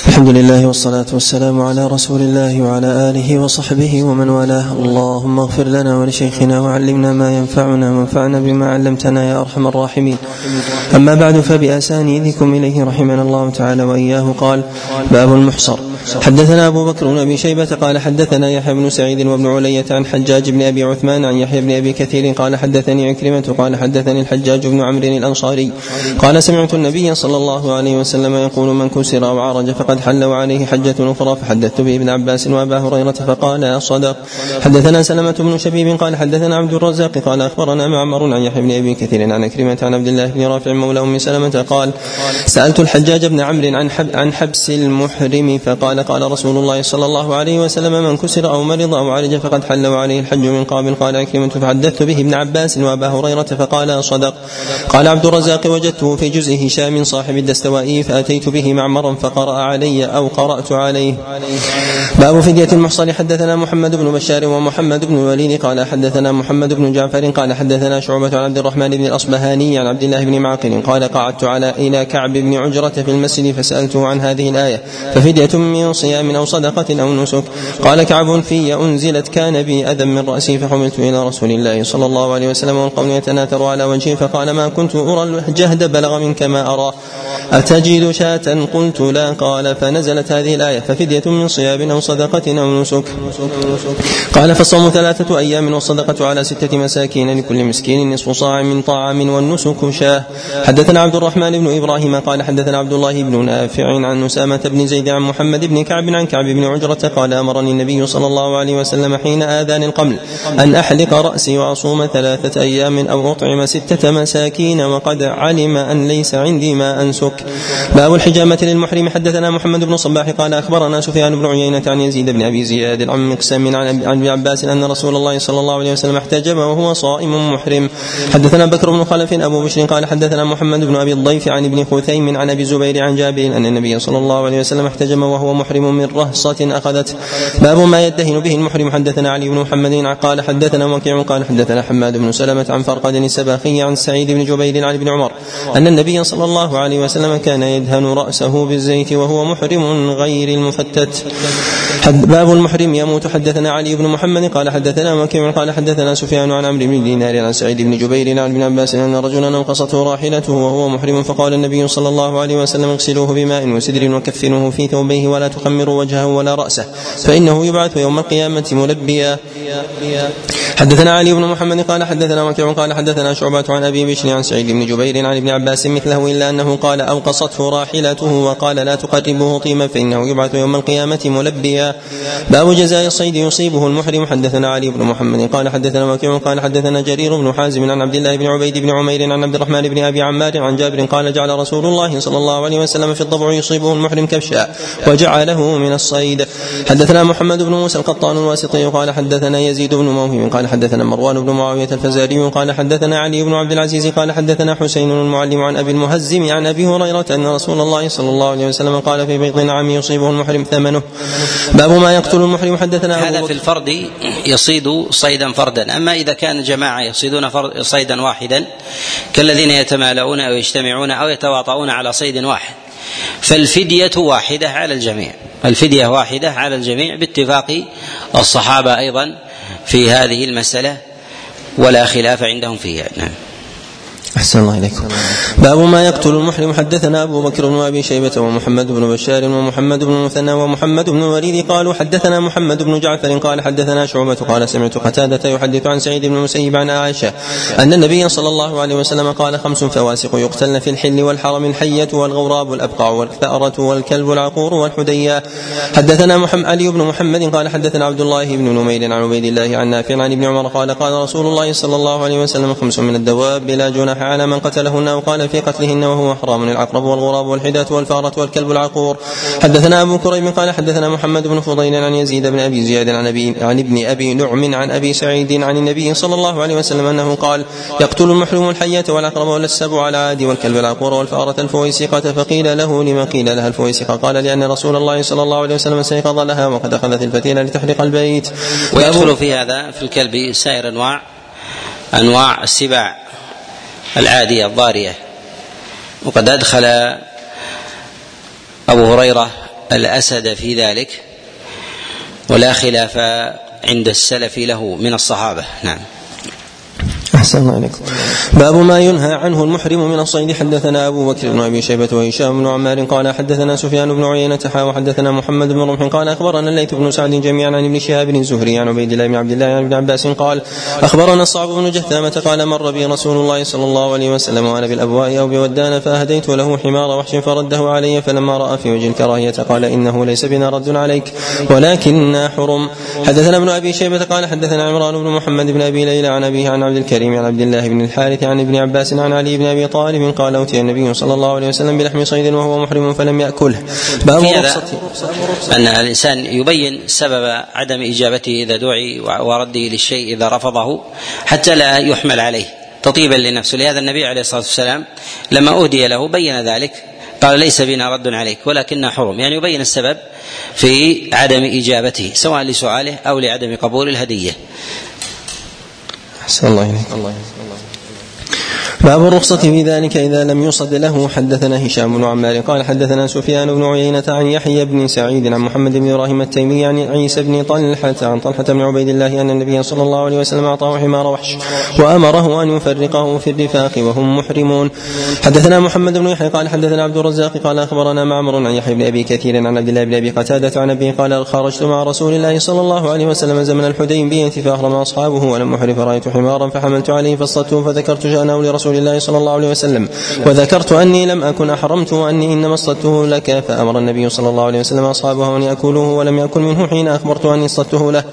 الحمد لله والصلاة والسلام على رسول الله وعلى آله وصحبه ومن والاه. اللهم اغفر لنا ولشيخنا وعلمنا ما ينفعنا وانفعنا بما علمتنا يا أرحم الراحمين. أما بعد، فبأسانيدكم إليه رحمنا الله تعالى وإياه. قال: باب المحصر. حدثنا أبو بكر بن أبي شيبة قال حدثنا يحيى بن سعيد وابن علية عن حجاج بن أبي عثمان عن يحيى بن أبي كثير قال حدثني عكرمة قال حدثني الحجاج بن عمرو الأنصاري قال: سمعت النبي صلى الله عليه وسلم يقول: من كسر أو عرج فقد حل وعليه حجة أخرى. فحدثت به ابن عباس وأبا هريرة فقال: صدق. حدثنا سلمة بن شبيب قال حدثنا عبد الرزاق قال أخبرنا معمر عن يحيى بن أبي كثير عن عكرمة عن عبد الله بن رافع مولى أم سلمة قال: سألت الحجاج بن عمرو عن حبس المحرم فقال: قال رسول الله صلى الله عليه وسلم: من كسر أو مرض أو عرج فقد حل وعليه الحج من قابل. قال عكرمة: فحدثت به ابن عباس وأبا هريرة فقال: صدق. قال عبد الرزاق: وجدته في جزء هشام صاحب الدستوائي فأتيت به معمرا فقرأ علي أو قرأت عليه. باب فدية المحصن. حدثنا محمد بن بشار ومحمد بن الوليد قال حدثنا محمد بن جعفر قال حدثنا شعبة عن عبد الرحمن بن الأصبهاني عن عبد الله بن معقل قال: قعدت إلى كعب بن عجرة في المسجد فسألته عن هذه الآية: ففدية من صيام أو صدقة أو نسك. قال كعب: في أنزلت كان بي أذى من رأسي فحملت إلى رسول الله صلى الله عليه وسلم والقوم يتناثر على وجهه فقال: ما كنت أرى الجهد بلغ منك ما أرى، أتجد شاة؟ قلت: لا. قال: فنزلت هذه الآية: ففدية من صيام أو صدقة أو نسك. قال: فالصوم 3 أيام والصدقة على 6 مساكين لكل مسكين نصف صاع من طعام والنسك شاه. حدثنا عبد الرحمن بن إبراهيم قال حدثنا عبد الله بن نافع عن أسامة بن زيد عن محمد بن كعب عن كعب بن عجرة قال: أمرني النبي صلى الله عليه وسلم حين آذان القمل أن أحلق رأسي وأصوم 3 أيام أو أطعم 6 مساكين وقد علم أن ليس عندي ما أنسك. باب الحجامة للمحرم. حدثنا محمد بن صباح قال أخبرنا سفيان بن عيينة عن يزيد بن أبي زياد عن مقسم عن ابن عباس أن رسول الله صلى الله عليه وسلم احتجم وهو صائم محرم. حدثنا بكر بن خلف أبو بشر قال حدثنا محمد بن أبي الضيف عن ابن خثيم عن أبي زبير عن جابر أن النبي صلى الله عليه وسلم احتجم وهو محرم من رهصة أخذت. باب ما يدهن به المحرم. حدثنا علي بن محمد قال حدثنا وكيع قال حدثنا حماد بن سلمة عن فرقد السباخي عن سعيد بن جبير عن ابن عمر أن النبي صلى الله عليه وسلم كان يدهن رأسه بالزيت وهو محرم غير المفتت. باب المحرم يموت. حدثنا علي بن محمد قال حدثنا وكيع قال حدثنا سفيان عن عمرو بن دينار عن سعيد بن جبير عن ابن عباس أن رجلا انقصته راحلته وهو محرم فقال النبي صلى الله عليه وسلم: اغسلوه بماء وسدر وكفنوه في ثوبيه ولا تخمروا وجهه ولا رأسه فإنه يبعث يوم القيامة ملبيا. حدثنا علي بن محمد قال حدثنا وكيع قال حدثنا شعبة عن أبي بشر عن سعيد بن جبير عن ابن عباس مثله إلا أنه قال: أوقصته راحلته وقال: لا تقربوه طيما فإنه يبعث يوم القيامة ملبيا. باب جزاء الصيد يصيبه المحرم. حدثنا علي بن محمد قال حدثنا وكيع قال حدثنا جرير بن حازم عن عبد الله بن عبيد بن عمير عن عبد الرحمن بن أبي عمار عن جابر قال: جعل رسول الله صلى الله عليه وسلم في الضبع يصيبه المحرم كبشا وجعله من الصيد. حدثنا محمد بن موسى القطان الواسطي قال حدثنا يزيد بن موهب قال حدثنا مروان بن معاوية الفزاري قال حدثنا علي بن عبد العزيز قال حدثنا حسين المعلم عن أبي المهزم عن أبي هريرة أن رسول الله صلى الله عليه وسلم قال: في بيض نعم يصيبه المحرم ثمنه. باب ما يقتل المحرم. حدثنا هذا في الفرد يصيد صيدا فردا. أما إذا كان جماعة يصيدون صيدا واحدا كالذين يتمالؤون أو يجتمعون أو يتواطؤون على صيد واحد فالفدية واحدة على الجميع. الفدية واحدة على الجميع باتفاق الصحابة أيضا في هذه المسألة ولا خلاف عندهم فيها. نعم. أحسن الله إليكم. باب ما يقتل المحرم. حدثنا أبو بكر بن أبي شيبة ومحمد بن بشار ومحمد بن مثنى ومحمد بن وليد قالوا حدثنا محمد بن جعفر قال حدثنا شعبة قال: سمعت قتادة يحدث عن سعيد بن المسيب عن عائشة أن النبي صلى الله عليه وسلم قال: 5 فواسق يقتلن في الحل والحرم: الحية والغراب والأبقع والثأرة والكلب العقور والحديا. حدثنا علي بن محمد قال حدثنا عبد الله بن نمير عن عبيد الله عن نافع عن ابن عمر قال: قال رسول الله صلى الله عليه وسلم: 5 من الدواب لا جناح على من قتلهن أو قال في قتلهن وهو حرام: العقرب والغراب والحداة والفارة والكلب العقور. حدثنا أبو كريم قال حدثنا محمد بن فضيل عن يزيد بن أبي زياد عن ابن أبي نعم عن أبي سعيد عن النبي صلى الله عليه وسلم أنه قال: يقتل المحرم الحية والعقرب والسبع على عاد والكلب العقور والفارة الفويسقة. فقيل له: لما قيل لها الفويسقة؟ قال: لأن رسول الله صلى الله عليه وسلم سيقظ لها وقد أخذت الفتيلة لتحرق البيت. ويدخل في هذا في الكلب سائر أنواع السباع العادية الضارية. وقد أدخل أبو هريرة الأسد في ذلك، ولا خلاف عند السلف له من الصحابة. نعم. أحسن الله عليكم. باب ما ينهى عنه المحرم من الصيد. حدثنا أبو بكر بن أبي شيبة وهشام بن عمار قال حدثنا سفيان بن عيينة وحدثنا محمد بن رمح قال أخبرنا الليث بن سعد جميعا عن ابن شهاب الزهري عن عبيد الله بن عبد الله عن ابن عباس قال أخبرنا الصعب بن جثامة قال مر بي رسول الله صلى الله عليه وسلم وأنا بالأبواء أو بودان فأهديت له حمار وحش فرده علي، فلما رأى في وجه الكراهية قال إنه ليس بنا رد عليك ولكننا حرم. حدثنا ابن أبي شيبة قال حدثنا عمران بن محمد بن أبي ليلى عن أبيه عن عبد الكريم عن عبد الله بن الحارث عن ابن عباس عن علي بن أبي طالب قال أوتي النبي صلى الله عليه وسلم بلحم صيد وهو محرم فلم يأكله. باب أن الإنسان يبين سبب عدم إجابته إذا دعي ورده للشيء إذا رفضه حتى لا يحمل عليه تطيبا لنفسه. لهذا النبي عليه الصلاة والسلام لما أهدي له بين ذلك قال ليس بنا رد عليك ولكننا حرم، يعني يبين السبب في عدم إجابته سواء لسؤاله أو لعدم قبول الهدية. الله إليك. باب الرخصة في ذلك إذا لم يصد له. حدثنا هشام بن عمار قال حدثنا سفيان بن عيينة عن يحيى بن سعيد عن محمد بن إبراهيم التيمي عن عيسى بن طلحة عن طلحة بن عبيد الله أن النبي صلى الله عليه وسلم أعطاه حمار وحش وأمره أن يفرقه في الرفاق وهم محرمون. حدثنا محمد بن يحيى قال حدثنا عبد الرزاق قال أخبرنا معمر عن يحيى بن أبي كثير عن عبد الله بن أبي قتادة عن أبيه قال خرجت مع رسول الله صلى الله عليه وسلم زمن الحديبية فأحرم أصحابه ولم أحرم فرأيت حمارا فحملت عليه فاصطدته فذكرت شأنه لرسول الله صلى الله عليه وسلم وذكرت أني لم أكن أحرمت وأني إنما اصطدته لك، فأمر النبي صلى الله عليه وسلم أصحابه أن يأكلوه ولم يأكل منه حين أخبرت أني اصطدته له.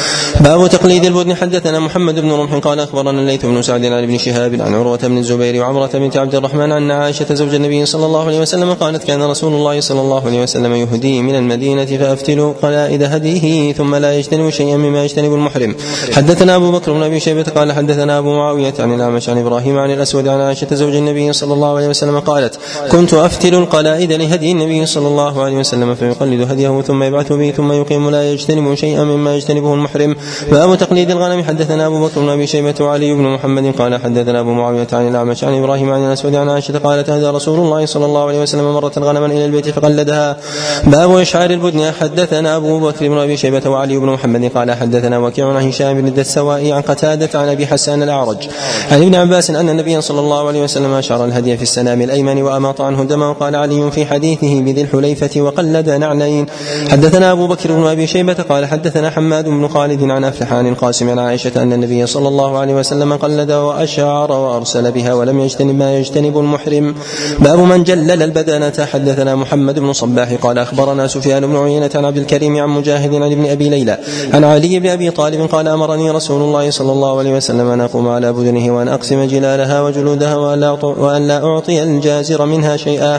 باب تقليد البدن. حدثنا محمد بن رمح قال أخبرنا الليث بن سعد عن ابن شهاب عن عروة بن الزبير وعمرة بنت عبد الرحمن عن عائشة زوج النبي صلى الله عليه وسلم قالت كان رسول الله صلى الله عليه وسلم يهدي من المدينة فأفتل قلائد هديه ثم لا يجتنب شيئا مما يجتنب المحرم. حدثنا أبو بكر بن أبي شيبة قال حدثنا أبو معاوية عن الأعمش عن إبراهيم عن الأسود عن عائشة زوج النبي صلى الله عليه وسلم قالت كنت أفتل القلائد لهدي النبي صلى الله عليه وسلم فيقلد هديه ثم يبعث به ثم يقيم لا يجتنب شيئا مما يجتنبه المحرم. باب تقليد الغنم. حدثنا أبو بكر بن أبي شيبة وعلي بن محمد قال حدثنا أبو معاوية عن الأعمش عن إبراهيم عن الأسود عن عائشة قالت أهدى رسول الله صلى الله عليه وسلم مرة غنما إلى البيت فقلدها. باب إشعار البدن. حدثنا أبو بكر بن أبي شيبة وعلي بن محمد قال حدثنا وكيع عن هشام بن الدستوائي عن قتادة عن أبي حسان الأعرج عن ابن عباس أن النبي صلى الله عليه وسلم أشعر الهدي في السنام الأيمن وأماط عنه دما. وقال علي في حديثه بذي الحليفة وقلد نعلين. حدثنا أبو بكر بن أبي شيبة قال حدثنا حماد بن خالد عن أفلح عن القاسم عن عائشة أن النبي صلى الله عليه وسلم قلد وأشعر وأرسل بها ولم يجتنب ما يجتنب المحرم. باب من جلل البدنة. حدثنا محمد بن صباح قال أخبرنا سفيان بن عيينة عن عبد الكريم عن مجاهد عن ابن أبي ليلى عن علي بن أبي طالب قال أمرني رسول الله صلى الله عليه وسلم أن أقوم على بدنه وأن أقسم جلالها وجلودها وأن لا أعطي الجازر منها شيئا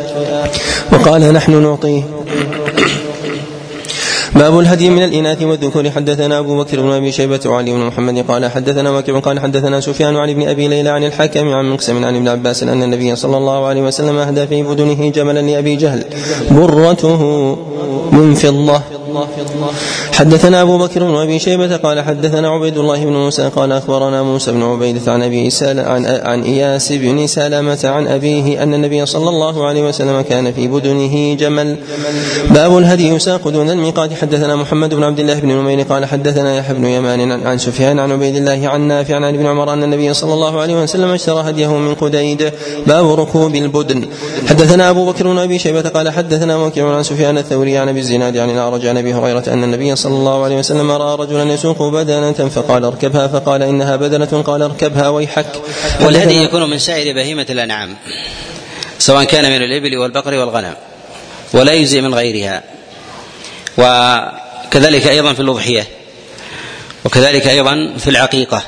وقال نحن نعطيه. باب الهدي من الإناث والذكور. حدثنا أبو بكر بن أبي شيبة وعلي بن محمد قال حدثنا وكيع قال حدثنا سفيان عن ابن أبي ليلى عن الحكم عن مقسم عن ابن عباس أن النبي صلى الله عليه وسلم أهدى في بدنه جملا لأبي جهل برته من فضة. حدثنا أبو بكر بن أبي شيبة قال حدثنا عبيد الله بن موسى قال أخبرنا موسى بن عبيدة عن إياس بن سلمة عن أبيه أن النبي صلى الله عليه وسلم كان في بدنه جمل. باب الهدي يساق دون الميقات. حدثنا محمد بن عبد الله بن نمير قال حدثنا يحيى بن يمان عن سفيان عن عبيد الله عن نافع عن ابن عمر أن النبي صلى الله عليه وسلم اشترى هديه من قديد. باب ركوب البدن. حدثنا أبو بكر بن أبي شيبة قال حدثنا وكيع عن سفيان الثوري عن أبي الزناد عن الأعرج عن أبي هريرة أن النبي صلى الله عليه وسلم رأى رجلا يسوق بدنة فقال اركبها فقال إنها بدنة قال اركبها ويحك. والهدي يكون من سائر بهيمة الأنعام سواء كان من الإبل والبقر والغنم ولا يجزي من غيرها، وكذلك أيضا في الأضحية وكذلك أيضا في العقيقة.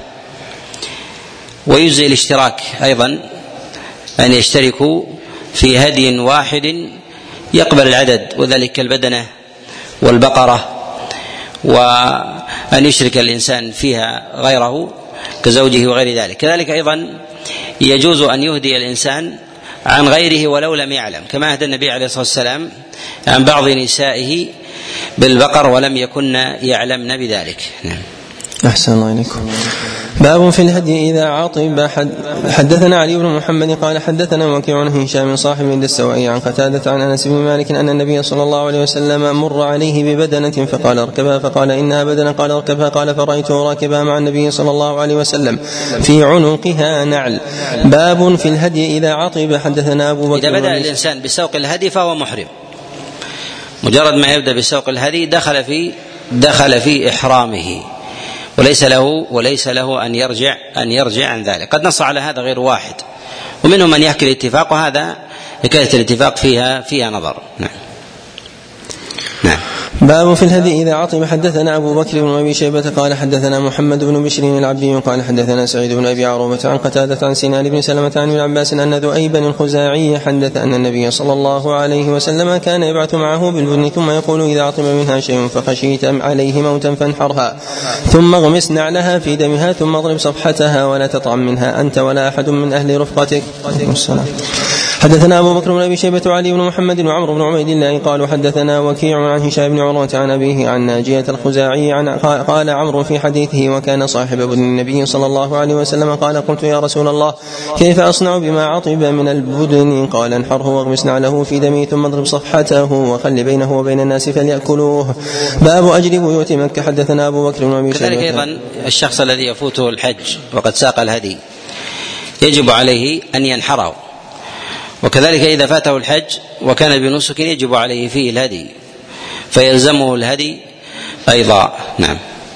ويجزي الاشتراك أيضا أن يشتركوا في هدي واحد يقبل العدد وذلك البدنة والبقرة، وأن يشرك الإنسان فيها غيره كزوجه وغير ذلك. كذلك أيضا يجوز أن يهدي الإنسان عن غيره ولو لم يعلم، كما أهدى النبي عليه الصلاة والسلام عن بعض نسائه بالبقر ولم يكن يعلمن بذلك. أحسن الله إليكم. باب في الهدي إذا عطب. حدثنا علي بن محمد قال حدثنا وكيع عن هشام صاحب الدستوائي عن قتادة عن أنس بن مالك أن النبي صلى الله عليه وسلم مر عليه ببدنة فقال اركبها فقال إنها بدنة قال اركبها قال فرأيته راكبها مع النبي صلى الله عليه وسلم في عنقها نعل. باب في الهدي إذا عطب. حدثنا أبو بكر. إذا بدأ الإنسان بسوق الهدي فهو محرم، مجرد ما يبدأ بسوق الهدي دخل في إحرامه وليس له أن يرجع عن ذلك. قد نص على هذا غير واحد، ومنهم من يحكي الاتفاق، وهذا حكاية الاتفاق فيها نظر. نعم. باب في الهدي إذا عطب. حدثنا أبو بكر بن أبي شيبة قال حدثنا محمد بن بشر العبدي قال حدثنا سعيد بن أبي عروبة عن قتادة عن سنان بن سلمة عن ابن عباس أن ذؤيبا الخزاعي حدث أن النبي صلى الله عليه وسلم كان يبعث معه بالبدن ثم يقول إذا عطب منها شيء فخشيت عليه موتا فانحرها ثم اغمس نعلها في دمها ثم اضرب صفحتها ولا تطعم منها أنت ولا أحد من أهل رفقتك. حدثنا أبو بكر بن أبي شيبة وعلي بن محمد وعمرو بن عبيد الله قالوا حدثنا وكيع عن هشام بن عروة عن أبيه عن ناجية الخزاعي قال عمرو في حديثه وكان صاحب بدن النبي صلى الله عليه وسلم قال قلت يا رسول الله كيف أصنع بما عطب من البدن؟ قال انحره واغمس نعله في دمه ثم اضرب صفحته وخل بينه وبين الناس فليأكلوه. باب أجر بيوت مكة. حدثنا أبو بكر بن أبي شيبة. كذلك أيضا الشخص الذي يفوته الحج وقد ساق الهدي يجب عليه أن ينحره، وكذلك إذا فاته الحج وكان بنسك يجب عليه فيه الهدي فيلزمه الهدي أيضا. نعم.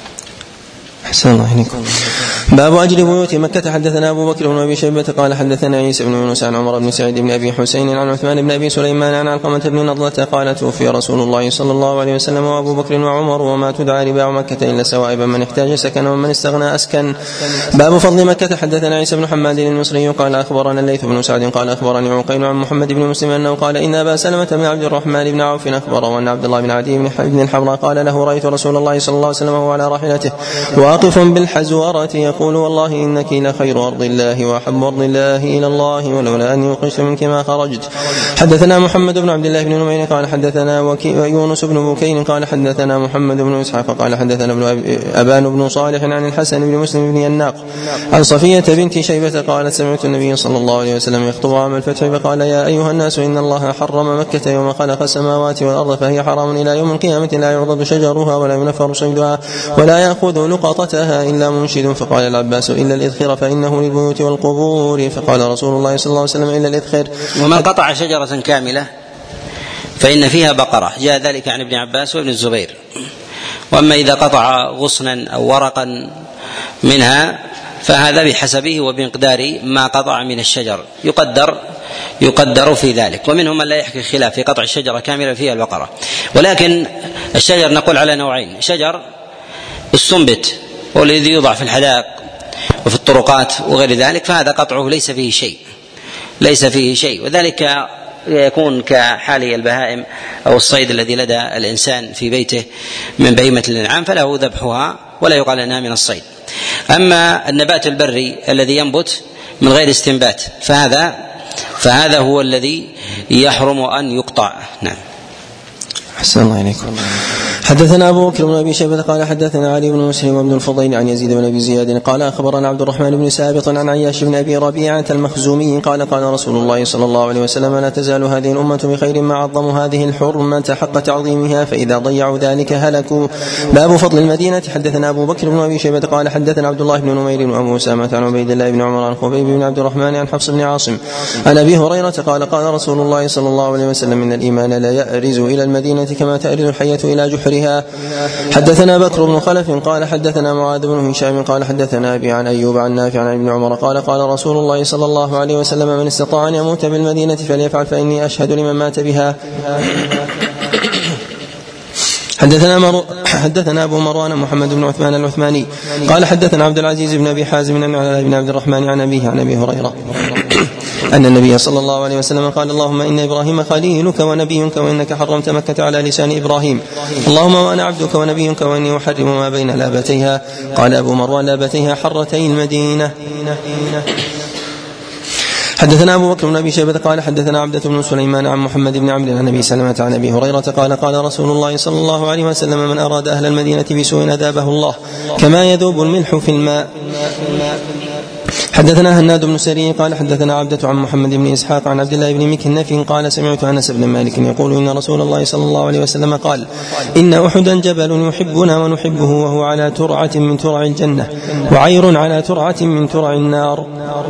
أحسن الله إليكم. باب أجر بيوت مكة. حدثنا أبو بكر بن أبي شيبة قال حدثنا عيسى بن يونس عن عمر بن سعيد بن أبي حسين عن عثمان بن أبي سليمان عن علقمة بن نضلة قال توفي رسول الله صلى الله عليه وسلم وأبو بكر وعمر وما تدعى رباع مكة إلا سوائب من احتاج سكن ومن استغنى أسكن. باب فضل مكة. حدثنا عيسى بن حماد المصري قال أخبرنا الليث بن سعد قال أخبرني عقيل عن محمد بن مسلم أنه قال إن أبا سلمة بن عبد الرحمن بن عوف أخبر وأن عبد الله بن عدي بن الحبراء قال له رأيت رسول الله صلى الله عليه وسلم وهو على راحلته واقف بالحزورة يقول والله إنك لخير أرض الله وأحب أرض الله إلى الله ولولا أن يوقشت منك ما خرجت. حدثنا محمد بن عبد الله بن نمير قال حدثنا يونس بن بكير قال حدثنا محمد بن إسحاق قال حدثنا أبان بن صالح عن الحسن بن مسلم بن يناق عن صفية بنت شيبة قالت سمعت النبي صلى الله عليه وسلم يخطب عام الفتح فقال يا أيها الناس إن الله حرم مكة يوم خلق السماوات والأرض فهي حرام إلى يوم القيامة لا يعضد شجرها ولا ينفر صيدها ولا يأخذ لقطتها إلا منشد. فقال العباس إلا الإذخر فإنه للبيوت والقبور. فقال رسول الله صلى الله عليه وسلم إلا الإذخر. ومن قطع شجرة كاملة فإن فيها بقرة، جاء ذلك عن ابن عباس وابن الزبير. وأما إذا قطع غصنا أو ورقا منها فهذا بحسبه وبمقدار ما قطع من الشجر يقدر في ذلك. ومنهم من لا يحكي الخلاف في قطع الشجرة كاملة فيها البقرة. ولكن الشجر نقول على نوعين: شجر السنبت والذي يوضع في الحدائق وفي الطرقات وغير ذلك فهذا قطعه ليس فيه شيء، وذلك يكون كحال البهائم أو الصيد الذي لدى الإنسان في بيته من بهيمة الأنعام فله ذبحها ولا يقال أنها من الصيد. أما النبات البري الذي ينبت من غير استنبات فهذا هو الذي يحرم أن يقطع. نعم. أحسن الله إليكم. حدثنا أبو بكر بن أبي شيبة قال حدثنا علي بن مسلم وابن الفضيل عن يزيد بن أبي زياد قال أخبرنا عبد الرحمن بن سابط عن عياش بن أبي ربيعة المخزومي قال رسول الله صلى الله عليه وسلم لا تزال هذه الأمة بخير ما عظموا هذه الحرمة حق تعظيمها فإذا ضيعوا ذلك هلكوا. باب فضل المدينة. حدثنا أبو بكر بن أبي شيبة قال حدثنا عبد الله بن نمير وأبو أسامة عن عبيد الله بن عمر عن خبيب بن عبد الرحمن عن حفص بن عاصم عن أبي هريرة قال رسول الله صلى الله عليه وسلم إن الإيمان لا يأرز إلى المدينة كما تأرز الحية إلى جحرها. حدثنا بكر بن خلف قال حدثنا معاذ بن هشام قال حدثنا أبي عن أيوب عن نافع عن ابن عمر قال رسول الله صلى الله عليه وسلم من استطاع أن يموت بالمدينة فليفعل فإني أشهد لمن مات بها. حدثنا أبو مروان محمد بن عثمان العثماني قال حدثنا عبد العزيز بن أبي حازم بن عبد الرحمن عن أبيه عن أبي هريرة أن النبي صلى الله عليه وسلم قال اللهم إن إبراهيم خليلك ونبيك وإنك حرمت مكة على لسان إبراهيم اللهم وأنا عبدك ونبيك وإني أحرم ما بين لابتيها. قال أبو مروان لابتيها حرتي المدينة. حدثنا أبو بكر بن أبي شيبة قال حدثنا عبدة بن سليمان عن محمد بن عمرو عن أبي سلمة عن أبي هريرة قال رسول الله صلى الله عليه وسلم من أراد أهل المدينة بسوء أذابه الله كما يذوب الملح في الماء. حدثنا هناد بن سري قال حدثنا عبدة عن محمد بن إسحاق عن عبد الله بن مكنف قال سمعت أنس بن مالك يقول إن رسول الله صلى الله عليه وسلم قال إن أحدا جبل يحبنا ونحبه وهو على ترعة من ترع الجنة وعير على ترعة من ترع النار.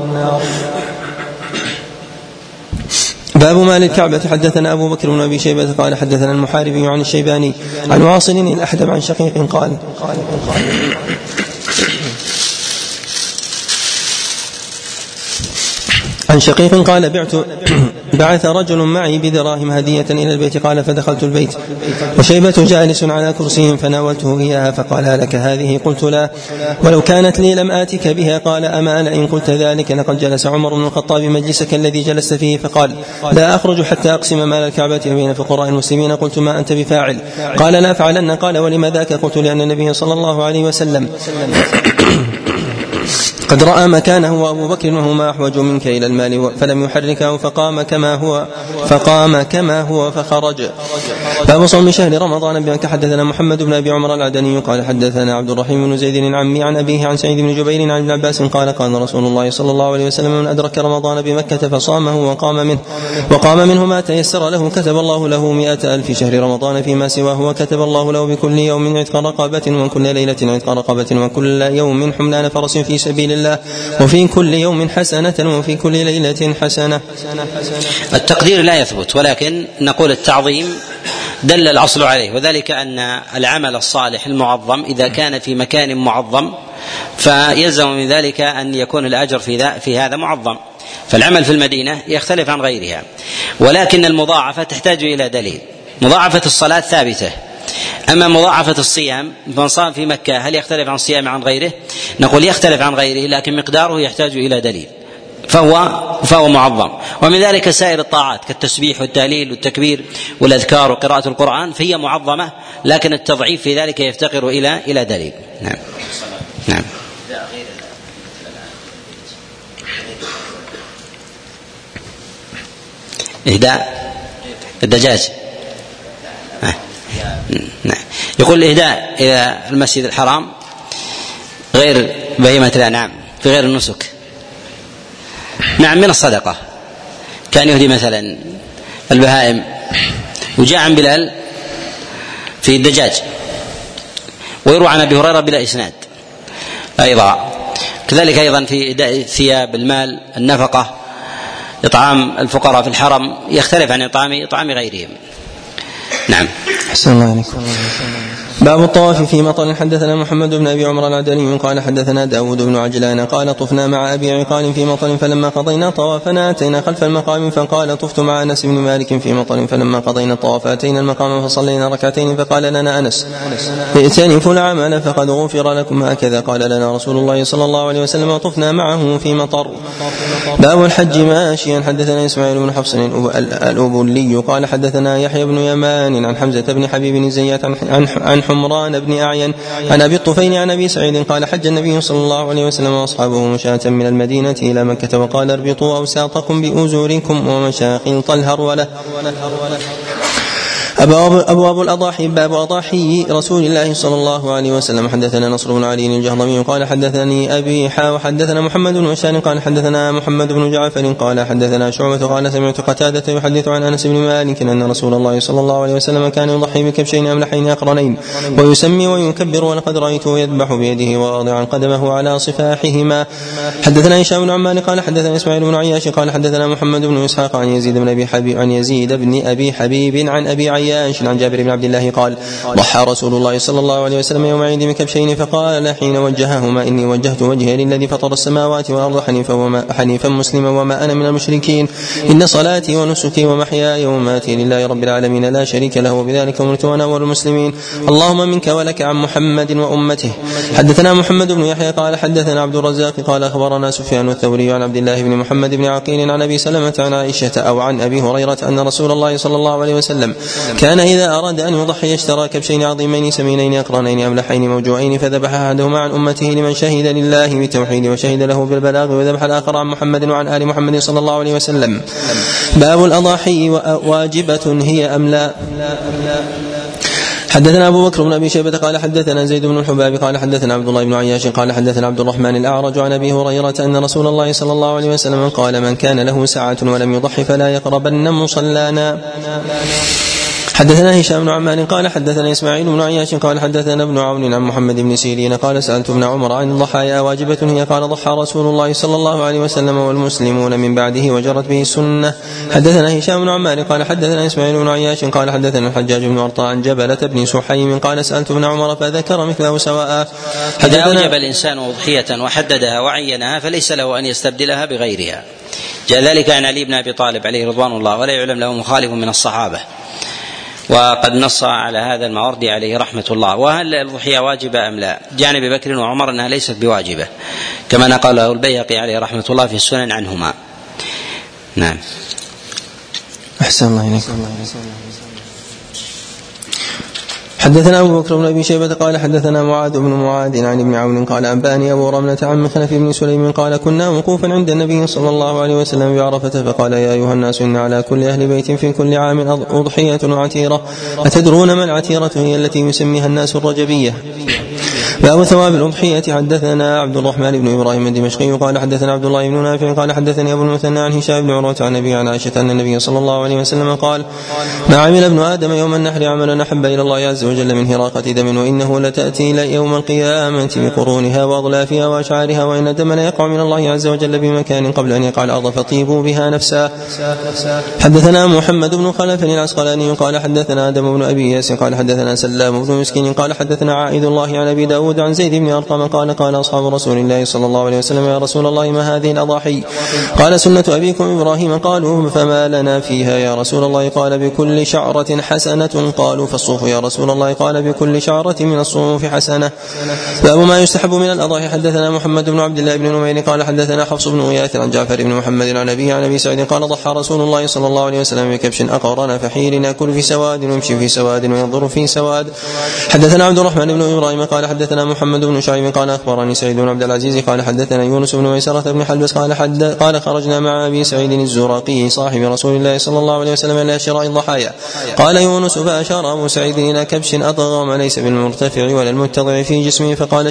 باب ما للكعبة. حدثنا أبو بكر بن أبي شيبة قال حدثنا المحاربي عن الشيباني عن واصل الأحدب عن شقيق قال بعث رجل معي بدراهم هدية إلى البيت قال فدخلت البيت وشيبة جالس على كرسي فناولته إياها فقال لك هذه؟ قلت لا ولو كانت لي لم آتك بها. قال أما أنا إن قلت ذلك لقد جلس عمر بن الخطاب مجلسك الذي جلست فيه فقال لا أخرج حتى أقسم مال الكعبة بين فقراء المسلمين. قلت ما أنت بفاعل؟ قال لا أفعلن. قال ولم ذاك؟ قلت لأن النبي صلى الله عليه وسلم قد رأى مكانه وأبو بكر وهما أحوج منك إلى المال فلم يحركه فقام كما هو فخرج. باب صوم شهر رمضان. بأنك حدثنا محمد بن أبي عمر العدني قال حدثنا عبد الرحيم بن زيد عمي عن أبيه عن سعيد بن جبير عن ابن عباس قال رسول الله صلى الله عليه وسلم من أدرك رمضان بمكة فصامه وقام منه ما تيسر له كتب الله له 100,000 شهر رمضان فيما سواه وكتب الله له بكل يوم عتق رقبة وكل ليلة عتق رقبة وكل يوم حملان فرس في سبيل الله وفي كل يوم حسنة وفي كل ليلة حسنة. التقدير لا يثبت ولكن نقول التعظيم دل الأصل عليه وذلك أن العمل الصالح المعظم إذا كان في مكان معظم فيلزم من ذلك أن يكون الأجر في هذا معظم. فالعمل في المدينة يختلف عن غيرها ولكن المضاعفة تحتاج إلى دليل. مضاعفة الصلاة ثابتة أما مضاعفة الصيام من صام في مكة هل يختلف عن الصيام عن غيره؟ نقول يختلف عن غيره لكن مقداره يحتاج إلى دليل فهو معظم. ومن ذلك سائر الطاعات كالتسبيح والتهليل والتكبير والأذكار وقراءة القرآن فهي معظمة لكن التضعيف في ذلك يفتقر إلى دليل. نعم. إهداء الدجاج يقول الإهداء إلى المسجد الحرام غير بهيمة الأنعام في غير النسك نعم من الصدقة كان يهدي مثلا البهائم. وجاء عن بلال في الدجاج ويروى عن أبي هريرة بلا إسناد أيضا. كذلك أيضا في إهداء الثياب المال النفقة إطعام الفقراء في الحرم يختلف عن إطعام غيرهم. نعم. أحسن الله عليكم. باب الطواف في مطر. حدثنا محمد بن أبي عمر العدني قال حدثنا داود بن عجلان قال طفنا مع أبي عقال في مطر فلما قضينا طوافنا أتينا خلف المقام فقال طفت مع أنس بن مالك في مطر فلما قضينا الطواف أتينا المقام فصلينا ركعتين فقال لنا أنس ائتنفوا العمل فقد غفر لكم هكذا قال لنا رسول الله صلى الله عليه وسلم وطفنا معه في مطر. باب الحج ماشيا. حدثنا إسماعيل بن حفص الأبولي قال حدثنا يحيى بن يمان عن حمزة بن حبيب الزيات عن حمران بن أعين عن أبي الطفيل عن أبي سعيد قال حج النبي صلى الله عليه وسلم وأصحابه مشاة من المدينة إلى مكة وقال اربطوا أوساطكم بأزوركم ومشاخلط الهرولة. أبواب الأضاحي. باب أضاحي رسول الله صلى الله عليه وسلم. حدثنا نصر بن علي الجهضمي قال حدثني أبي وحدثنا محمد بن عشان قال حدثنا محمد بن جعفر قال حدثنا شعبة قال سمعت قتادة يحدث عن أنس بن مالك أن رسول الله صلى الله عليه وسلم كان يضحي بكبشين أملحين أقرنين ويسمي ويكبر ولقد رأيته يذبح بيده وواضعا قدمه على صفاحهما. حدثنا هشام بن عمار قال حدثنا إسماعيل بن عياش قال حدثنا محمد بن إسحاق عن يزيد بن أبي حبيب عن أبي عن جابر بن عبد الله قال ضحى رسول الله صلى الله عليه وسلم يوم عيد بكبشين فقال حين وجههما إني وجهت وجهي للذي فطر السماوات والأرض حنيفا مسلما وما أنا من المشركين إن صلاتي ونسكي ومحياي ومماتي لله رب العالمين لا شريك له وبذلك أمرت وأنا أول المسلمين اللهم منك ولك عن محمد وأمته. حدثنا محمد بن يحيى قال حدثنا عبد الرزاق قال أخبرنا سفيان الثوري عن عبد الله بن محمد بن عقيل عن أبي سلمة عن عائشة أو عن أبي هريرة أن رسول الله صلى الله عليه وسلم كان إذا أراد أن يضحي اشترى كبشين عظيمين سمينين أقرنين أملحين موجوعين فذبح أحدهما عن أمته لمن شهد لله بالتوحيد وشهد له بالبلاغ وذبح الآخر عن محمد وعن آل محمد صلى الله عليه وسلم. باب الأضاحي واجبة هي أم لا. حدثنا أبو بكر بن أبي شيبة قال حدثنا زيد بن الحباب قال حدثنا عبد الله بن عياش قال حدثنا عبد الرحمن الأعرج عن أبي هريرة أن رسول الله صلى الله عليه وسلم قال: من كان له ساعة ولم يضح فلا يقربن مصلانا. حدثنا هشام بن عمار قال حدثنا إسماعيل بن عياش قال حدثنا ابن عون عن محمد بن سيرين قال: سألت ابن عمر عن الضحايا واجبة هي؟ قال: ضحى رسول الله صلى الله عليه وسلم والمسلمون من بعده وجرت به السنة. حدثنا هشام بن عمار قال حدثنا إسماعيل بن عياش قال حدثنا الحجاج بن أرطاء عن جبلة بن سحيم قال: سألت ابن عمر فذكر مثله سواء. إذا أوجب الإنسان أضحية وحددها وعينها فليس له أن يستبدلها بغيرها. جاء ذلك عن علي بن أبي طالب عليه رضوان الله ولا يعلم له مخالف من الصحابة، وقد نص على هذا الماوردي عليه رحمة الله. وهل الضحية واجبة أم لا؟ جاء عن أبي بكر وعمر أنها ليست بواجبة كما نقله البيهقي عليه رحمة الله في السنن عنهما. نعم. أحسن الله إليك. حدثنا أبو بكر بن أبي شيبة قال حدثنا معاذ بن معاذ عن ابن عون قال: أنبأني أبو رملة عن مخلف بن سليم قال: كنا وقوفا عند النبي صلى الله عليه وسلم بعرفة فقال: يا أيها الناس إن على كل أهل بيت في كل عام أضحية وعتيرة، أتدرون ما العتيرة؟ هي التي يسميها الناس الرجبية. باب ثواب الأضحية. حدثنا عبد الرحمن بن إبراهيم الدمشقي قال حدثنا عبد الله بن نافع قال حدثني أبو المثنى عن هشام بن عروة عن أبي عن عائشة أن النبي صلى الله عليه وسلم قال: ما عمل ابن آدم يوم النحر عملا أحب إلى الله عز وجل من هراقة دم، وإنه لتأتي يوم القيامة بقرونها وأضلافها وأشعارها، وإن الدم لا يقع من الله عز وجل بمكان قبل أن يقع الأرض فطيبوا بها نفسا. حدثنا محمد بن خلف العسقلاني قال حدثنا آدم بن أبي ياس قال حدثنا سلام بن مسكين قال حدثنا عائد الله عن أبي داود عن زيد بن أرقم قال: قال أصحاب رسول الله صلى الله عليه وسلم: يا رسول الله ما هذه الأضاحي؟ قال: سنة أبيكم إبراهيم. قالوا: فما لنا فيها يا رسول الله؟ قال: بكل شعرة حسنة. قالوا: فالصوف يا رسول الله؟ قال: بكل شعرة من الصوف حسنة. باب ما يستحب من الأضاحي. حدثنا محمد بن عبد الله بن نمير قال حدثنا حفص بن غياث عن جعفر بن محمد عن أبي سعيد قال: ضحى رسول الله صلى الله عليه وسلم بكبش أقرن فحيل نأكل في سواد ويمشي في سواد وينظر في سواد. حدثنا عبد الرحمن بن إبراهيم قال حدثنا محمد بن شعيب قال أخبرني سعيد بن عبد العزيز قال حدثنا يونس بن ميسرة بن حلبس قال خرجنا مع أبي سعيد الزرقي صاحب رسول الله صلى الله عليه وسلم إلى شراء الضحايا. قال يونس: فأشار أبو سعيد إلى كبش أطغم ليس بالمرتفع ولا المتضع في جسمه فقال: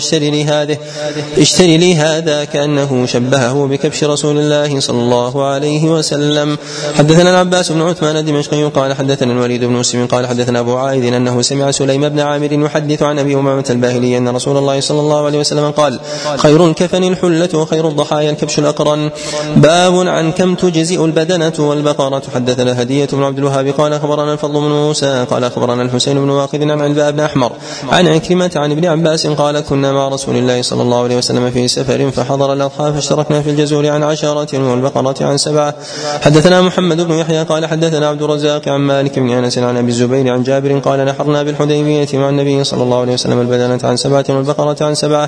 اشتري لي هذا كأنه شبهه بكبش رسول الله صلى الله عليه وسلم. حدثنا العباس بن عثمان الدمشقي قال حدثنا الوليد بن مسلم قال حدثنا أبو عائذ أنه سمع سليم بن عامر يحدث عن أبي أمامة الباهلي أن رسول الله صلى الله عليه وسلم قال: خير الكفن الحلة وخير الضحايا الكبش الأقرن. باب عن كم تجزئ البدنة والبقرة. حدثنا هدية بن عبد الوهاب قال أخبرنا الفضل بن موسى قال أخبرنا الحسين بن واقد عن علباء بن أحمر عن عكرمة عن ابن عباس قال: كنا مع رسول الله صلى الله عليه وسلم في سفر فحضر الأضحى فاشتركنا في الجزور عن 10 والبقرة عن 7. حدثنا محمد بن يحيى قال حدثنا عبد الرزاق عن مالك بن أنس عن أبي الزبير عن جابر قال: نحرنا بالحديبية مع النبي صلى الله عليه وسلم البدنة عن 7 والبقرة عن 7.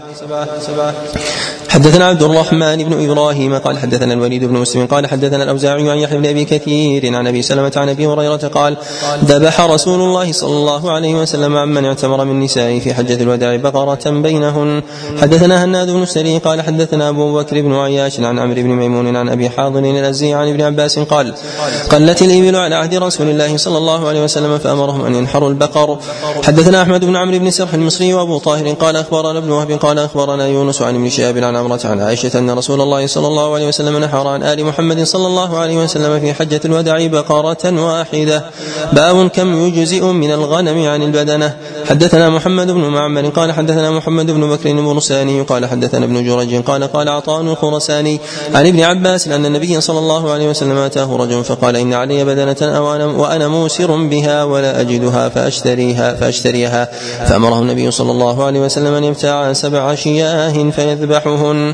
حدثنا عبد الرحمن بن إبراهيم قال حدثنا الوليد بن مسلم قال حدثنا الأوزاعي عن يحيى بن أبي كثير عن أبي سلمة عن أبي هريرة قال: ذبح رسول الله صلى الله عليه وسلم عمن اعتمر من نسائه في حجة الوداع بقرة بينهن. حدثنا هناد بن السري قال حدثنا أبو بكر بن عياش عن عمرو بن ميمون عن أبي حاضر الأزدي عن ابن عباس قال: قلت الإبل على عهد رسول الله صلى الله عليه وسلم فأمرهم أن ينحروا البقر. حدثنا أحمد بن عمرو بن سرح المصري وأبو طاهر قال أخبرنا ابن وهب قال أخبرنا يونس عن ابن شهاب عن عمرة عن عائشة أن رسول الله صلى الله عليه وسلم نحر عن آل محمد صلى الله عليه وسلم في حجة الوداع بقرة واحدة. باب كم يجزئ من الغنم عن البدنة. حدثنا محمد بن معمر قال حدثنا محمد بن بكر البرساني قال حدثنا ابن جريج قال عطاء الخرساني عن ابن عباس أن النبي صلى الله عليه وسلم أتاه رجل فقال: إن علي بدنة وأنا موسر بها ولا أجدها فأشتريها فأمره النبي صلى الله عليه وسلم أن يبتاع 7 شياه فيذبحهن.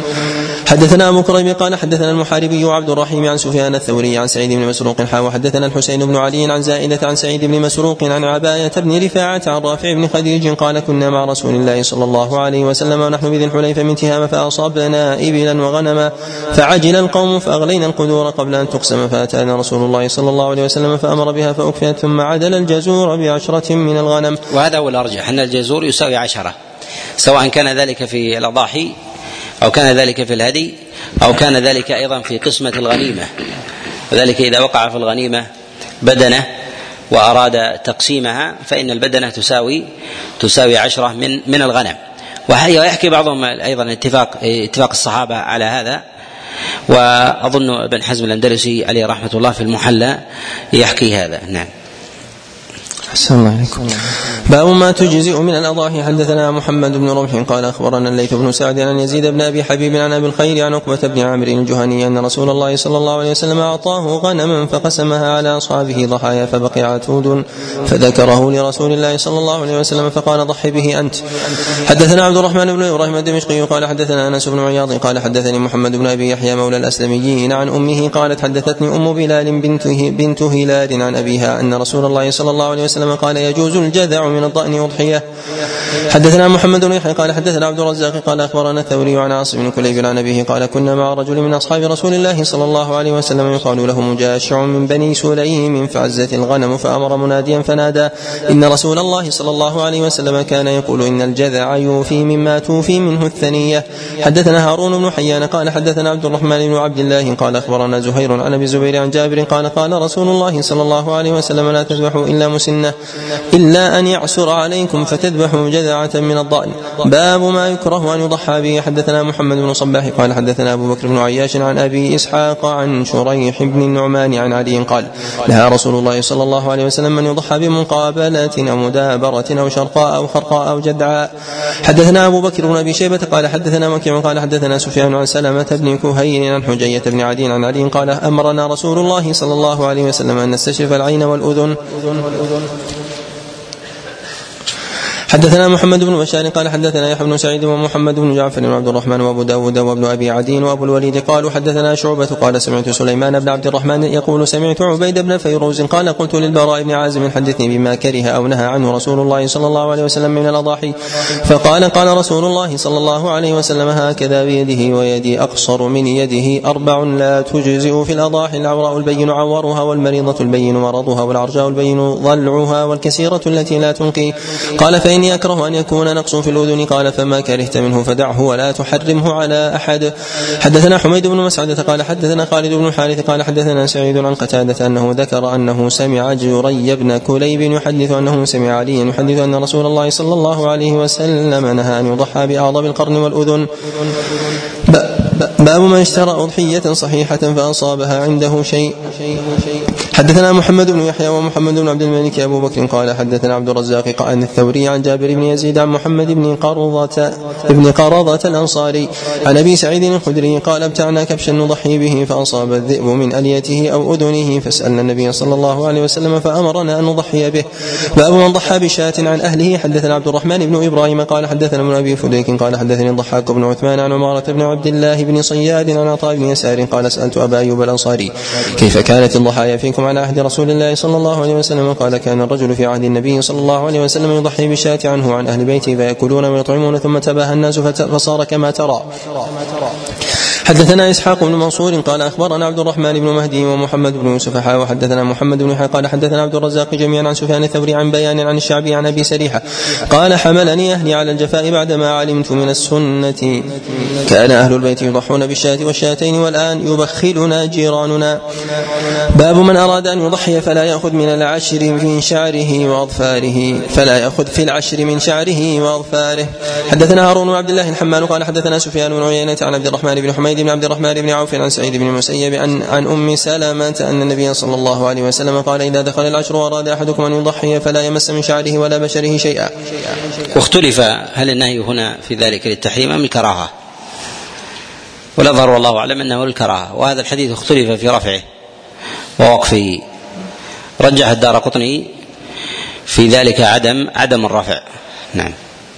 حدثنا أبو كريب قال حدثنا المحاربي وعبد الرحيم عن سفيان الثوري عن سعيد بن مسروق وحدثنا الحسين بن علي عن زائدة عن سعيد بن مسروق عن عباية بن رفاعة عن رافع بن خديج قال: كنا مع رسول الله صلى الله عليه وسلم ونحن بذي الحليفة من تهامة فأصابنا إبلا وغنما فعجل القوم فأغلينا القدور قبل أن تقسم فأتانا رسول الله صلى الله عليه وسلم فأمر بها فأكفيت ثم عدل الجزور ب10 من الغنم. وهذا هو الأرجح أن الجزور يساوي 10 سواء كان ذلك في الأضاحي أو كان ذلك في الهدي أو كان ذلك أيضا في قسمة الغنيمة. وذلك إذا وقع في الغنيمة بدنة وأراد تقسيمها فإن البدنة تساوي 10 من الغنم. ويحكي بعضهم أيضا اتفاق الصحابة على هذا، وأظن ابن حزم الأندلسي عليه رحمة الله في المحلى يحكي هذا. نعم. أحسن الله عليكم. باب ما تجزئ من الأضاحي. حدثنا محمد بن رمح قال أخبرنا الليث بن سعد عن يزيد بن أبي حبيب عن أبي الخير عن عقبة بن عامر الجهني أن رسول الله صلى الله عليه وسلم أعطاه غنما فقسمها على أصحابه ضحايا فبقي عتود فذكره لرسول الله صلى الله عليه وسلم فقال ضحي به أنت. حدثنا عبد الرحمن بن إبراهيم الدمشقي قال حدثنا أنس بن عياض قال حدثني محمد بن أبي يحيى مولى الأسلميين عن أمه قالت حدثتني أم بلال بنت هلال عن أبيها أن رسول الله صلى الله عليه وسلم قال يجوز الجذع من الضأن أضحية. حدثنا محمد بن يحيى قال حدثنا عبد الرزاق قال أخبرنا الثوري عن عاصم بن كليب عن أبيه قال كنا مع رجل من أصحاب رسول الله صلى الله عليه وسلم يقال له مجاشع من بني سليم فعزت الغنم فأمر مناديا فنادى إن رسول الله صلى الله عليه وسلم كان يقول إن الجذع يوفي مما توفي منه الثنية. حدثنا هارون بن حيان قال حدثنا عبد الرحمن بن عبد الله قال أخبرنا زهير عن أبي الزبير عن جابر قال رسول الله صلى الله عليه وسلم لا تذبحوا إلا مسنة إلا أن يعسر عليكم فتذبحوا جذعة من الضأن. باب ما يكره أن يضحى به. حدثنا محمد بن صباح قال حدثنا أبو بكر بن عياش عن أبي إسحاق عن شريح بن النعمان عن علي قال نهى رسول الله صلى الله عليه وسلم من يضحى بمقابلة أو مدابرة أو شرقاء أو خرقاء أو جدعاء. حدثنا أبو بكر بن أبي شيبة قال حدثنا وكيع قال حدثنا سفيان عن سلمة بن كهيل عن حجية بن عدي عن علي قال أمرنا رسول الله صلى الله عليه وسلم أن نستشرف العين والأذن. حدثنا محمد بن بشار قال حدثنا يحيى بن سعيد ومحمد بن جعفر وعبد الرحمن وابو داود وابن ابي عدي وابو الوليد قالوا حدثنا شعبة قال سمعت سليمان بن عبد الرحمن يقول سمعت عبيد بن فيروز قال قلت للبراء بن عازم حدثني بما كره او نهى عنه رسول الله صلى الله عليه وسلم من الاضاحي. فقال رسول الله صلى الله عليه وسلم هكذا بيده ويدي اقصر من يده 4 لا تجزئ في الاضاحي العوراء البين عورها والمريضة البين مرضها والعرجاء البين ضلعها والكسيرة التي لا تنقي. قال فإني أكره أن يكون نقص في الأذن. قال فما كرهت منه فدعه ولا تحرمه على أحد. حدثنا حميد بن مسعدة قال حدثنا خالد بن الحارث قال حدثنا سعيد عن قتادة أنه ذكر أنه سمع جري بن كليب يحدث أنه سمع علي يحدث أن رسول الله صلى الله عليه وسلم نهى أن يضحى بأعظم القرن والأذن. باب من اشترى أضحية صحيحة فأصابها عنده شيء. حدثنا محمد بن يحيى ومحمد بن عبد الملك أبو بكر قال حدثنا عبد الرزاق عن الثوري عن جابر بن يزيد عن محمد بن قرظة الأنصاري عن أبي سعيد الخدري قال ابتعنا كبشا نضحي به فأصاب الذئب من أليته أو أذنه فسألنا النبي صلى الله عليه وسلم فأمرنا أن نضحي به. باب من ضحى بشاة عن أهله. حدثنا عبد الرحمن بن إبراهيم قال حدثنا ابن أبي فديك قال حدثني الضحاك بن عثمان عن عمارة بن عبد الله بن صياد عن عطاء بن يسار قال سألت أبا أيوب الأنصاري كيف كانت الضحايا فيكم على عهد رسول الله صلى الله عليه وسلم. قال كان الرجل في عهد النبي صلى الله عليه وسلم يضحي بالشاة عنه وعن أهل بيته فيأكلون ويطعمون ثم تباهى الناس فصار كما ترى. حدثنا إسحاق بن منصور قال أخبرنا عبد الرحمن بن مهدي ومحمد بن يوسف وحدثنا محمد بن يحيى قال حدثنا عبد الرزاق جميعا عن سفيان الثوري عن بيان عن الشعبي عن أبي سريحة قال حملني أهلي على الجفاء بعدما علمت من السنة كان أهل البيت يضحون بالشاة والشاتين والآن يبخلنا جيراننا. باب من أراد أن يضحي فلا يأخذ من العشر من شعره وأظفاره في العشر من شعره وأظفاره. حدثنا هارون بن عبد الله الحمال قال حدثنا سفيان بن عيينة عن عبد الرحمن بن حميد بن عبد الرحمن بن عوف عن سعيد بن المسيب عن أم سلمة أن النبي صلى الله عليه وسلم قال إذا دخل العشر وأراد أحدكم أن يضحي فلا يمس من شعره ولا بشره شيئا. واختلف هل النهي هنا في ذلك للتحريم أم الكراهة، والأظهر والله أعلم أنه الكراهة، وهذا الحديث اختلف في رفعه ووقفه. رجح الدارقطني في ذلك عدم الرفع. نعم.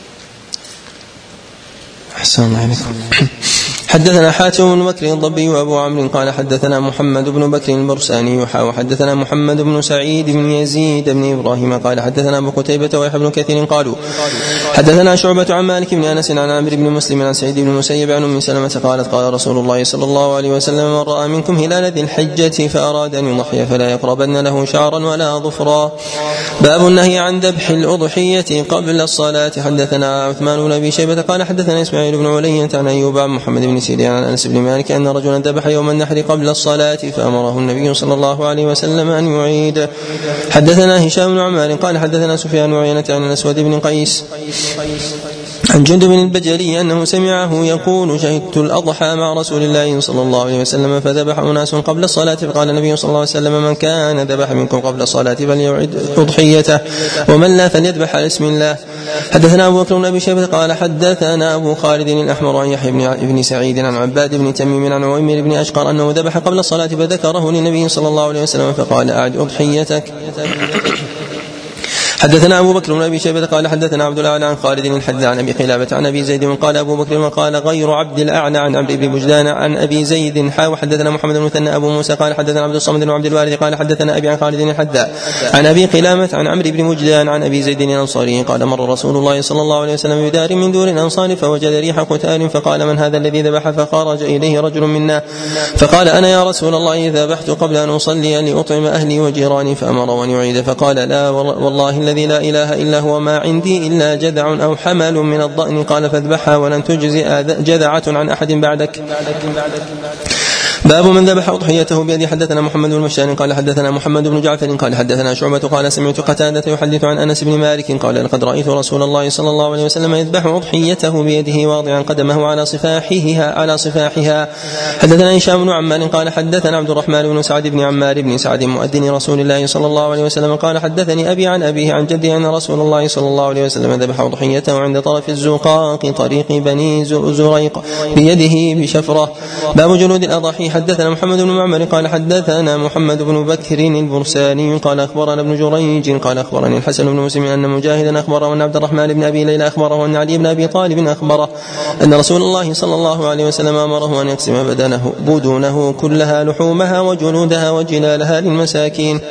أحسن الله عليكم. حدثنا حاتم بن بكر الضبي وأبو عمرو قال حدثنا محمد بن بكر البرساني وحدثنا محمد بن سعيد بن يزيد بن إبراهيم قال حدثنا أبو قتيبة ويحيى بن كثير قالوا حدثنا شعبة عن مالك بن أنس عن عامر بن مسلم عن سعيد بن المسيب عن أم سلمة قالت قال رسول الله صلى الله عليه وسلم من رأى منكم هلال ذي الحجة فأراد أن يضحي فلا يقربن له شعرا ولا ظفرا. باب النهي عن ذبح الأضحية قبل الصلاة. حدثنا عثمان بن أبي شيبة قال حدثنا إسماعيل بن علي عن أيوب عن محمد بن بن سيرين عن أنس بن مالك أن رجلا ذبح يوم النحر قبل الصلاة فأمره النبي صلى الله عليه وسلم أن يعيد. حدثنا هشام بن عمار قال حدثنا سفيان وعيينة عن الأسود بن قيس عن جندب البجلي أنه سمعه يقول شهدت الأضحى مع رسول الله صلى الله عليه وسلم فذبح أناس قبل الصلاة فقال النبي صلى الله عليه وسلم من كان ذبح منكم قبل الصلاة فليعد أضحيته ومن لا فليذبح على اسم الله. حدثنا أبو بكر بن أبي شيبة قال حدثنا أبو خالد الأحمر عن يحيى بن سعيد عن عباد بن تميم عن عويمر بن أشقر أنه ذبح قبل الصلاة فذكره للنبي صلى الله عليه وسلم فقال أعد أضحيتك. حدثنا أبو بكر بن أبي شيبة قال حدثنا عبد الأعلى عن خالد الحذاء عن أبي قلابة عن أبي زيد قال أبو بكر وقال غير عبد الأعلى عن عمرو بن بجدان عن أبي زيد وحدثنا محمد المثنى أبو موسى قال حدثنا عبد الصمد بن عبد الوارث قال حدثنا أبي عن خالد الحذاء عن أبي قلابة عن عمرو بن بجدان عن أبي زيد الأنصاري قال مر رسول الله صلى الله عليه وسلم بدار من دور الأنصار فوجد ريح قتال فقال من هذا الذي ذبح فخرج إليه رجل منا فقال أنا يا رسول الله ذبحت قبل أن أصلي لأطعم أهلي وجيراني فأمر أن يعيد فقال لا والله الذي لا إله إلا هو ما عندي إلا جذع أو حمل من الضأن قال فاذبحها ولن تجزئ جذعة عن أحد بعدك. باب من ذبح أضحيته بيده. حدثنا محمد بن بشار قال حدثنا محمد بن جعفر قال حدثنا شعبة قال سمعت قتادة يحدث عن أنس بن مالك قال لقد رأيت رسول الله صلى الله عليه وسلم يذبح أضحيته بيده واضعا قدمه على صفاحها. حدثنا هشام بن عمار قال حدثنا عبد الرحمن بن سعد بن عمار بن سعد مؤذن رسول الله صلى الله عليه وسلم قال حدثني أبي عن أبيه عن جدي أن رسول الله صلى الله عليه وسلم ذبح أضحيته عند طرف الزقاق طريق بني زريق بيده بشفرة. باب جلود الأضاحي. حدثنا محمد بن معمر قال حدثنا محمد بن بكر البرساني قال أخبرنا ابن جريج قال أخبرني الحسن بن مسلم أن مجاهدا أخبره أن عبد الرحمن بن أبي ليلى أخبره أن علي بن أبي طالب أخبره أن رسول الله صلى الله عليه وسلم أمره أن يقسم بدونه كلها لحومها وجلودها وجلالها للمساكين.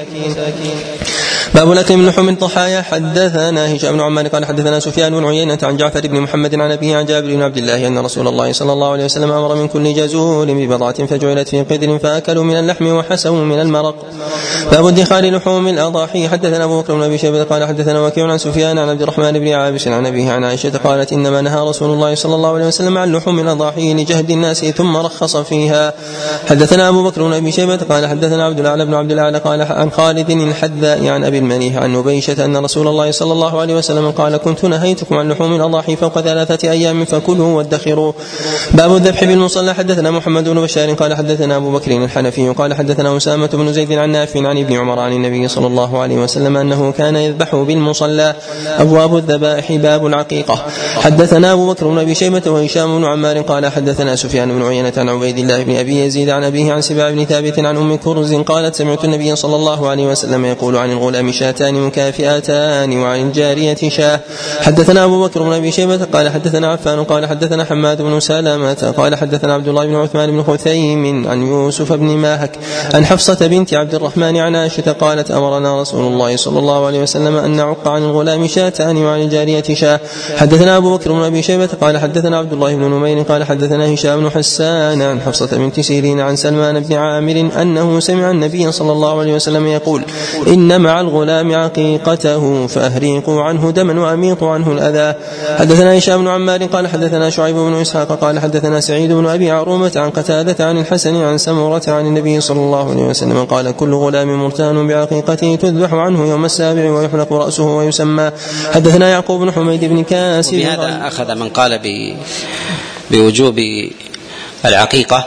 باب الأكل من لحوم الضحايا. حدثنا هشام بن عمار قال حدثنا سفيان بن عيينة عن جعفر بن محمد عن أبيه عن جابر بن عبد الله أن رسول الله صلى الله عليه وسلم أمر من كل جزور ببضعة فجعلت في قدر فأكلوا من اللحم وحسوا من المرق. باب ادخار لحوم الأضاحي. حدثنا أبو بكر بن أبي شيبة قال حدثنا وكيع عن سفيان عن عبد الرحمن بن عابس عن أبيه عن عائشة قالت إنما نهى رسول الله صلى الله عليه وسلم عن لحوم الأضاحي لجهد الناس ثم رخص فيها. حدثنا أبو بكر بن أبي شيبة قال حدثنا عبد الأعلى بن عبد الأعلى قال عن خالد الحذاء عن أبي المليح عن نبيشة أن رسول الله صلى الله عليه وسلم قال كنت نهيتكم عن لحوم الأضاحي فوق 3 أيام فكلوا وادخروا. باب الذبح بالمصلى. حدثنا محمد بن بشار قال حدثنا أبو بكر الحنفي قال حدثنا أسامة بن زيد عن نافع عن ابن عمر عن النبي صلى الله عليه وسلم أنه كان يذبح بالمصلى. أبواب الذبائح. باب العقيقة. حدثنا أبو بكر بن أبي شيبة وهشام بن عمار قال حدثنا سفيان بن عيينة عن عبيد الله بن أبي يزيد عن أبيه عن سباع بن ثابت عن أم كرز قالت سمعت النبي صلى الله عليه وسلم يقول عن الغلام شاتان مكافئتان وعن الجارية شاه. حدثنا أبو بكر بن أبي شيبة قال حدثنا عفان قال حدثنا حماد بن سلامة قال حدثنا عبد الله بن عثمان بن خثيم عن يوسف بن ماهك عن حفصة بنت عبد الرحمن عن عائشة قالت أمرنا رسول الله صلى الله عليه وسلم أن نعق عن الغلام شاتان وعن الجارية شاه. حدثنا أبو بكر بن أبي شيبة قال حدثنا عبد الله بن نمير قال حدثنا هشام بن حسان عن حفصة بنت سيرين عن سلمان بن عامر أنه سمع النبي صلى الله عليه وسلم يقول إن مع الغلام عقيقته فأهريقوا عنه دما وأميطوا عنه الأذى. حدثنا هشام بن عمار قال حدثنا شعيب بن إسحاق قال حدثنا سعيد بن أبي عرومة عن قتادة عن الحسن عن سمرة عن النبي صلى الله عليه وسلم قال كل غلام مرتهن بعقيقته تذبح عنه يوم السابع ويحلق رأسه ويسمى. حدثنا يعقوب بن حميد بن كاسب. بهذا أخذ من قال بوجوب العقيقة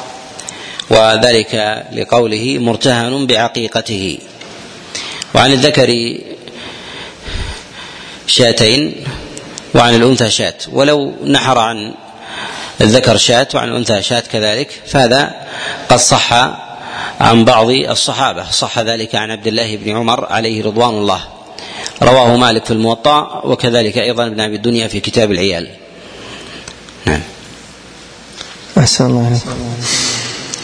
وذلك لقوله مرتهن بعقيقته. وعن الذكر شاتين وعن الأنثى شات، ولو نحر عن الذكر شات وعن الأنثى شات كذلك فهذا قد صح عن بعض الصحابة، صح ذلك عن عبد الله بن عمر عليه رضوان الله، رواه مالك في الموطأ وكذلك أيضا ابن أبي الدنيا في كتاب العيال. نعم. أحسن الله عليكم.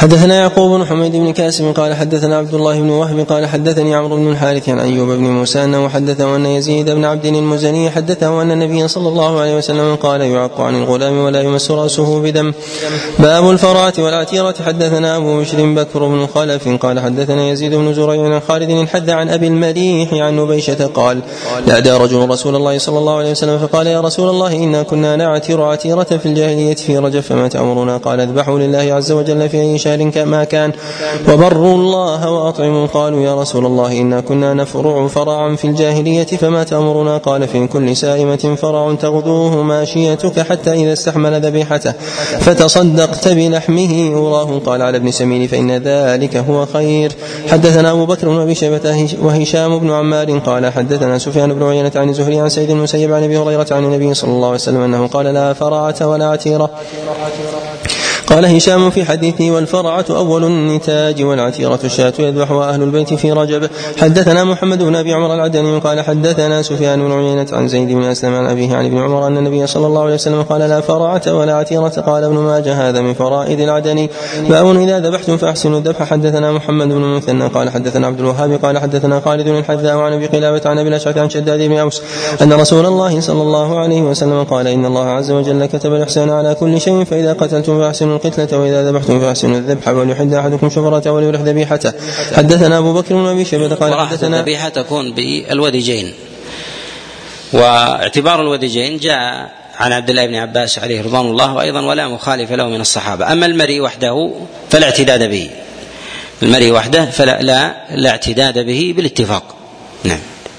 حدثنا يعقوب بن حميد بن كاسم قال حدثنا عبد الله بن وهب قال حدثني عمرو بن الحارث عن أيوب بن موسى أنه حدثه أن يزيد بن عبد المزني حدثه أن النبي صلى الله عليه وسلم قال يعق عن الغلام ولا يمس رأسه بدم. باب الفرعة والعتيرة. حدثنا أبو بشر بكر بن خلف قال حدثنا يزيد بن زريع عن خالد الحد عن أبي المليح عن نبيشة قال نادى رجل رسول الله صلى الله عليه وسلم فقال يا رسول الله إنا كنا نعتر عتيرة في الجاهلية في رجب فما تأمرنا؟ قال اذبحوا لله عز وجل في أي شهر ما كان وبروا الله وأطعموا. قالوا يا رسول الله إنا كنا نفرع فرعا في الجاهلية فما تأمرنا؟ قال في كل سائمة فرع تغدوه ماشيتك حتى إذا استحمل ذبيحته فتصدقت بلحمه أوراه. قال على ابن سمين فإن ذلك هو خير. حدثنا أبو بكر بن أبي شيبة وهشام بن عمار قال حدثنا سفيان بن عيينة عن الزهري عن سيد المسيب عن أبي هريرة عن النبي صلى الله عليه وسلم أنه قال لا فرعة ولا عتيرة. قال هشام في حديثه والفرعة أول النتاج والعتيرة الشاة يذبحها أهل البيت في رجب. حدثنا محمد بن أبي عمر العدني قال حدثنا سفيان بن عيينة عن زيد بن أسلم عن أبيه عن ابن عمر أن النبي صلى الله عليه وسلم قال لا فرعة ولا عتيرة. قال ابن ماجه هذا من فرائد العدني. باب إذا ذبحتم فأحسنوا الذبح. حدثنا محمد بن المثنى قال حدثنا عبد الوهاب قال حدثنا خالد الحذاء عن أبي قلابة عن أبي الأشعث عن شداد بن أوس أن رسول الله صلى الله عليه وسلم قال إن الله عز وجل كتب الإحسان على كل شيء فإذا قتلتم فأحسنوا القتلة وإذا ذبحتم فأحسنوا الذبح وليحد أحدكم شفرة وليرح ذبيحته. حدثنا أبو بكر بن أبي شيبة قال حدثنا الذبيحة تكون بالوديجين، واعتبار الوديجين جاء عن عبد الله بن عباس عليه رضوان الله وأيضا ولا مخالف له من الصحابة. أما المري وحده فلا اعتداد به، المري وحده فلا اعتداد به بالاتفاق. نعم.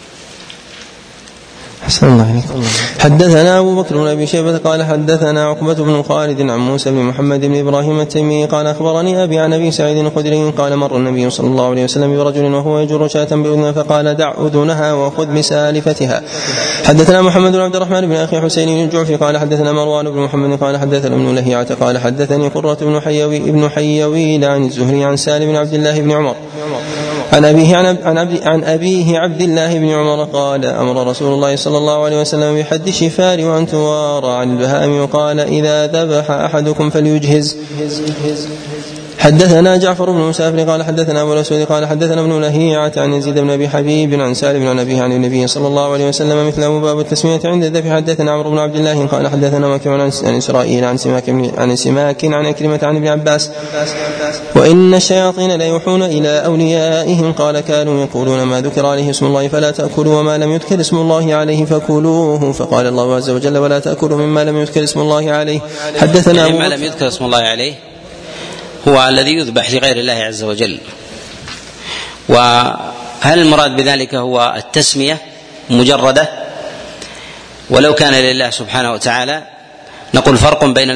حسن الله عليكم. حدثنا أبو بكر بن أبي شيبة قال حدثنا عقبة بن خالد عن موسى بن محمد بن إبراهيم التيمي قال أخبرني أبي عن أبي سعيد الخدري قال مر النبي صلى الله عليه وسلم برجل وهو يجر شاة بأذنها فقال دع أذنها وخذ بسالفتها. حدثنا محمد بن عبد الرحمن بن أخي حسين بن الجعفي قال حدثنا مروان بن محمد قال حدثنا ابن لهيعة قال حدثني قرة بن حيوي عن الزهري عن سالم بن عبد الله بن عمر عن أبيه عبد الله بن عمر قال أمر رسول الله صلى الله عليه وسلم بحد الشفار وأن توارى عن البهائم وقال إذا ذبح أحدكم فليجهز. حدثنا جعفر بن مسافر قال حدثنا أبو الأسود قال حدثنا ابن لهيعة عن يزيد بن أبي حبيب عن سالم عن أبيه عن النبي صلى الله عليه وسلم مثل باب التسمية عند الذبح. حدثنا عمرو بن عبد الله قال حدثنا وكيع عن إسرائيل عن سماك عن كلمة عن ابن عباس وإن الشياطين لا يوحون إلى أوليائهم قال كانوا يقولون ما ذكر عليه اسم الله فلا تأكلوا وما لم يذكر اسم الله عليه فكلوه فقال الله عز وجل ولا تأكلوا مما لم يذكر اسم الله عليه. حدثنا مما لم يذكر اسم الله عليه هو الذي يذبح لغير الله عز وجل. وهل المراد بذلك هو التسمية مجردة؟ ولو كان لله سبحانه وتعالى نقول فرق بين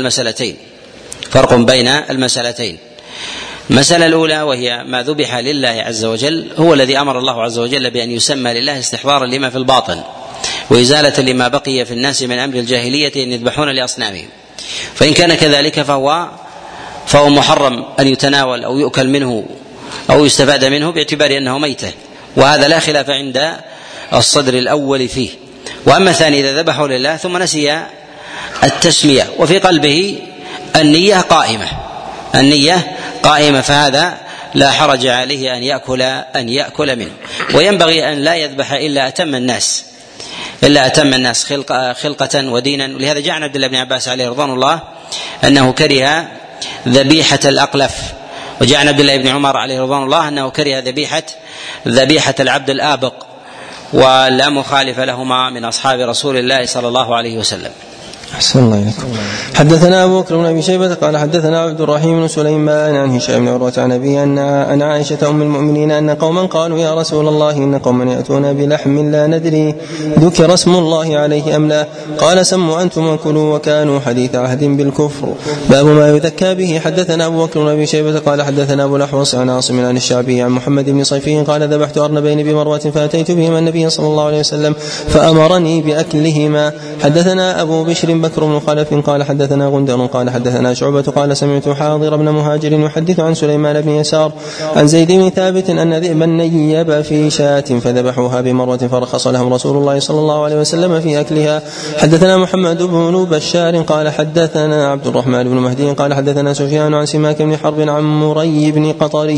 المسألتين. المسألة الأولى وهي ما ذبح لله عز وجل هو الذي أمر الله عز وجل بأن يسمى لله استحضارا لما في الباطن وإزالة لما بقي في الناس من أمر الجاهلية أن يذبحون لأصنامهم. فإن كان كذلك فهو محرم أن يتناول أو يؤكل منه أو يستفاد منه باعتبار أنه ميتة، وهذا لا خلاف عند الصدر الأول فيه. وأما الثاني إذا ذبحوا لله ثم نسي التسمية وفي قلبه النية قائمة فهذا لا حرج عليه أن يأكل منه. وينبغي أن لا يذبح إلا أتم الناس خلقة ودينا. ولهذا جاء عن عبد الله بن عباس عليه رضوان الله أنه كره ذبيحة الأقلف، وجاء عن عبد الله بن عمر عليه رضوان الله أنه كره ذبيحة العبد الآبق، ولا مخالف لهما من أصحاب رسول الله صلى الله عليه وسلم. أحسن الله إليكم. حدثنا أبو بكر بن أبي شيبة قال حدثنا عبد الرحيم بن سليمان عن هشام بن عروة عن أبيه أن عائشة أم المؤمنين أن قوما قالوا يا رسول الله إن قوما يأتون بلحم لا ندري ذكر اسم الله عليه أم لا؟ قال سموا أنتم وكلوا وكانوا حديث عهد بالكفر. باب ما يذكى به. حدثنا أبو بكر بن أبي شيبة قال حدثنا أبو الأحوص عن عاصم عن الشعبي عن محمد بن صيفي قال ذبحت أرنبين بمروة فأتيت بهما النبي صلى الله عليه وسلم فأمرني بأكلهما. حدثنا أبو بشر بكر بن خلف قال حدثنا غندر قال حدثنا شعبة قال سمعت حاضر بن مهاجر يحدث عن سليمان بن يسار عن زيد بن ثابت أن ذئبا نيب في شاة فذبحوها بمروة فرخص لهم رسول الله صلى الله عليه وسلم في أكلها. حدثنا محمد بن بشار قال حدثنا عبد الرحمن بن مهدي قال حدثنا سفيان عن سماك بن حرب عن مري بن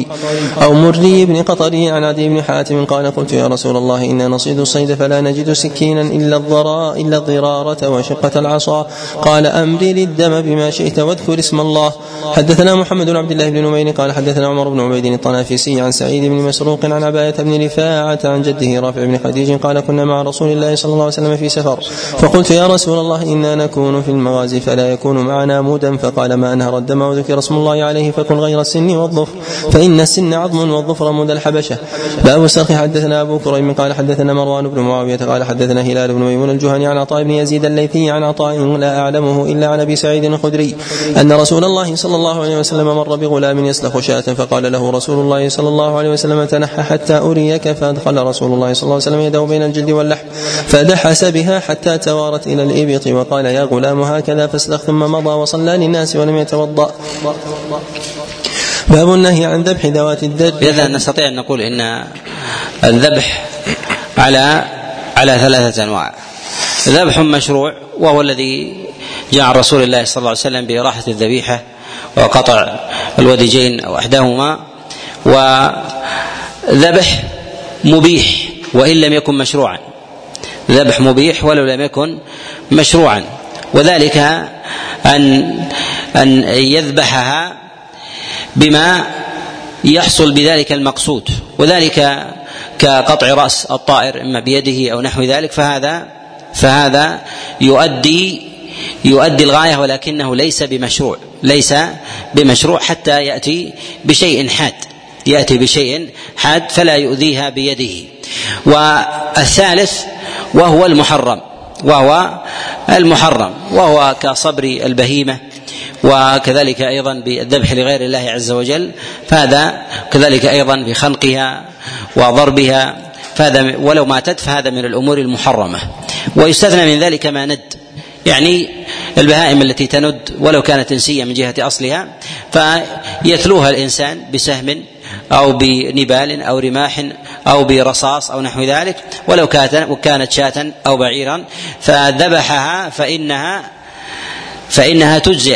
قطري عن عدي بن حاتم قال قلت يا رسول الله إنا نصيد الصيد فلا نجد سكينا إلا الضرارة وشقة العصا قال أمري للدم بما شئت واذكر اسم الله. حدثنا محمد بن عبد الله بن نمير قال حدثنا عمر بن عبيد الطنافسي عن سعيد بن مسروق عن عباية بن رفاعة عن جده رافع بن خديج قال كنا مع رسول الله صلى الله عليه وسلم في سفر فقلت يا رسول الله إنا نكون في المغازي فلا يكون معنا مودا فقال ما أنهر الدم وذكر اسم الله عليه فكن غير السن والظفر فإن السن عظم والظفر مود الحبشة. باب السرخ. حدثنا أبو كريم قال حدثنا مروان بن معاوية قال حدثنا هلال بن ميمون الجهني عن عطاء بن يزيد الليثي عن عطاء لا أعلمه إلا عن أبي سعيد الخدري أن رسول الله صلى الله عليه وسلم مر بغلام يسلخ شاة فقال له رسول الله صلى الله عليه وسلم تنحى حتى أريك فأدخل رسول الله صلى الله عليه وسلم يده بين الجلد واللحم فدحس بها حتى توارت إلى الإبط وقال يا غلام هكذا فاسلخ ثم مضى وصلى للناس ولم يتوضأ. باب النهي عن ذبح ذوات الدر. إذا نستطيع أن نقول إن الذبح على ثلاثة أنواع. ذبح مشروع وهو الذي جاء عن رسول الله صلى الله عليه وسلم بإراحة الذبيحة وقطع الوديجين أو أحدهما، وذبح مبيح وإن لم يكن مشروعا، ذبح مبيح ولو لم يكن مشروعا، وذلك أن يذبحها بما يحصل بذلك المقصود، وذلك كقطع رأس الطائر إما بيده أو نحو ذلك، فهذا يؤدي الغاية ولكنه ليس بمشروع حتى يأتي بشيء حاد فلا يؤذيها بيده. والثالث وهو المحرم وهو كصبر البهيمة، وكذلك أيضا بالذبح لغير الله عز وجل، فهذا كذلك أيضا بخنقها وضربها، فهذا ولو ماتت فهذا من الأمور المحرمة. ويستثنى من ذلك ما ند، يعني البهائم التي تند ولو كانت إنسية من جهة أصلها فيتلوها الإنسان بسهم أو بنبال أو رماح أو برصاص أو نحو ذلك، ولو كانت شاة أو بعيرا فذبحها فإنها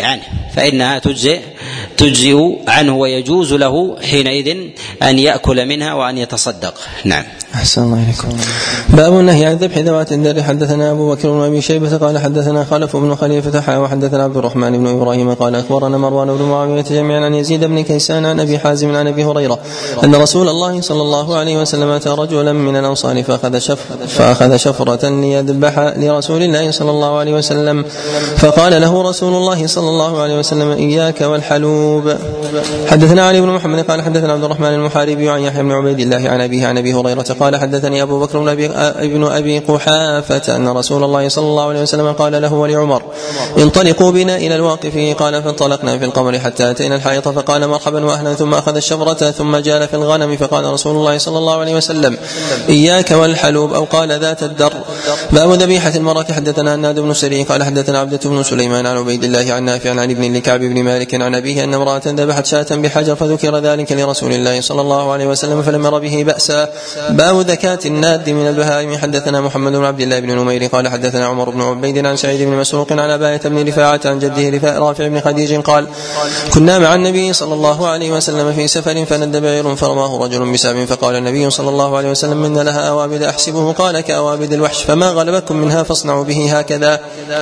تجزئ عنه ويجوز له حينئذ أن يأكل منها وأن يتصدق. نعم. أحسن الله إليكم. باب النهي عن ذبح ذوات الدر. حدثنا أبو بكر بن أبي شيبة قال حدثنا خلف بن خليفة وحدثنا عبد الرحمن بن إبراهيم قال أخبرنا مروان بن معاوية جميعا عن يزيد بن كيسان عن أبي حازم عن أبي هريرة أن رسول الله صلى الله عليه وسلم أتى رجلا من الأنصار فأخذ شفرة ليذبح لرسول الله صلى الله عليه وسلم، فقال له رسول الله صلى الله عليه وسلم إياك والحلوب. حدثنا علي بن محمد قال حدثنا عبد الرحمن المحاربي عن يحيى بن عبيد الله عن أبيه عن أبي هريرة قال حدثني أبو بكر بن أبي قحافة أن رسول الله صلى الله عليه وسلم قال له ولعمر انطلقوا بنا إلى الواقف، قال فانطلقنا في القمر حتى أتينا الحائط فقال مرحبا وأهلا، ثم أخذ الشفرة ثم جال في الغنم فقال رسول الله صلى الله عليه وسلم إياك والحلوب أو قال ذات الدر. باب ذبيحة المرأة. حدثنا هناد بن سري قال حدثنا عبدة بن سليمان عن عبيد الله عن نافع عن ابن لكعب بن مالك عن أبيه أن امرأة ذبحت شاة بحجر فذكر ذلك لرسول الله صلى الله عليه وسلم فلم ير به بأسا. باب ذكاة الناد من البهائم. حدثنا محمد بن عبد الله بن نمير قال حدثنا عمر بن عبيد عن سعيد بن مسروق عن عباية بن رفاعة عن جده رافع بن خديج قال كنا مع النبي صلى الله عليه وسلم في سفر فند بعير فرماه رجل بسهم فقال النبي صلى الله عليه وسلم إن لها أوابد أحسبه قال كأوابد الوحش فما غلبكم منها فاصنعوا به هكذا.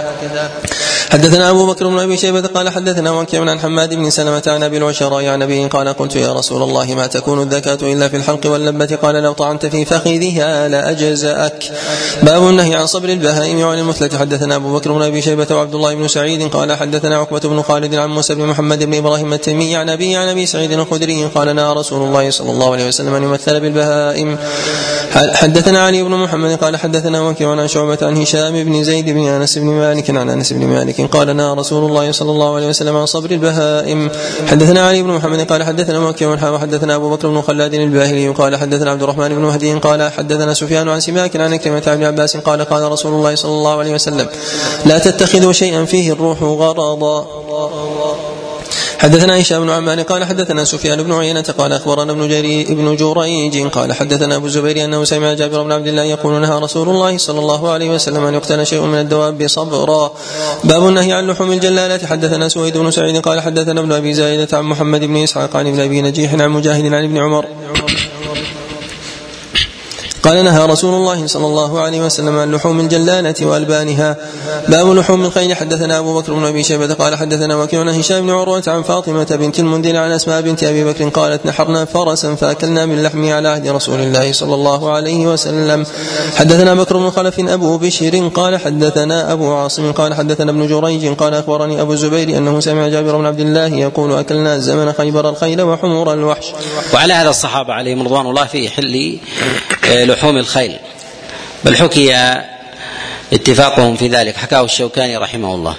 حدثنا أبو بكر بن أبي شيبة قال حدثنا وكيع عن حماد بن سلمة عن أبي العشراء عن أبيه قال قلت يا رسول الله ما تكون الذكاة إلا في الحلق واللبة قال لو طعنت في فخذها لأجزأك. باب النهي عن صبر البهائم وعن المثلة. حدثنا أبو بكر بن أبي شيبة وعبد الله بن سعيد قال حدثنا عقبة بن خالد عن موسى بن محمد بن إبراهيم التيمي عن أبي سعيد الخدري قال نهى رسول الله صلى الله عليه وسلم أن يمثل بالبهائم. حدثنا علي بن محمد قال حدثنا وكيع عن شعبة عن هشام بن زيد بن أنس بن مالك عن أنس بن مالك قال نهى رسول الله صلى الله عليه وسلم عن صبر البهائم. حدثنا علي بن محمد قال حدثنا وكيع وحدثنا أبو بكر بن خلاد الباهلي قال حدثنا عبد الرحمن بن مهدي مهدي قال حدثنا سفيان عن سماك عن كلمة ابن عباس قال قال رسول الله صلى الله عليه وسلم لا تتخذوا شيئا فيه الروح غرضا. حدثنا هشام بن عمار قال حدثنا سفيان بن عيينة قال أخبرنا ابن جريج قال حدثنا أبو الزبير أنه سمع جابر بن عبد الله يقول نهى رسول الله صلى الله عليه وسلم أن يقتل شيء من الدواب صبرا. باب النهي عن لحوم الجلالات. حدثنا سويد بن سعيد قال حدثنا ابن أبي زايدة عن محمد بن إسحاق عن ابن أبي نجيح عن مجاهد عن ابن عمر قال نهى رسول الله صلى الله عليه وسلم عن لحوم الجلالة وألبانها. باب لحوم الخيل. حدثنا أبو بكر بن أبي شيبة قال حدثنا وكيع عن هشام بن عروة عن فاطمة بنت المنذر عن أسماء بنت أبي بكر قالت نحرنا فرسا فأكلنا من لحمه على عهد رسول الله صلى الله عليه وسلم. حدثنا بكر بن خلف أبو بشر قال حدثنا أبو عاصم قال حدثنا ابن جريج قال أخبرني أبو الزبير أنه سمع جابر بن عبد الله يقول أكلنا زمن خيبر الخيل وحمور الوحش. وعلى هذا الصحابة عليهم رضوان الله في حل لحوم الخيل، بل حكي اتفاقهم في ذلك، حكاه الشوكاني رحمه الله.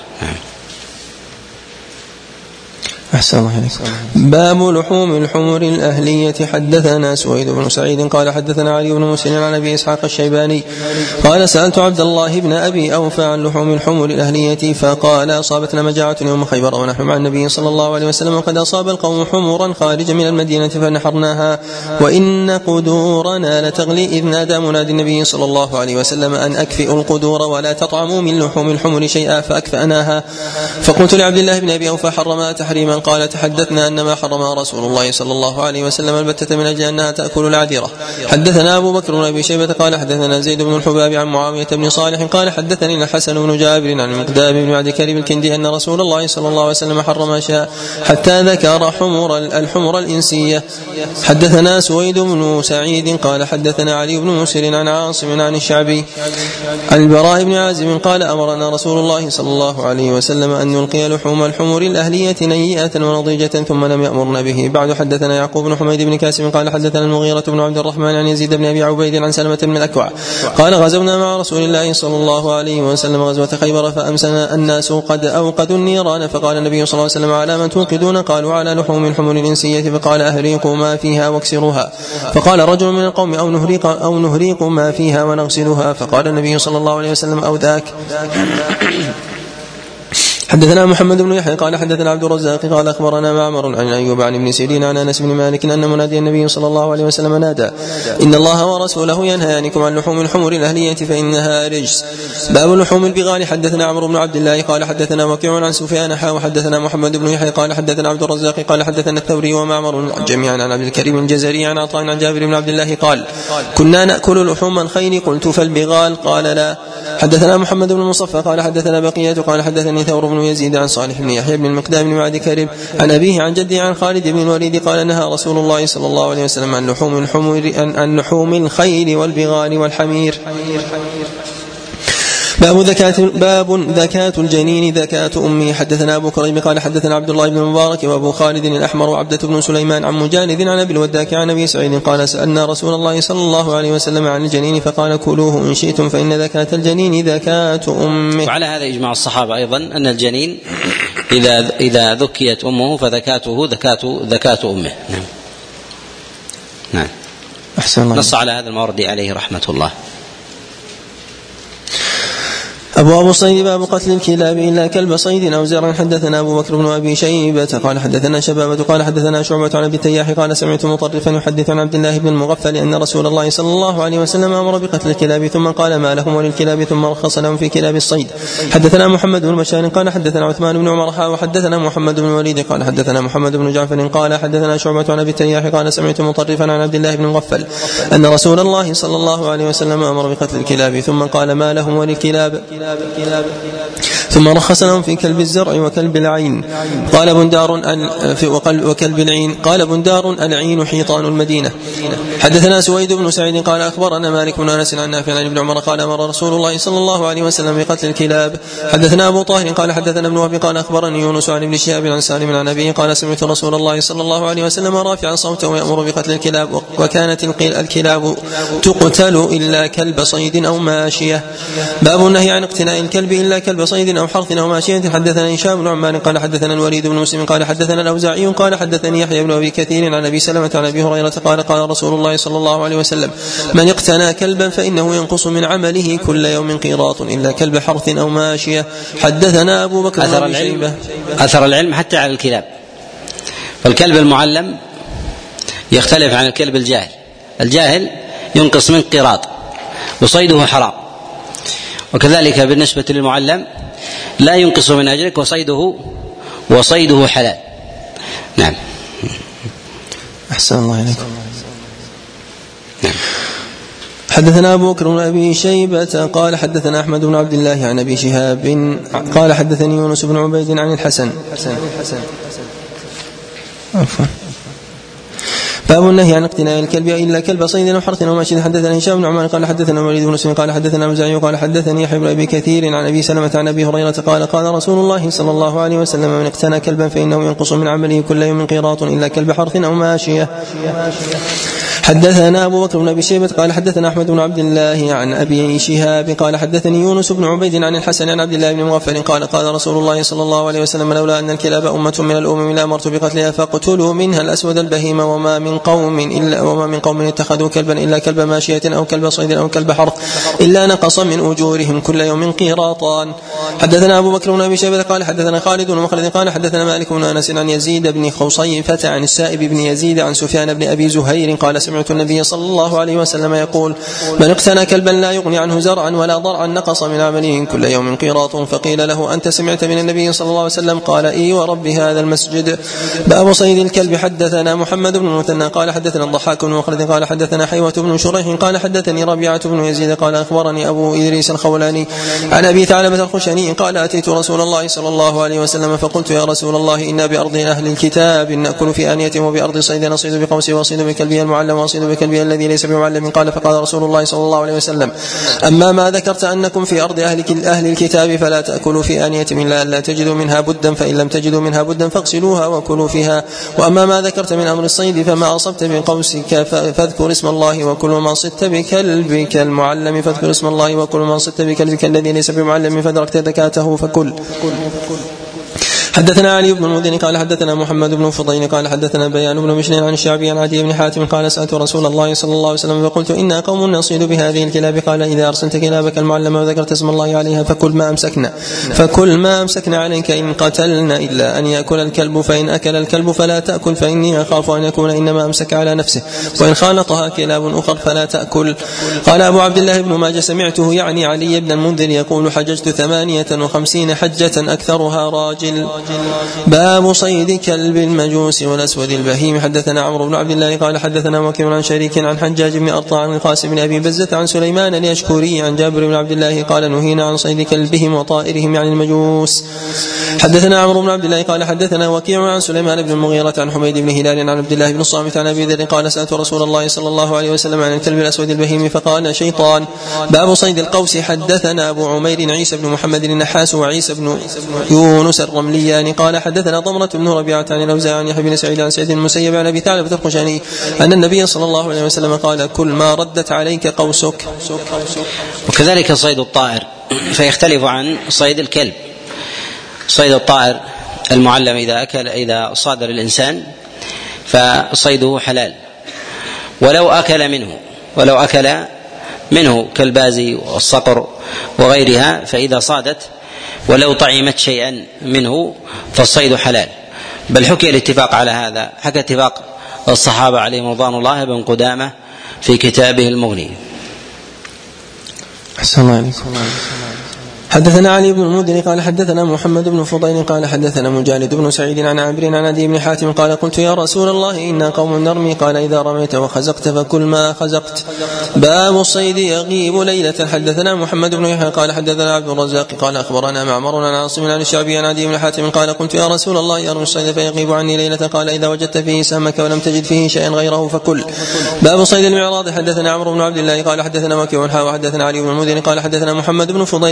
أحسن الله عليك. باب لحوم الحمر الأهلية. حدثنا سويد بن سعيد قال حدثنا علي بن مسلم عن أبي إسحاق الشيباني قال سألت عبد الله بن أبي أوفى عن لحوم الحمر الأهلية فقال أصابتنا مجاعة يوم خيبر ونحن مع النبي صلى الله عليه وسلم وقد أصاب القوم حمرا خارج من المدينة فنحرناها وإن قدورنا لتغلي إذ نادى منادي النبي صلى الله عليه وسلم أن أكفئوا القدور ولا تطعموا من لحوم الحمر شيئا فأكفأناها. فقلت لعبد الله بن أبي أوفى حرمها تحريما قال تحدثنا أنما حرمها رسول الله صلى الله عليه وسلم البتة من أجل أنها تأكل العذرة. حدثنا أبو بكر بن أبي شيبة قال حدثنا زيد بن الحباب عن معاوية بن صالح قال حدثني الحسن بن جابر عن المقدام بن عبد كريم الكندي أن رسول الله صلى الله عليه وسلم حرم شاء حتى ذكر الحمر الإنسية. حدثنا سويد بن سعيد قال حدثنا علي بن مسر عن عاصم عن الشعبي عن البراء بن عازب قال أمرنا رسول الله صلى الله عليه وسلم أن نلقي لحوم الحمر الأهلية نيئة ونضيجة ثم لم يأمرنا به بعد. حدثنا يعقوب بن حميد بن كاسم قال حدثنا المغيرة بن عبد الرحمن عن يزيد بن أبي عبيد عن سلمة بن الأكوع قال غزونا مع رسول الله صلى الله عليه وسلم غزوة خيبر فأمسنا الناس قد أوقدوا النيران فقال النبي صلى الله عليه وسلم على من توقدون؟ قالوا على لحوم الحمر الإنسية فقال أهريقوا ما فيها واكسروها. فقال رجل من القوم أو نهريق ما فيها ونغسلها. فقال النبي صلى الله عليه وسلم أو ذاك. حدثنا محمد بن يحيى قال حدثنا عبد الرزاق قال أخبرنا معمر عن أيوب عن ابن سيرين عن أنس بن مالك أن منادي النبي صلى الله عليه وسلم نادى إن الله ورسوله ينهيانكم عن لحوم الحمر الأهلية فإنها رجس. باب لحوم البغال. حدثنا عمرو بن عبد الله قال حدثنا وكيع عن سفيان وحدثنا محمد بن يحيى قال حدثنا عبد الرزاق قال حدثنا الثوري ومعمر جميعا عن عبد الكريم الجزري عن عطاء عن جابر بن عبد الله قال كنا نأكل لحوم الخيل قلت فالبغال قال لا. حدثنا محمد بن المصفى قال حدثنا بقية قال حدثني ثور بن يزيد عن صالح بن يحيى بن المقدام بن معد كريم عن أبيه عن جده عن خالد بن الوليد قال نهى رسول الله صلى الله عليه وسلم عن لحوم الخيل والبغال والحمير. باب ذكاة الجنين ذكاة أمه. حدثنا أبو كريم قال حدثنا عبد الله بن المبارك وأبو خالد الأحمر وعبدة بن سليمان عن مجالد عن أبي الوداك عن أبي سعيد قال سألنا رسول الله صلى الله عليه وسلم عن الجنين فقال كلوه إن شئتم فإن ذكاة الجنين ذكاة أمه. وعلى هذا إجماع الصحابة أيضا أن الجنين إذا ذكيت أمه فذكاته ذكاة أمه. نعم. نص على هذا الماوردي عليه رحمة الله. أبواب الصيد. باب قتل الكلاب إلا كلب صيد أو زرع. حدثنا أبو بكر بن أبي شيبة قال حدثنا شبابة قال حدثنا شعبة عن أبي التياح قال سمعت مطرفا يحدث عن عبد الله بن المغفل أن رسول الله صلى الله عليه وسلم أمر بقتل الكلاب ثم قال ما لهم وللكلاب ثم رخص لهم في كلاب الصيد. حدثنا محمد بن بشار قال حدثنا عثمان بن عمر وحدثنا محمد بن الوليد قال حدثنا محمد بن جعفر قال حدثنا شعبة عن أبي التياح قال سمعت مطرفا عن عبد الله بن المغفل أن رسول الله صلى الله عليه وسلم أمر بقتل الكلاب ثم قال ما لهم وللكلاب ثم رخص لهم في كلب الزرع وكلب العين. قال بندار وكلب العين. قال بندار العين حيطان المدينة. حدثنا سويد بن سعيد قال أخبرنا مالك بن أنس عن نافع عن ابن عمر قال أمر رسول الله صلى الله عليه وسلم بقتل الكلاب. حدثنا أبو طاهر قال حدثنا ابن وهب قال أخبرني يونس عن ابن شهاب عن سالم عن أبيه قال سمعت رسول الله صلى الله عليه وسلم رافعا صوته ويأمر بقتل الكلاب وكانت الكلاب تقتل إلا كلب صيد أو ماشية. باب النهي عن اقتناء الكلب إلا كلب صيد أو حرث أو ماشية. حدثنا هشام بن عمار قال حدثنا الوليد بن مسلم قال حدثنا الأوزاعي قال حدثني يحيى بن أبي كثير عن أبي سلمة عن أبي هريرة قال قال رسول الله صلى الله عليه وسلم من اقتنى كلبا فإنه ينقص من عمله كل يوم قيراط إلا كلب حرث أو ماشية. حدثنا أبو بكر أثر العلم حتى على الكلاب. فالكلب المعلم يختلف عن الكلب الجاهل. الجاهل ينقص من قيراط وصيده حرام، وكذلك بالنسبة للمعلم لا ينقص من أجرك وصيده حلال. نعم. أحسن الله إليكم. نعم. حدثنا أبو بكر بن أبي شيبة قال حدثنا أحمد بن عبد الله عن أبي شهاب قال حدثني يونس بن عبيد عن الحسن. باب النهي عن اقتناء الكلب إلا كلب صيد أو حرث أو ماشية. حدثنا هشام بن عمار قال حدثنا الوليد بن مسلم قال حدثنا الأوزاعي قال حدثني يحيى بن أبي كثير عن أبي سلمة عن أبي هريرة قال قال رسول الله صلى الله عليه وسلم من اقتنى كلبا فإنه ينقص من عمله كل يوم قيراط إلا كلب حرث أو ماشية. حدثنا أبو بكر بن أبي شيبة قال حدثنا أحمد بن عبد الله عن أبي شهاب قال حدثني يونس بن عبيد عن الحسن عن عبد الله بن مغفل قال قال رسول الله صلى الله عليه وسلم لولا أن الكلاب أمة من الأمم لأمرت بقتلها فاقتلوا منها الأسود البهيم وما من قوم اتخذوا كلبا إلا كلب ماشية أو كلب صيد أو كلب حرث إلا نقص من أجورهم كل يوم قيراطان. حدثنا أبو بكر بن أبي شيبة قال حدثنا خالد بن مخلد قال حدثنا مالك بن أنس عن يزيد بن خصيفة عن السائب بن يزيد عن سفيان بن أبي زهير قال سمعت النبي صلى الله عليه وسلم يقول من اقتنى كلبا لا يغني عنه زرعا ولا ضرعا نقص من عمله كل يوم قيراط. فقيل له أنت سمعت من النبي صلى الله عليه وسلم؟ قال إي ورب هذا المسجد. باب صيد الكلب. حدثنا محمد بن المثنى قال حدثنا الضحاك بن مخلد قال حدثنا حيوة بن شريح قال حدثني ربيعة بن يزيد قال أخبرني أبو إدريس الخولاني عن أبي ثعلبة الخشني قال أتيت رسول الله صلى الله عليه وسلم فقلت يا رسول الله إنا بأرض أهل الكتاب نأكل في آنية وبأرض صيد نصيد بقوسي وأصيد بكلبي المعلم وأصيد بكلبي الذي ليس بمعلم. قال فقال رسول الله صلى الله عليه وسلم أما ما ذكرت أنكم في أرض أهل الكتاب فلا تأكلوا في آنية إلا لا تجدوا منها بدا، فإن لم تجدوا منها بدا فاغسلوها وكلوا فيها. وأما ما ذكرت من أمر الصيد فما أصبت بقوسك فاذكر اسم الله وكل ما صدت بكلبك المعلم فاذكر اسم الله وكل ما صدت بكلبك الذي ليس بمعلم فادركت زكاته فكل. حدثنا علي بن المدين قال حدثنا محمد بن فضيل قال حدثنا بيان بن مشن عن الشعبي عن عدي بن حاتم قال سألت رسول الله صلى الله عليه وسلم فقلت إنا قوم نصيد بهذه الكلاب قال إذا أرسلت كلابك المعلمة وذكرت اسم الله عليها فكل ما أمسكنا عليك إن قتلنا إلا أن يأكل الكلب، فإن أكل الكلب فلا تأكل فإني أخاف أن يكون إنما أمسك على نفسه، وإن خالطها كلاب أخر فلا تأكل. قال أبو عبد الله بن ماجه سمعته يعني علي بن المنذر يقول حججت 58 حجة أكثرها راجل. باب صيد كلب المجوس والأسود البهيم. حدثنا عمرو بن عبد الله قال حدثنا وكيع عن شريك عن حجاج بن أرطاع عن القاسم بن أبي بزة عن سليمان اليشكري عن جابر بن عبد الله قال نهينا عن صيد كلبهم وطائرهم يعني المجوس. حدثنا عمرو بن عبد الله قال حدثنا وكيع عن سليمان بن المغيرة عن حميد بن هلال عن عبد الله بن الصامت عن أبي ذر قال سألت رسول الله صلى الله عليه وسلم عن الكلب الأسود البهيم فقال شيطان. باب صيد القوس. حدثنا أبو عمير عيسى بن محمد النحاس وعيسى بن يونس الرمليان قال حدثنا ضمرة بن ربيعة عن الأوزاعي عن يحيى بن سعيد عن سعيد المسيب عن أبي ثعلبة الخشني أن النبي صلى الله عليه وسلم قال كل ما ردت عليك قوسك. وكذلك صيد الطائر فيختلف عن صيد الكلب. صيد الطائر المعلم إذا صادر الإنسان فصيده حلال ولو أكل منه كالبازي والصقر وغيرها، فإذا صادت ولو طعمت شيئا منه فالصيد حلال. بل حكي الاتفاق على هذا، حكى اتفاق الصحابة عليهم رضوان الله ابن قدامة في كتابه المغني. أحسن الله عليكم. حدثنا علي بن المدين قال حدثنا محمد بن فضيل قال حدثنا مجالد بن سعيد عن عامر عن عدي بن حاتم قال قلت يا رسول الله إنا قوم نرمي قال إذا رميت وخزقت فكل ما خزقت. باب الصيد يغيب ليلة. حدثنا محمد بن يحيى قال حدثنا عبد الرزاق قال أخبرنا معمر عن عاصم عن الشعبي عن عدي بن حاتم قال قلت يا رسول الله أرمي الصيد فيغيب عني ليلة قال إذا وجدت فيه سهمك ولم تجد فيه شيئا غيره فكل. باب صيد المعراض. حدثنا عمرو بن عبد الله قال حدثنا وكيع وحدثنا علي بن المدين قال حدثنا محمد بن فضيل قال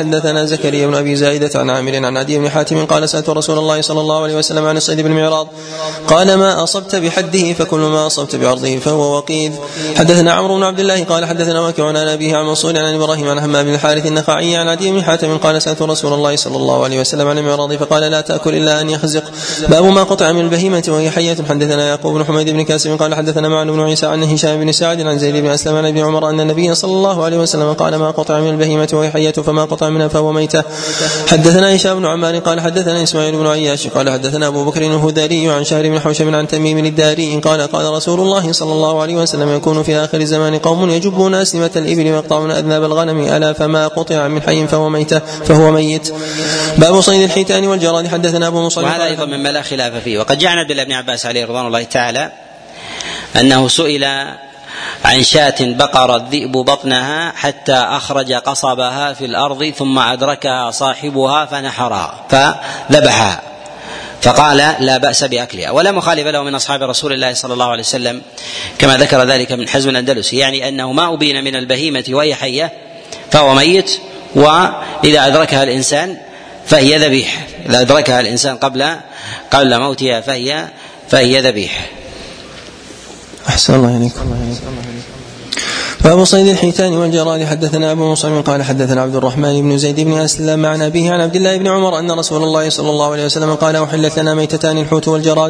حدثنا زكريا بن أبي زائدة عن عامر عن عدي بن حاتم قال سألت رسول الله صلى الله عليه وسلم عن الصيد بالمعراض قال ما أصبت بحده فكل ما أصبت بعرضه فهو وقيذ. حدثنا عمرو بن عبد الله قال حدثنا وكيع عن أبيه عن منصور عن إبراهيم عن حماد بن الحارث النخعي عن عدي بن حاتم قال سألت رسول الله صلى الله عليه وسلم عن المعراض فقال لا تأكل إلا أن يخزق. باب ما قطع من البهيمة وهي حية. حدثنا يعقوب بن حميد بن كاسب قال حدثنا معن بن عيسى عن هشام بن سعد عن زيد بن أسلم عن ابن عمر أن النبي صلى الله عليه وسلم قال ما قطع من البهيمة وهي حية فما قطع منها فهو ميتة. حدثنا هشام بن عمار قال حدثنا إسماعيل بن عياش قال حدثنا أبو بكر الهذلي عن شهر بن حوشب عن تميم الداري قال قال رسول الله صلى الله عليه وسلم يكون في آخر الزمان قوم يجبون أسنمة الإبل ويقطعون أذناب الغنم ألا فما قطع من حي فهو ميت. باب صيد الحيتان والجراد. حدثنا أبو مصعب وهذا أيضا مما لا خلاف فيه. وقد جاء عن عبد الله بن عباس عليه رضوان الله تعالى أنه سئل عن شاة بقر الذئب بطنها حتى أخرج قصبها في الأرض ثم أدركها صاحبها فنحرها فذبحها فقال لا بأس بأكلها ولا مخالف له من أصحاب رسول الله صلى الله عليه وسلم كما ذكر ذلك من حزم الأندلسي، يعني أنه ما أبين من البهيمة وهي حية فهو ميت، وإذا أدركها الإنسان فهي ذبيح، إذا أدركها الإنسان قبل موتها فهي ذبيح. أحسن الله إليكم. باب صيد الحيتان والجراد. حدثنا أبو مصعب قال حدثنا عبد الرحمن بن زيد بن أسلم عن أبيه عن عبد الله بن عمر أن رسول الله صلى الله عليه وسلم قال أحلت لنا ميتتان الحوت والجراد.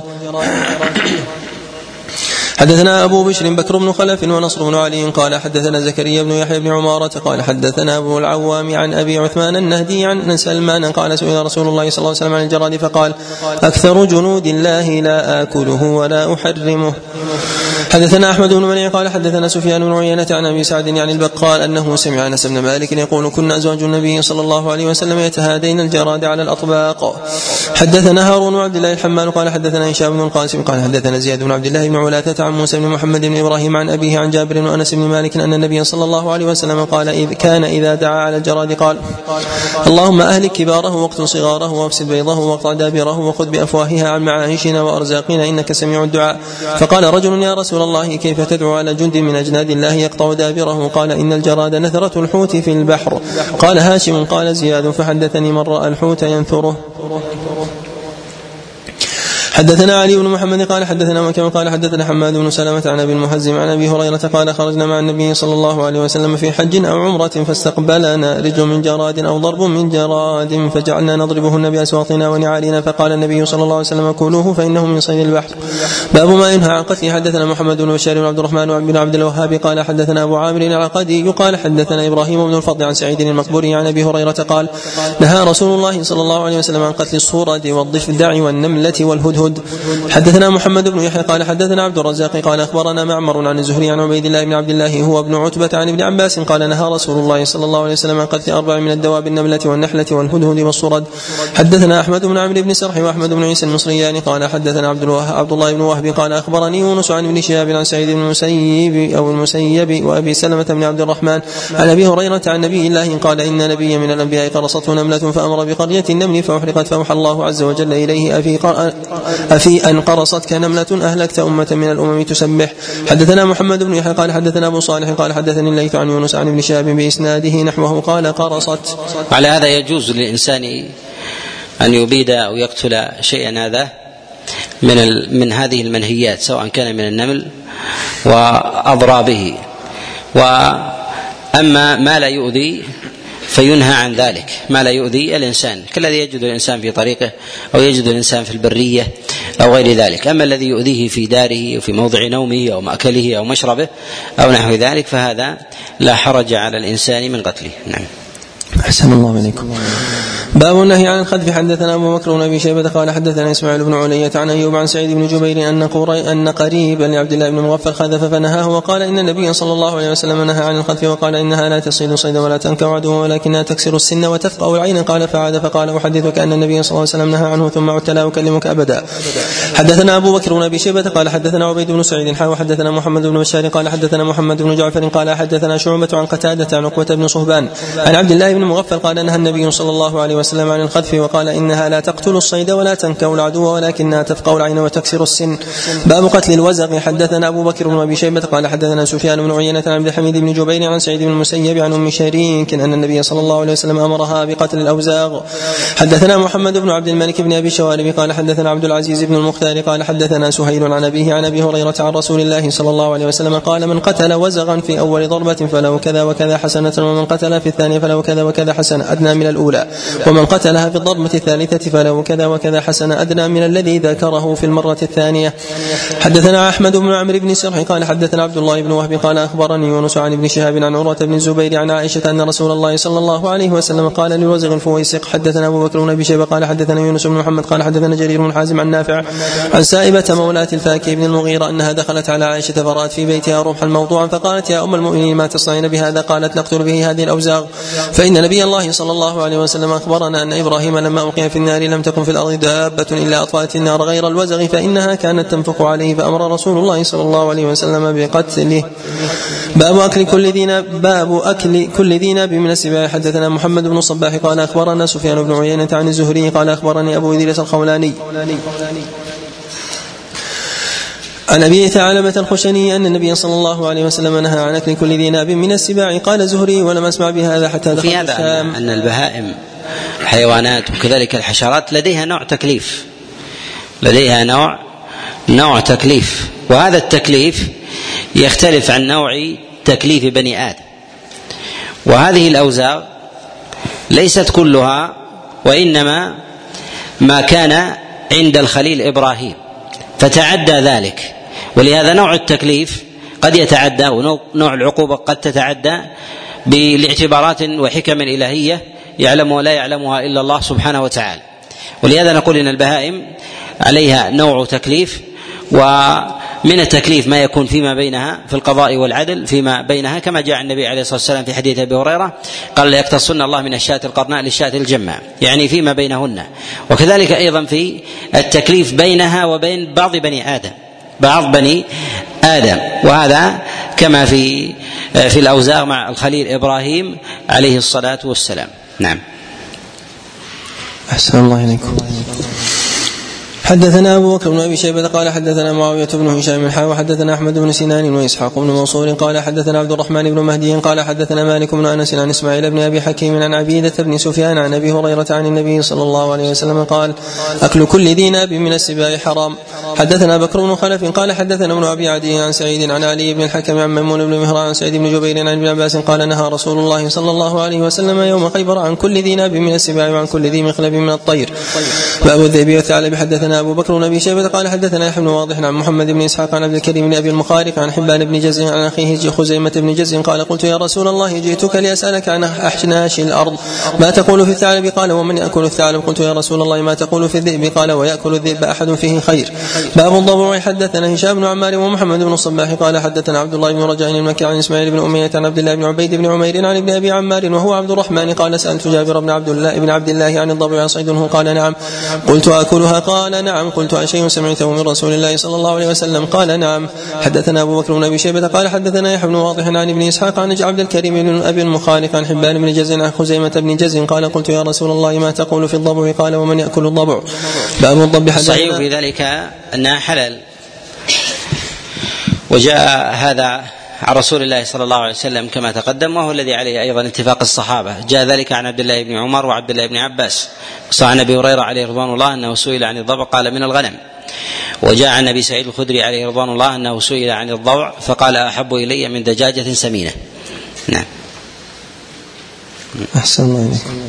حدثنا أبو بشر بكر بن خلف ونصر بن علي قال حدثنا زكريا بن يحيى بن عمارة قال حدثنا أبو العوام عن أبي عثمان النهدي عن سلمان قال سئل رسول الله صلى الله عليه وسلم عن الجراد فقال أكثر جنود الله لا آكله ولا أحرمه. حدثنا أحمد بن منيع قال حدثنا سفيان بن عيينة عن أبي سعد يعني البقال أنه سمع أنس بن مالك يقول كنا أزواج النبي صلى الله عليه وسلم يتهادين الجراد على الأطباق. حدثنا هارون وعبد الله الحمال قال حدثنا هشام بن القاسم قال حدثنا زياد بن عبد الله بن علاتة عن موسى بن محمد بن إبراهيم عن أبيه عن جابر وأنس بن مالك أن النبي صلى الله عليه وسلم قال كان إذا دعا على الجراد قال اللهم أهلك كباره واقتل صغاره وافسد بيضه واقطع دابره وخذ بأفواهها عن معايشنا وأرزاقنا إنك سميع الدعاء. فقال رجل يا رسول الله كيف تدعو على جند من أجناد الله يقطع دابره؟ قال إن الجراد نثرة الحوت في البحر. قال هاشم قال زياد فحدثني من رأى الحوت ينثره. حدثنا علي بن محمد قال حدثنا وكيع قال حدثنا حماد بن سلمة عن أبي المهزم عن أبي هريرة قال خرجنا مع النبي صلى الله عليه وسلم في حج أو عمرة فاستقبلنا رجل من جراد أو ضرب من جراد فجعلنا نضربهن بأسواطنا ونعالنا فقال النبي صلى الله عليه وسلم كلوه فإنه من صيد البحر. باب ما ينهى عن قتله. حدثنا محمد بن بشار بن عبد الرحمن بن عبد الوهاب قال حدثنا أبو عامر العقدي يقال حدثنا إبراهيم بن الفضل عن سعيد المقبوري عن أبي هريرة قال نهى رسول الله صلى الله عليه وسلم عن قتل الصورة والضفدع والنملة والهدهد. حدثنا محمد بن يحيى قال حدثنا عبد الرزاق قال أخبرنا معمر عن الزهري عن عبيد الله بن عبد الله هو ابن عتبة عن ابن عباس قال نهى رسول الله صلى الله عليه وسلم عن قتل 4 من الدواب النملة والنحلة والهدهد والصرد. حدثنا أحمد بن عمرو بن سرح وأحمد بن عيسى المصريان قال حدثنا عبد الله بن وهب قال أخبرني يونس عن ابن شهاب عن سعيد بن المسيب وأبي سلمة بن عبد الرحمن عن أبي هريرة عن نبي الله قال إن نبي من الأنبياء قرصته نملة فأمر بقرية النمل فأحرقت فأوحى الله عز وجل إليه أفي أن قرصتك نملة أهلكت أمة من الأمم تسبح. حدثنا محمد بن يحيى قال حدثنا أبو صالح قال حدثني الليث عن يونس عن ابن شهاب بإسناده نحوه قال قرصت. على هذا يجوز للإنسان أن يبيد أو يقتل شيئا هذا من هذه المنهيات سواء كان من النمل وأضرابه، وأما ما لا يؤذي فينهى عن ذلك، ما لا يؤذي الإنسان كالذي يجد الإنسان في طريقه أو يجد الإنسان في البرية أو غير ذلك. أما الذي يؤذيه في داره وفي موضع نومه أو مأكله أو مشربه أو نحو ذلك فهذا لا حرج على الإنسان من قتله. نعم. أحسن الله إليكم. باب النهي عن الخذف. حدثنا أبو بكر بن أبي شيبة قال حدثنا إسماعيل بن علية عن أيوب عن سعيد بن جبير أن قريبا لعبد الله بن مغفل خذف فنهاه وقال إن النبي صلى الله عليه وسلم نهى عن الخذف وقال إنها لا تصيد صيدا ولا تنكع عدوا ولكنها تكسر السن وتفقأ العين. قال فعاد فقال أحدثك أن النبي صلى الله عليه وسلم نهى عنه ثم عدت لا أكلمك أبدا. حدثنا أبو بكر بن أبي شيبة قال حدثنا عبيد بن سعيد وحدثنا محمد بن بشار قال حدثنا محمد بن جعفر قال حدثنا شعبة عن قتادة عن عقبة بن صهبان عن عبد الله بن مغفل قال نهى النبي صلى الله عليه وسلم عن الخذف وقال إنها لا تقتل الصيد ولا تنكأ العدو ولكنها تفقع العين وتكسر السن. باب قتل الوزغ. حدثنا أبو بكر بن أبي شيبة قال حدثنا سفيان بن عيينة عن عبد الحميد بن جبير عن سعيد بن المسيب عن أم شريك أن النبي صلى الله عليه وسلم أمرها بقتل الأوزاغ. حدثنا محمد بن عبد الملك بن أبي شوارب قال حدثنا عبد العزيز بن المختار قال حدثنا سهيل عن أبيه عن أبي هريرة عن رسول الله صلى الله عليه وسلم قال من قتل وزغا في أول ضربة فله كذا وكذا حسنة ومن قتل في الثانية فله كذا وكذا حسنة أدنى من الأولى ومن قتلها في الضربة الثالثة فله كذا وكذا حسنة أدنى من الذي ذكره في المرة الثانية. حدثنا أحمد بن عمرو بن سرح قال حدثنا عبد الله بن وهب قال أخبرني يونس عن ابن شهاب عن عروة بن الزبير عن عائشة أن رسول الله صلى الله عليه وسلم قال للوزغ الفويسق. حدثنا أبو بكر بن أبي شيبة قال حدثنا يونس بن محمد قال حدثنا جرير بن حازم عن نافع عن سائبة مولاة الفاكي بن المغيرة أنها دخلت على عائشة فرأت في بيتها رمحا موضوعا فقالت يا أم المؤمنين ما تصنعين بهذا؟ قالت نقتل به هذه الأوزاغ فإن نبي الله صلى الله عليه وسلم أخبرنا أن إبراهيم لما ألقي في النار لم تكن في الأرض دابة إلا أطفأت النار غير الوزغ فإنها كانت تنفق عليه فأمر رسول الله صلى الله عليه وسلم بقتله. باب أكل كل ذي ناب من السباع. حدثنا محمد بن الصباح قال أخبرنا سفيان بن عيينة عن الزهري قال أخبرني أبو إدريس الخولاني عن أبي ثعلبة الخشني أن النبي صلى الله عليه وسلم نهى عن أكل كل ذي ناب من السباع. قال الزهري ولم أسمع بهذا حتى دخل الشام. أن البهائم الحيوانات وكذلك الحشرات لديها نوع تكليف، لديها نوع تكليف، وهذا التكليف يختلف عن نوع تكليف بني آدم. وهذه الأوزاغ ليست كلها، وإنما ما كان عند الخليل إبراهيم فتعدى ذلك، ولهذا نوع التكليف قد يتعدى ونوع العقوبة قد تتعدى بالاعتبارات وحكم إلهية يعلم ولا يعلمها إلا الله سبحانه وتعالى. ولهذا نقول إن البهائم عليها نوع تكليف، ومن التكليف ما يكون فيما بينها في القضاء والعدل فيما بينها، كما جاء النبي عليه الصلاة والسلام في حديث أبي هريرة قال ليقتصن الله من الشاة القرناء للشاة الجماء، يعني فيما بينهن. وكذلك أيضا في التكليف بينها وبين بعض بني آدم، وهذا كما في الأوزاغ مع الخليل إبراهيم عليه الصلاة والسلام. نعم. أحسن الله إليكم. حدثنا أبو بكر بن أبي شيبة قال حدثنا معاوية بن هشام وحدثنا أحمد بن سنان وإسحاق بن منصور قال حدثنا عبد الرحمن بن مهدي قال حدثنا مالك بن أنس عن إسماعيل بن أبي حكيم عن عبيدة بن سفيان عن أبي هريرة عن النبي صلى الله عليه وسلم قال أكل كل ذي ناب من السباع حرام. حدثنا بكر بن خلف قال حدثنا ابن أبي عدي عن سعيد عن علي بن الحكم عن ميمون بن مهران عن سعيد بن جبير عن ابن عباس قال نهى رسول الله صلى الله عليه وسلم يوم خيبر عن كل ذي ناب من السباع وعن كل ذي مخلب من الطير. باب الذئب والثعلب. حدثنا أبو بكر بن أبي شيبة قال حدثنا يحيى بن واضح عن محمد بن إسحاق عن عبد الكريم بن أبي المخارق عن حبان بن جز عن أخيه خزيمة بن جز قال قلت يا رسول الله جئتك لأسألك عن أحناش الأرض ما تقول في الثعلب؟ قال ومن يأكل الثعلب؟ قلت يا رسول الله ما تقول في الذئب؟ قال ويأكل الذئب أحد فيه خير. باب الضبع. حدثنا هشام بن عمار ومحمد بن الصباح قال حدثنا عبد الله بن رجاء المكي عن إسماعيل بن أمية عن عبد الله بن عبيد بن عمير عن ابن أبي عمار وهو عبد الرحمن قال سألت جابر بن عبد الله عن الضبع أصيده؟ قال نعم. قلت أكلها؟ قال نعم. قلت أشيء سمعته من رسول الله صلى الله عليه وسلم؟ قال نعم. حدثنا أبو بكر بن أبي شيبة قال حدثنا يحيى بن واضح عن ابن إسحاق عن عبد الكريم بن أبي المخارق عن حبان بن جز عن خزيمة بن جز قال قلت يا رسول الله ما تقول في الضبع؟ قال ومن يأكل الضبع؟ باب الضب. صحيح في ذلك أنها حلال، وجاء هذا عن رسول الله صلى الله عليه وسلم كما تقدم، وهو الذي عليه أيضا اتفاق الصحابة. جاء ذلك عن عبد الله بن عمر وعبد الله بن عباس. صح عن أبي هريرة عليه رضوان الله أنه سئل عن الضبع قال من الغنم. وجاء عن أبي سعيد الخدري عليه رضوان الله أنه سئل عن الضبع فقال أحب إلي من دجاجة سمينة. نعم. أحسن الله إليكم.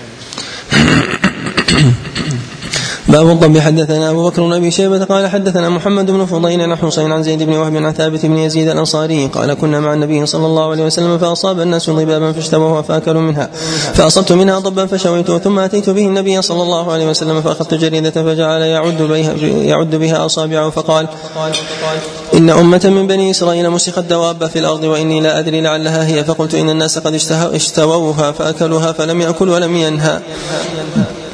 باب الضب. حدثنا أبو بكر بن أبي شيبة قال حدثنا محمد بن فضيل عن حسين عن زيد بن وهب عن ثابت بن يزيد الأنصاري قال كنا مع النبي صلى الله عليه وسلم فأصاب الناس ضبابا فاشتبهوا فأكلوا منها فأصبت منها ضبا فشويته ثم أتيت به النبي صلى الله عليه وسلم فأخذت جريدة فجعل يعد بها أصابعه فقال إن أمة من بني إسرائيل مسخت دواب في الأرض وإني لا أدري لعلها هي. فقلت إن الناس قد اشتووها فأكلوها فلم يأكل ولم ينهى.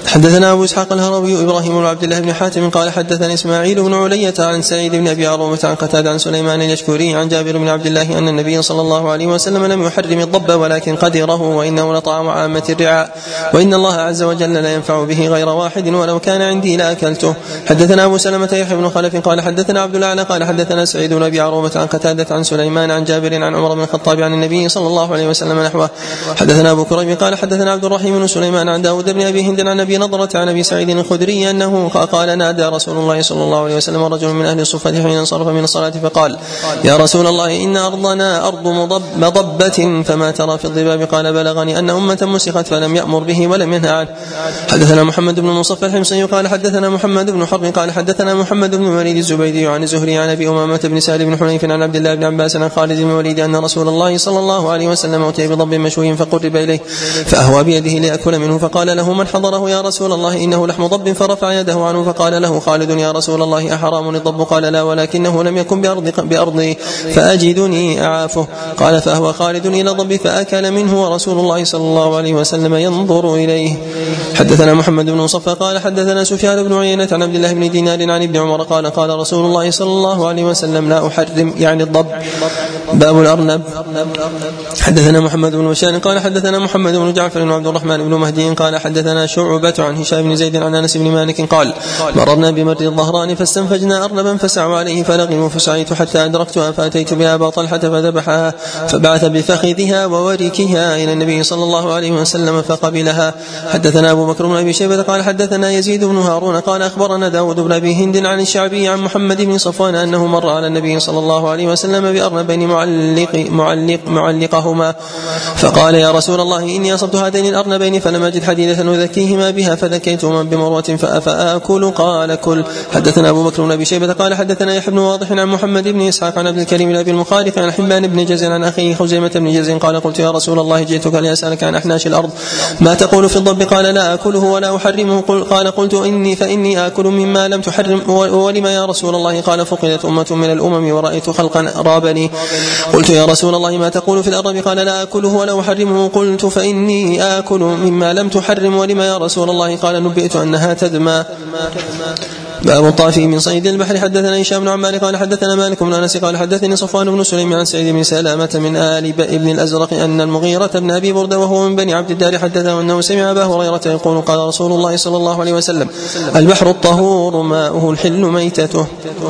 حدثنا أبو إسحاق الهروي إبراهيم بن عبد الله بن حاتم قال حدثني إسماعيل بن علية عن سعيد بن أبي عروبة عن قتادة عن سليمان اليشكري عن جابر بن عبد الله أن النبي صلى الله عليه وسلم لم يحرم الضب ولكن قدره وإنه لطعام عامة الرعاء وإن الله عز وجل لا ينفع به غير واحد ولو كان عندي لأكلته. حدثنا أبو سلمة يحيى بن خلف قال حدثنا عبد الأعلى قال حدثنا سعيد بن أبي عروبة عن قتادة عن سليمان عن جابر عن عمر بن الخطاب عن النبي صلى الله عليه وسلم نحوه. حدثنا أبو كريب قال حدثنا عبد الرحيم بن سليمان عن داود بن أبي هند عن أبي نضرة عن أبي سعيد الخدري أنه قال نادى رسول الله صلى الله عليه وسلم رجل من أهل الصفة حين انصرف من الصلاة فقال يا رسول الله إن أرضنا أرض مضبة فما ترى في الضباب؟ قال بلغني أن أمة مسخت فلم يأمر به ولم ينهى عنه. حدثنا محمد بن مصفى الحمصي قال حدثنا محمد بن حرب قال حدثنا محمد بن وليد الزبيدي عن الزهري عن أبي أمامة بن سالم بن حنيف عن عبد الله بن عباس عن خالد بن الوليد أن رسول الله صلى الله عليه وسلم أتي بضب مشوي فقرب إليه فأهوى بيده ليأكل منه فقال له من حضره يا رسول الله إنه لحم ضب فرفع يده عنه فقال له خالد يا رسول الله أحرام الضب؟ قال لا ولكنه لم يكن بأرضي فأجدني أعافه. قال فأهوى خالد إلى الضب فأكل منه ورسول الله صلى الله عليه وسلم ينظر إليه. حدثنا محمد بن مصفى قال حدثنا سفيان بن عيينة عن عبد الله بن دينار عن ابن عمر قال قال رسول الله صلى الله عليه وسلم لا أحرم يعني الضب. باب الأرنب. حدثنا محمد بن بشار قال حدثنا محمد بن جعفر بن عبد الرحمن بن مهدي قال حدثنا شعبة عن هشام بن زيد عن أنس بن مالك قال مررنا بمر الظهران فاستنفجنا أرنبا فسعوا عليه فلغموا فسعيت حتى أدركتها فأتيت بها أبا طلحة فذبحها فبعث بفخذها ووركها إلى النبي صلى الله عليه وسلم فقبلها. حدثنا أبو بكر بن أبي شيبة قال حدثنا يزيد بن هارون قال أخبرنا داود بن أبي هند عن الشعبي عن محمد بن صفوان أنه مر على النبي صلى الله عليه وسلم بأرنبين معلقهما فقال يا رسول الله إني أصبت هاتين الأرنبين فلم أجد حديدة أذكيهما بها فذكيتهما بمروة فأكل قال كل. حدثنا أبو بكر بن أبي شيبة قال حدثنا يحيى بن واضح عن محمد بن إسحاق عن عبد الكريم بن أبي المخارق عن حبان بن جزء عن أخيه خزيمة بن جزء قال قلت يا رسول الله جئتك لأسألك عن أحناش الأرض ما تقول في الضب؟ قال لا أكله ولا أحرمه. قال قلت فإني آكل مما لم تحرم ولما يا رسول الله؟ قال فقدت أمة من الأمم ورأيت خلقا رابني. قلت يا رسول الله ما تقول في الأرنب؟ قال لا أكله ولا أحرمه. قلت فإني آكل مما لم تحرم ولما يا رسول الله؟ قال نبئت أنها تدمى. باب الطافي من صيد البحر. حدثنا هشام بن عمار قال حدثنا مالك بن أنس قال حدثني صفوان بن سليم عن سعيد بن سلامة من آل ابن الأزرق أن المغيرة بن أبي بردة وهو من بني عبد الدار حدثه أنه سمع أبا هريرة يقول قال رسول الله صلى الله عليه وسلم البحر الطهور ماؤه الحل ميتته.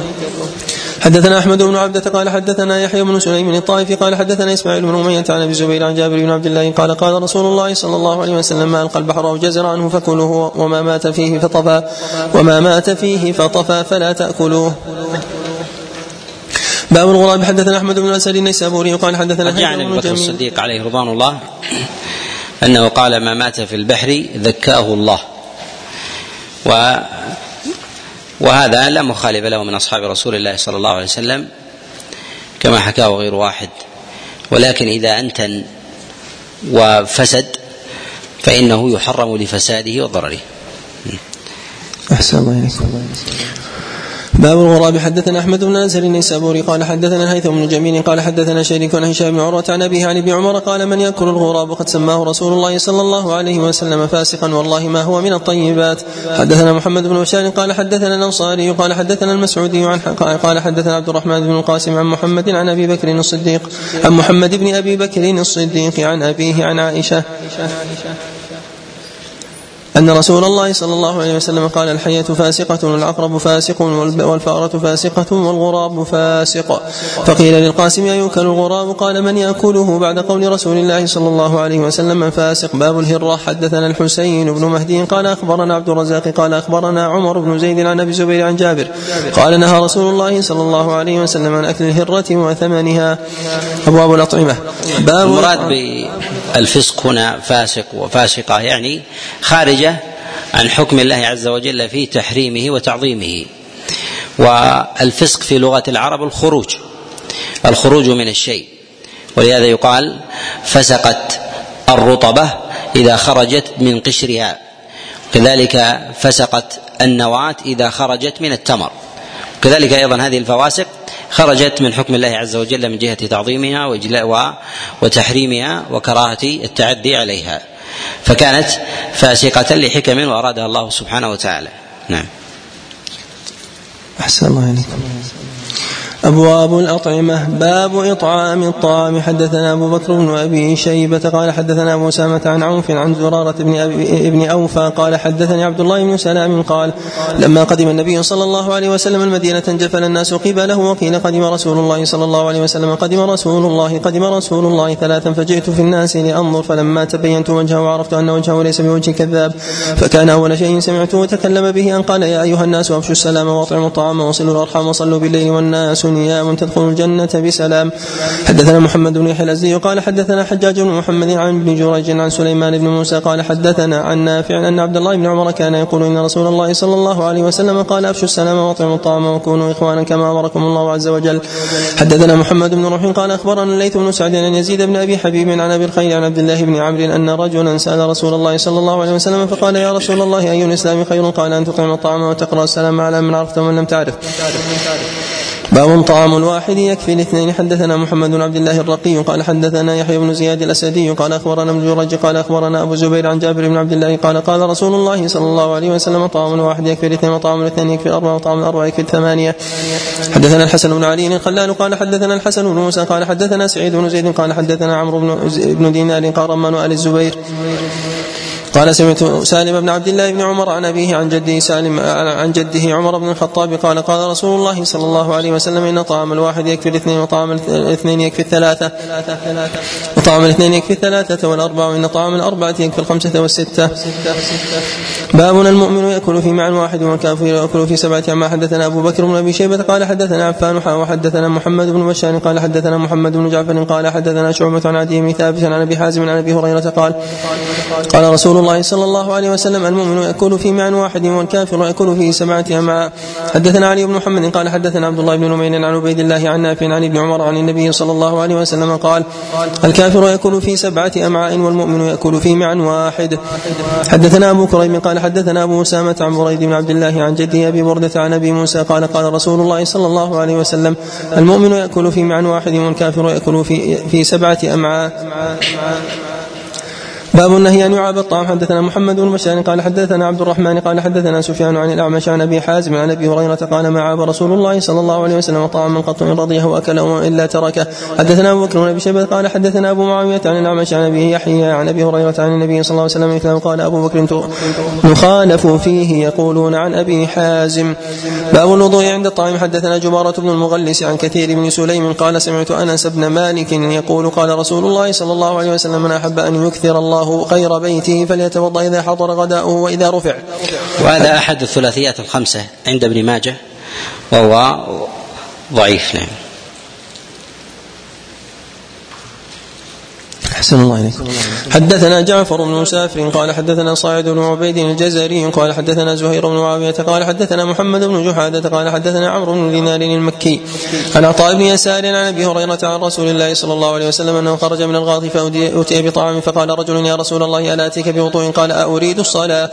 حدثنا أحمد بن عبدة قال حدثنا يحيى بن سليم الطائفي قال حدثنا إسماعيل بن أمية عن أبي الزبير عن جابر بن عبد الله قال قال رسول الله صلى الله عليه وسلم ما ألقى البحر أو جزر عنه فكلوه وما مات فيه فطفى فلا تأكلوه. باب الغراب. حدثنا أحمد بن الأسد النيسابوري قال حدثنا يعني أبو بكر الصديق عليه رضوان الله أنه قال ما مات في البحر ذكاه الله، وهذا لا مخالف له من أصحاب رسول الله صلى الله عليه وسلم كما حكاه غير واحد، ولكن إذا أنتن وفسد فإنه يحرم لفساده وضرره. أحسن الله إليك. باب الغراب. حدثنا أحمد بن أنس النيسابوري قال حدثنا الهيثم بن جميل قال حدثنا شريك عن هشام بن عروة عن أبيه عن ابن عمر قال من يأكل الغراب وقد سماه رسول الله صلى الله عليه وسلم فاسقا والله ما هو من الطيبات. حدثنا محمد بن بشار قال حدثنا الأنصاري قال حدثنا المسعودي قال حدثنا عبد الرحمن بن القاسم عن محمد عن أبي بكر الصديق عن محمد بن أبي بكر الصديق عن أبيه عن عائشة أن رسول الله صلى الله عليه وسلم قال الحية فاسقة والعقرب فاسق والفأرة فاسقة والغراب فاسق. فقيل للقاسم أيؤكل الغراب؟ قال من يأكله بعد قول رسول الله صلى الله عليه وسلم فاسق. باب الهرة. حدثنا الحسين بن مهدي قال أخبرنا عبد الرزاق قال أخبرنا عمر بن زيد عن أبي زبير عن جابر قال نهى رسول الله صلى الله عليه وسلم عن أكل الهرة وثمنها. أبواب الأطعمة. باب المراد بالفسق هنا فاسق وفاسقة يعني خارجة عن حكم الله عز وجل في تحريمه وتعظيمه. والفسق في لغة العرب الخروج من الشيء، ولهذا يقال فسقت الرطبة إذا خرجت من قشرها، كذلك فسقت النواة إذا خرجت من التمر، كذلك أيضا هذه الفواسق خرجت من حكم الله عز وجل من جهة تعظيمها وتحريمها وكراهة التعدي عليها. فكانت فاسقة لحكم وأرادها الله سبحانه وتعالى. نعم. أحسن الله عليكم. أبواب الأطعمة. باب إطعام الطعام. حدثنا أبو بكر بن أبي شيبة قال حدثنا أبو أسامة عن عوف عن زرارة ابن أوفى قال حدثني عبد الله بن سلام قال لما قدم النبي صلى الله عليه وسلم المدينة انجفل الناس قبله وقيل قدم رسول الله صلى الله عليه وسلم قدم رسول الله ثلاثا فجئت في الناس لأنظر فلما تبينت وجهه وعرفت أن وجهه ليس بوجه كذاب فكان أول شيء سمعته وتكلم به أن قال يا أيها الناس أفشوا السلام وأطعموا الطعام وصلوا الأرحام وصلوا بالليل والناس نيام تدخلوا الجنة بسلام. حدثنا محمد بن يحيى الأزدي قال حدثنا حجاج بن محمد عن ابن جريج عن سليمان بن موسى قال حدثنا عن نافع أن عبد الله بن عمر كان يقول إن رسول الله صلى الله عليه وسلم قال أفشوا السلام وأطعموا الطعام وكونوا إخوانا كما أمركم الله عز وجل. حدثنا محمد بن روح قال أخبرنا الليث بن سعد أن يزيد بن أبي حبيب عن أبي الخير عن عبد الله بن عمرو أن رجلا سأل رسول الله صلى الله عليه وسلم فقال يا رسول الله أي الإسلام خير قال أن تطعم الطعام وتقرأ السلام على من عرفت ومن لم تعرف. باب طعام الواحد يكفي الاثنين. حدثنا محمد بن عبد الله الرقي قال حدثنا يحيى بن زياد الأسدي قال أخبرنا ابن جريج قال أخبرنا أبو زبير عن جابر بن عبد الله قال قال رسول الله صلى الله عليه وسلم طعام الواحد يكفي الاثنين وطعام الاثنين يكفي الأربعة وطعام الأربعة يكفي الثمانية. حدثنا الحسن بن علي الخلال قال حدثنا الحسن بن موسى قال حدثنا سعيد بن زيد قال حدثنا عمرو بن دينار قال رمان آل الزبير قال سمعت سالم بن عبد الله بن عمر عن أبيه عن جده عمر بن الخطاب قال قال رسول الله صلى الله عليه وسلم إن طعام الواحد يكفي الاثنين وطعام الاثنين يكفي الثلاثة وطعام الاثنين يكفي الثلاثة والأربعة وإن طعام الأربعة يكفي الخمسة والستة. بابنا المؤمن يأكل في مع واحد والكافر يأكل في سبعة أمعاء. حدثنا أبو بكر بن أبي شيبة قال حدثنا عفان وحدثنا محمد بن بشار قال حدثنا محمد بن جعفر قال حدثنا شعبة عن عدي بن ثابت عن أبي حازم عن أبي هريرة قال رسول الله صلى الله عليه وسلم المؤمن يأكل في مع واحد والكافر يأكل في سبعة أمعاء. حدثنا علي بن محمد قال حدثنا عبد الله بن نمير عن عبيد الله عن نافع عن ابن عمر عن النبي صلى الله عليه وسلم قال الكافر يأكل في سبعة أمعاء والمؤمن يأكل في مع واحد. حدثنا أبو كريم قال حدثنا أبو أسامة عن بريد بن عبد الله عن جده أبي بردة عن أبي موسى قال قال رسول الله صلى الله عليه وسلم المؤمن يأكل في مع واحد والكافر يأكل في سبعة أمعاء. باب النهي أن يعاب الطعام. حدثنا محمد بن بشار قال حدثنا عبد الرحمن قال حدثنا سفيان عن الأعمش عن أبي حازم عن أبي هريرة قال ما عاب رسول الله صلى الله عليه وسلم طعاما قط إن رضيه وأكله إلا تركه. حدثنا أبو بكر بن أبي شيبة قال حدثنا أبو معاوية عن الأعمش عن أبي يحيى عن أبي هريرة عن النبي صلى الله عليه وسلم مثله قال أبو بكر نخالف فيه يقولون عن أبي حازم. باب الوضوء عند الطعام. حدثنا جبارة بن المغلس عن كثير بن سليم قال سمعت أنس بن مالك يقول قال رسول الله صلى الله عليه وسلم من أحب أن يكثر الله خير بيته فليتوضأ إذا حضر غداؤه وإذا رفع. وهذا أحد الثلاثيات الخمسة عند ابن ماجه وهو ضعيف. نعم. أحسن الله عليكم. حدثنا جعفر بن مسافر قال حدثنا صاعد بن عبيد الجزري قال حدثنا زهير بن معاوية قال حدثنا محمد بن جحادة قال حدثنا عمرو بن دينار المكي عن عطاء بن يسار عن أبي هريرة عن رسول الله صلى الله عليه وسلم أنه خرج من الغاط فأتي بطعام فقال رجل يا رسول الله ألا أتيك بوضوء قال أريد الصلاة.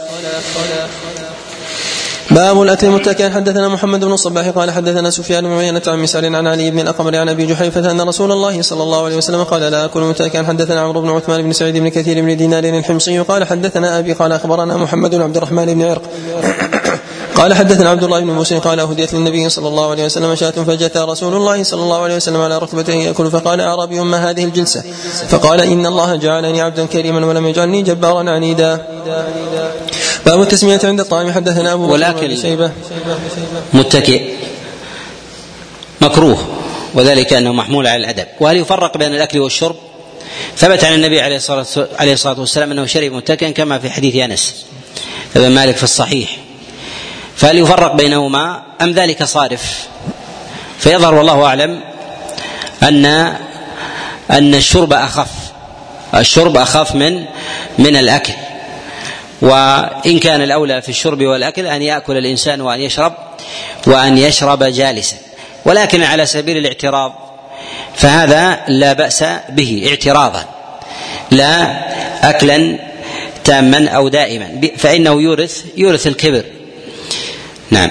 باب الأكل متكئا. حدثنا محمد بن الصباح قال حدثنا سفيان بن عيينة عن مسعر عن علي بن الأقمر عن أبي جحيفة أن رسول الله صلى الله عليه وسلم قال لا أكل متكئا. حدثنا عمرو بن عثمان بن سعيد بن كثير بن دينار الحمصي قال حدثنا أبي قال أخبرنا محمد بن عبد الرحمن بن عرق قال حدثنا عبد الله بن موسى قال هديت للنبي صلى الله عليه وسلم شاة فجثى رسول الله صلى الله عليه وسلم على ركبته يأكل فقال أعرابي ما هذه الجلسة فقال إن الله جعلني عبدا كريما ولم يجعلني جبارا عنيدا. باب التسمية عند الطعام. حدثنا أبو ولكن متكئ مكروه وذلك أنه محمول على الأدب. وهل يفرق بين الأكل والشرب؟ ثبت عن النبي عليه الصلاة والسلام أنه شرب متكئا كما في حديث أنس ابن مالك في الصحيح. فهل يفرق بينهما أم ذلك صارف؟ فيظهر والله أعلم أن الشرب أخف من الأكل. وإن كان الأولى في الشرب والأكل أن يأكل الإنسان وأن يشرب جالسا، ولكن على سبيل الاعتراض فهذا لا بأس به اعتراضا لا أكلا تاما أو دائما، فإنه يورث الكبر. نعم.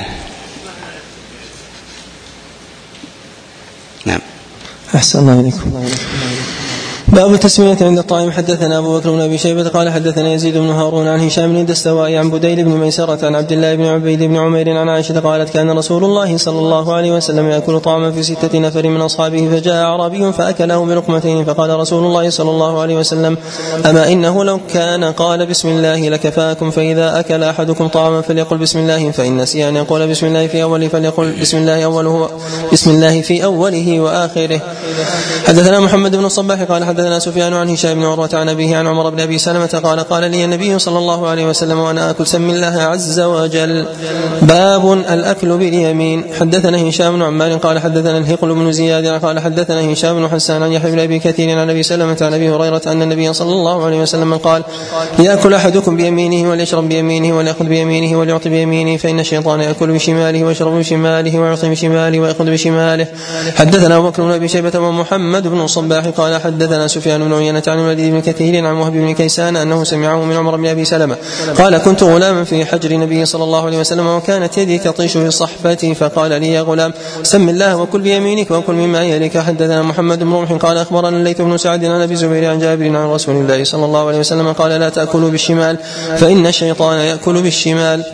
أحسن الله إليكم. باب التسمية عند الطعام. حدثنا أبو بكر بن أبي شيبة قال حدثنا يزيد بن هارون عن هشام بن الدستوائي عن بديل بن ميسرة عن عبد الله بن عبيد بن عمير عن عائشة قالت كان رسول الله صلى الله عليه وسلم يأكل طعاما في 6 نفر من أصحابه فجاء أعرابي فأكله بلقمتين فقال رسول الله صلى الله عليه وسلم أما إنه لو كان قال بسم الله لكفاكم فإذا أكل أحدكم طعاما فليقل بسم الله فإن نسي أن يقول بسم الله في أوله فليقل بسم الله في أوله وآخره. حدثنا محمد بن الصباح قال حدثنا سفيان عن هشام بن عروة عن أبيه عن عمر بن أبي سلمة قال لي النبي صلى الله عليه وسلم وأنا آكل سم الله عز وجل. باب الأكل باليمين. حدثنا هشام بن عمار قال حدثنا الهقل بن زياد قال حدثنا هشام بن حسان عن يحيى بن أبي كثير عن أبي سلمة عن أبي هريرة أن النبي صلى الله عليه وسلم قال يأكل أحدكم بيمينه وليشرب بيمينه وليأخذ بيمينه وليعطي بيمينه فإن الشيطان يأكل بشماله ويشرب بشماله ويعطي بشماله ويأخذ بشماله. حدثنا أبو بكر بن أبي شيبة ومحمد بن الصباح قال حدثنا سفيان بن عيينة عن الوليد بن كثير عن وهب بن كيسان أنه سمعه من عمر بن أبي سلمة قال كنت غلاما في حجر النبي صلى الله عليه وسلم وكانت يدي تطيش في صحفتي فقال لي يا غلام سم الله وكل بيمينك وكل مما يليك. حدثنا محمد بن رمح قال أخبرنا الليث بن سعد عن أبي زبير عن جابر عن رسول الله صلى الله عليه وسلم قال لا تأكلوا بالشمال فإن الشيطان يأكل بالشمال.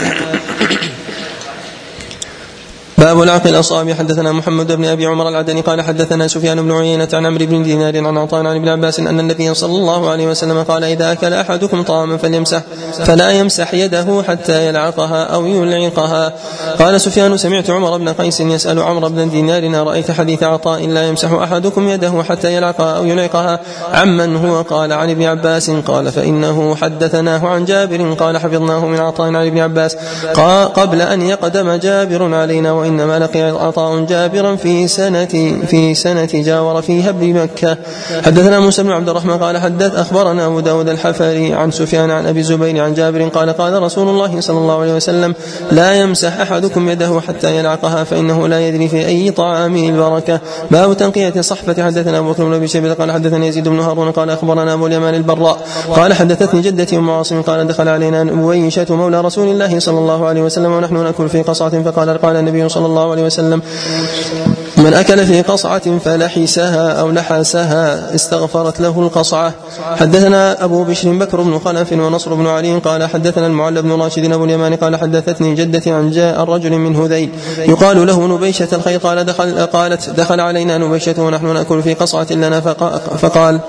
باب العقل الأصابع. حدثنا محمد بن أبي عمر العدني قال حدثنا سفيان بن عيينة عن عمرو بن دينار عن عطاء عن ابن عباس أن النبي صلى الله عليه وسلم قال إذا أكل أحدكم طعاما فلا يمسح يده حتى يلعقها أو يلعقها. قال سفيان سمعت عمر بن قيس يسأل عمرو بن دينار أرأيت حديث عطاء لا يمسح أحدكم يده حتى يلعقها أو يلعقها عمن هو؟ قال عن ابن عباس. قال فإنه حدثناه عن جابر قال حفظناه من عطاء عن ابن عباس قبل أن يقدم جابر علينا وإنما لقي عطاء جابرا في سنة جاور فيها بمكة. حدثنا موسى بن عبد الرحمن قال أخبرنا أبو داود الحفري عن سفيان عن أبي الزبير عن جابر قال رسول الله صلى الله عليه وسلم لا يمسح أحدكم يده حتى يلعقها فإنه لا يدري في أي طعامه البركة. باب تنقية الصحفة. حدثنا أبو بكر بن أبي شيبة قال حدثنا يزيد بن هارون قال أخبرنا أبو اليمان البراء قال حدثتني جدتي أم عاصم قال دخل علينا أبويشة مولى رسول الله صلى الله عليه وسلم ونحن نأكل في قصعة قال النبي صلى الله عليه وسلم من أكل في قصعة فلحسها أو لحسها استغفرت له القصعة. حدثنا أبو بشر بكر بن خلف ونصر بن علي قال حدثنا المعلى بن راشد أبو اليمان قال حدثتني جدتي عن جاء الرجل من هذيل يقال له نبيشة الخير قالت دخل علينا نبيشة ونحن نأكل في قصعة لنا فقال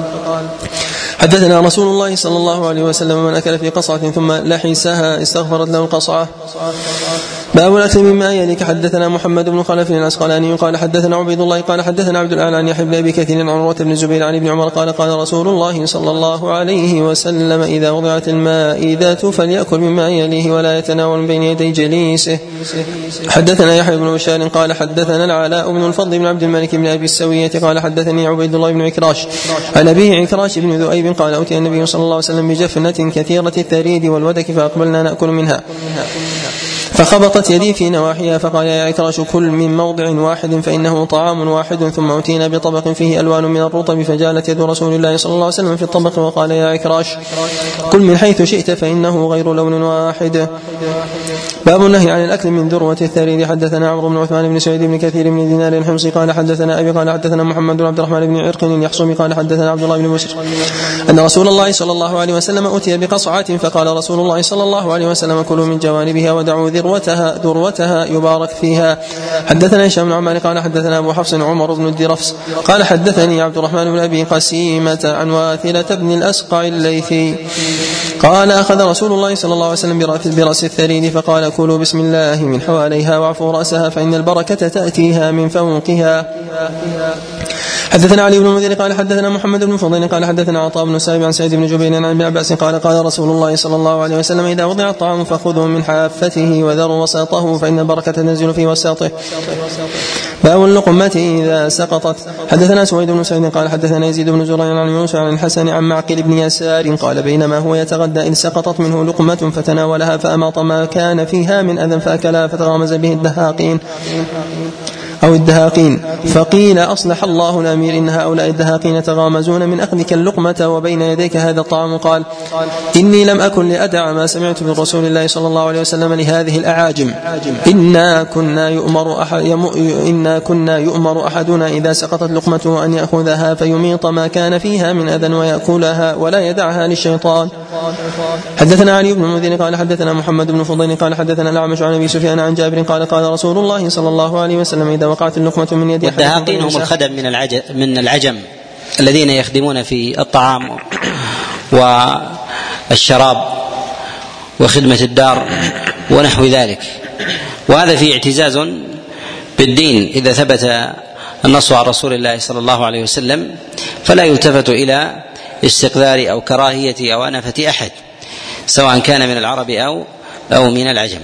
حدثنا رسول الله صلى الله عليه وسلم من أكل في قصعة ثم لحسها استغفرت له القصعة. باب الأكل مما يليك. حدثنا محمد بن خلف العسقلاني قال حدثنا عبيد الله قال حدثنا عبد الأعلى عن يحيى بن أبي كثير عن عروة بن الزبير عن ابن عمر قال رسول الله صلى الله عليه وسلم إذا وضعت المائدة فليأكل مما يليه ولا يتناول بين يدي جليسه. حدثنا يحيى بن بشار قال حدثنا العلاء بن الفضل بن عبد الملك بن أبي السوية قال حدثني عبيد الله بن عكراش عن أبيه عكراش بن ذؤيب قال أتي النبي صلى الله عليه وسلم بجفنة كثيرة الثريد والودك فأقبلنا نأكل منها فخبطت يدي في نواحيها فقال يا عكراش كل من موضع واحد فإنه طعام واحد. ثم أتينا بطبق فيه ألوان من الرطب فجالت يد رسول الله صلى الله عليه وسلم في الطبق وقال يا عكراش كل من حيث شئت فإنه غير لون واحد. باب النهي عن الأكل من ذروة الثريد. حدثنا عمرو بن عثمان بن سعيد بن كثير بن دينار الحمصي قال حدثنا أبي قال حدثنا محمد بن عبد الرحمن بن عرق اليحصمي قال حدثنا عبد الله بن بشر أن رسول الله صلى الله عليه وسلم أتي بقصعة فقال رسول الله صلى الله عليه وسلم كلوا من جوانبها ودعوا ذروتها يبارك فيها. حدثنا هشام بن عمار قال حدثنا أبو حفص عمر بن الدرفس قال حدثني عبد الرحمن بن أبي قسيمة عن واثلة بن الأسقع الليثي قال أخذ رسول الله صلى الله عليه وسلم برأس الثريد فقال كلوا بسم الله من حواليها واعفوا رأسها فإن البركة تأتيها من فوقها. حدثنا علي بن المدير قال حدثنا محمد بن فضيل قال حدثنا عطاء بن سائب عن سعيد بن جبير عن ابن عباس قال رسول الله صلى الله عليه وسلم إذا وضع الطعام فخذوا من حافته وذروا وساطه فإن البركة تنزل في وساطه. باب اللقمة إذا سقطت. حدثنا سويد بن سعيد قال حدثنا يزيد بن زريع عن يونس عن الحسن عن معقل بن يسار قال بينما هو يتغدى إذ سقطت منه لقمة فتناولها فأماط ما كان فيها من أذى فأكلها فتغامز به الدهاقين. أو الدهاقين. فقيل أصلح الله الأمير إن هؤلاء الدهاقين تغامزون من أخذك اللقمة وبين يديك هذا الطعام. قال إني لم أكن لأدع ما سمعت من رسول الله صلى الله عليه وسلم لهذه الأعاجم. إنا كنا يؤمر أحدنا إذا سقطت لقمته أن يأخذها فيميط ما كان فيها من أذى ويأكلها ولا يدعها للشيطان. حدثنا علي بن المدين قال حدثنا محمد بن فضيل قال حدثنا الأعمش عن أبي سفيان عن جابر قال قال رسول الله صلى الله عليه وسلم إذا وقعت اللقمة من يد أحدكم. والدهاقين هم الخدم من العجم الذين يخدمون في الطعام والشراب وخدمة الدار ونحو ذلك، وهذا فيه اعتزاز بالدين. إذا ثبت النص عن رسول الله صلى الله عليه وسلم فلا يلتفت إلى استقذار أو كراهية أو أنفة أحد سواء كان من العرب أو من العجم.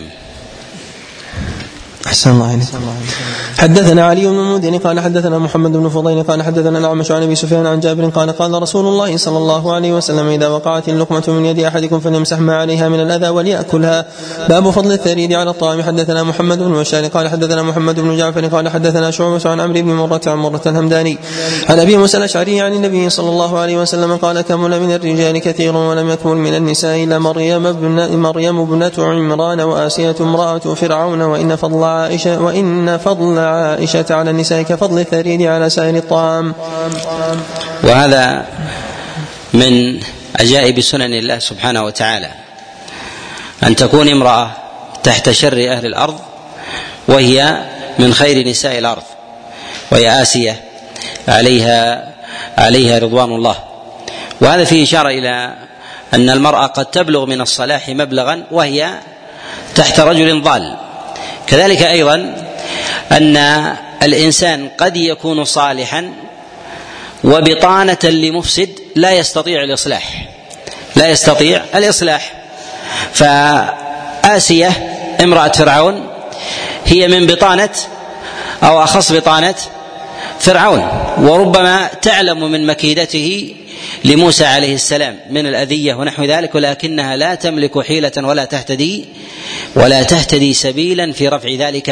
أحسن الله عليك. حدثنا علي بن المدين قال حدثنا محمد بن فضيل قال حدثنا الأعمش عن أبي سفيان عن جابر قال قال رسول الله صلى الله عليه وسلم إذا وقعت اللقمة من يد أحدكم فليمسح ما عليها من الأذى وليأكلها. باب فضل الثريد على الطعام. حدثنا محمد بن بشار قال حدثنا محمد بن جعفر قال حدثنا شعبة عن عمرو بن مرة عن مرة الهمداني عن أبي موسى الأشعري عن النبي صلى الله عليه وسلم قال كمل من الرجال كثير ولم يكمل من النساء إلا مريم ابنة عمران وآسية امرأة فرعون وإن فضل عائشة على النساء كفضل الثريد على سائر الطعام. وهذا من عجائب سنن الله سبحانه وتعالى أن تكون امرأة تحت شر أهل الأرض وهي من خير نساء الأرض، وهي آسية عليها رضوان الله. وهذا فيه إشارة إلى أن المرأة قد تبلغ من الصلاح مبلغا وهي تحت رجل ضال. كذلك أيضا أن الإنسان قد يكون صالحا وبطانة لمفسد لا يستطيع الإصلاح. فآسية امرأة فرعون هي من بطانة أو أخص بطانة فرعون، وربما تعلم من مكيدته لموسى عليه السلام من الأذية ونحو ذلك، ولكنها لا تملك حيلة ولا تهتدي سبيلا في رفع ذلك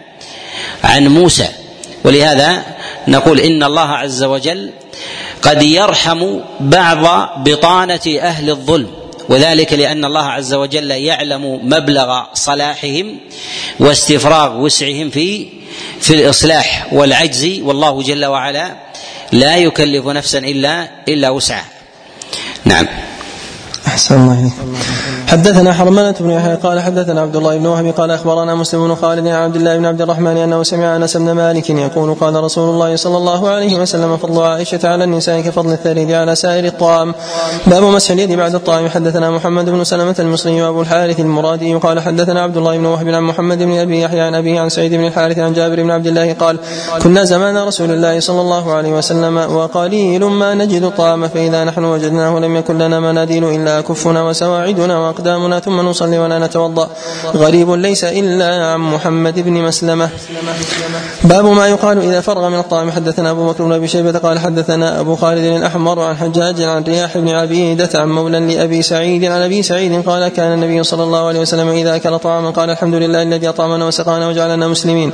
عن موسى. ولهذا نقول إن الله عز وجل قد يرحم بعض بطانة أهل الظلم، وذلك لأن الله عز وجل يعلم مبلغ صلاحهم واستفراغ وسعهم في الإصلاح والعجز، والله جل وعلا لا يكلف نفسا إلا وسعها. نعم. أحسن الله عليك. حدثنا حرملة بن يحيى قال حدثنا عبد الله بن وهب قال أخبرنا مسلم بن خالد عن عبد الله بن عبد الرحمن أنه سمع أنس بن مالك يقول قال رسول الله صلى الله عليه وسلم فضل عائشة على النساء كفضل الثريد على سائر الطعام. باب مسح اليد بعد الطعام. حدثنا محمد بن سلمة المصري وأبو الحارث المرادي قال حدثنا عبد الله بن وهب عن محمد بن أبي يحيى عن أبيه عن سعيد بن الحارث عن جابر بن عبد الله قال كنا زمان رسول الله صلى الله عليه وسلم وقليل ما نجد الطعام فإذا نحن وجدناه لم يكن لنا مناديل إلا كفنا وسواعدنا وأقدامنا ثم نصلي ولا نتوضأ. غريب ليس إلا عن محمد بن مسلمة. باب ما يقال إذا فرغ من الطعام. حدثنا أبو بكر بن أبي شيبة قال حدثنا أبو خالد الأحمر عن حجاج عن رياح بن عبيدة عن مولى لأبي سعيد عن أبي سعيد قال كان النبي صلى الله عليه وسلم إذا أكل طعاما قال الحمد لله الذي أطعمنا وسقانا وجعلنا مسلمين.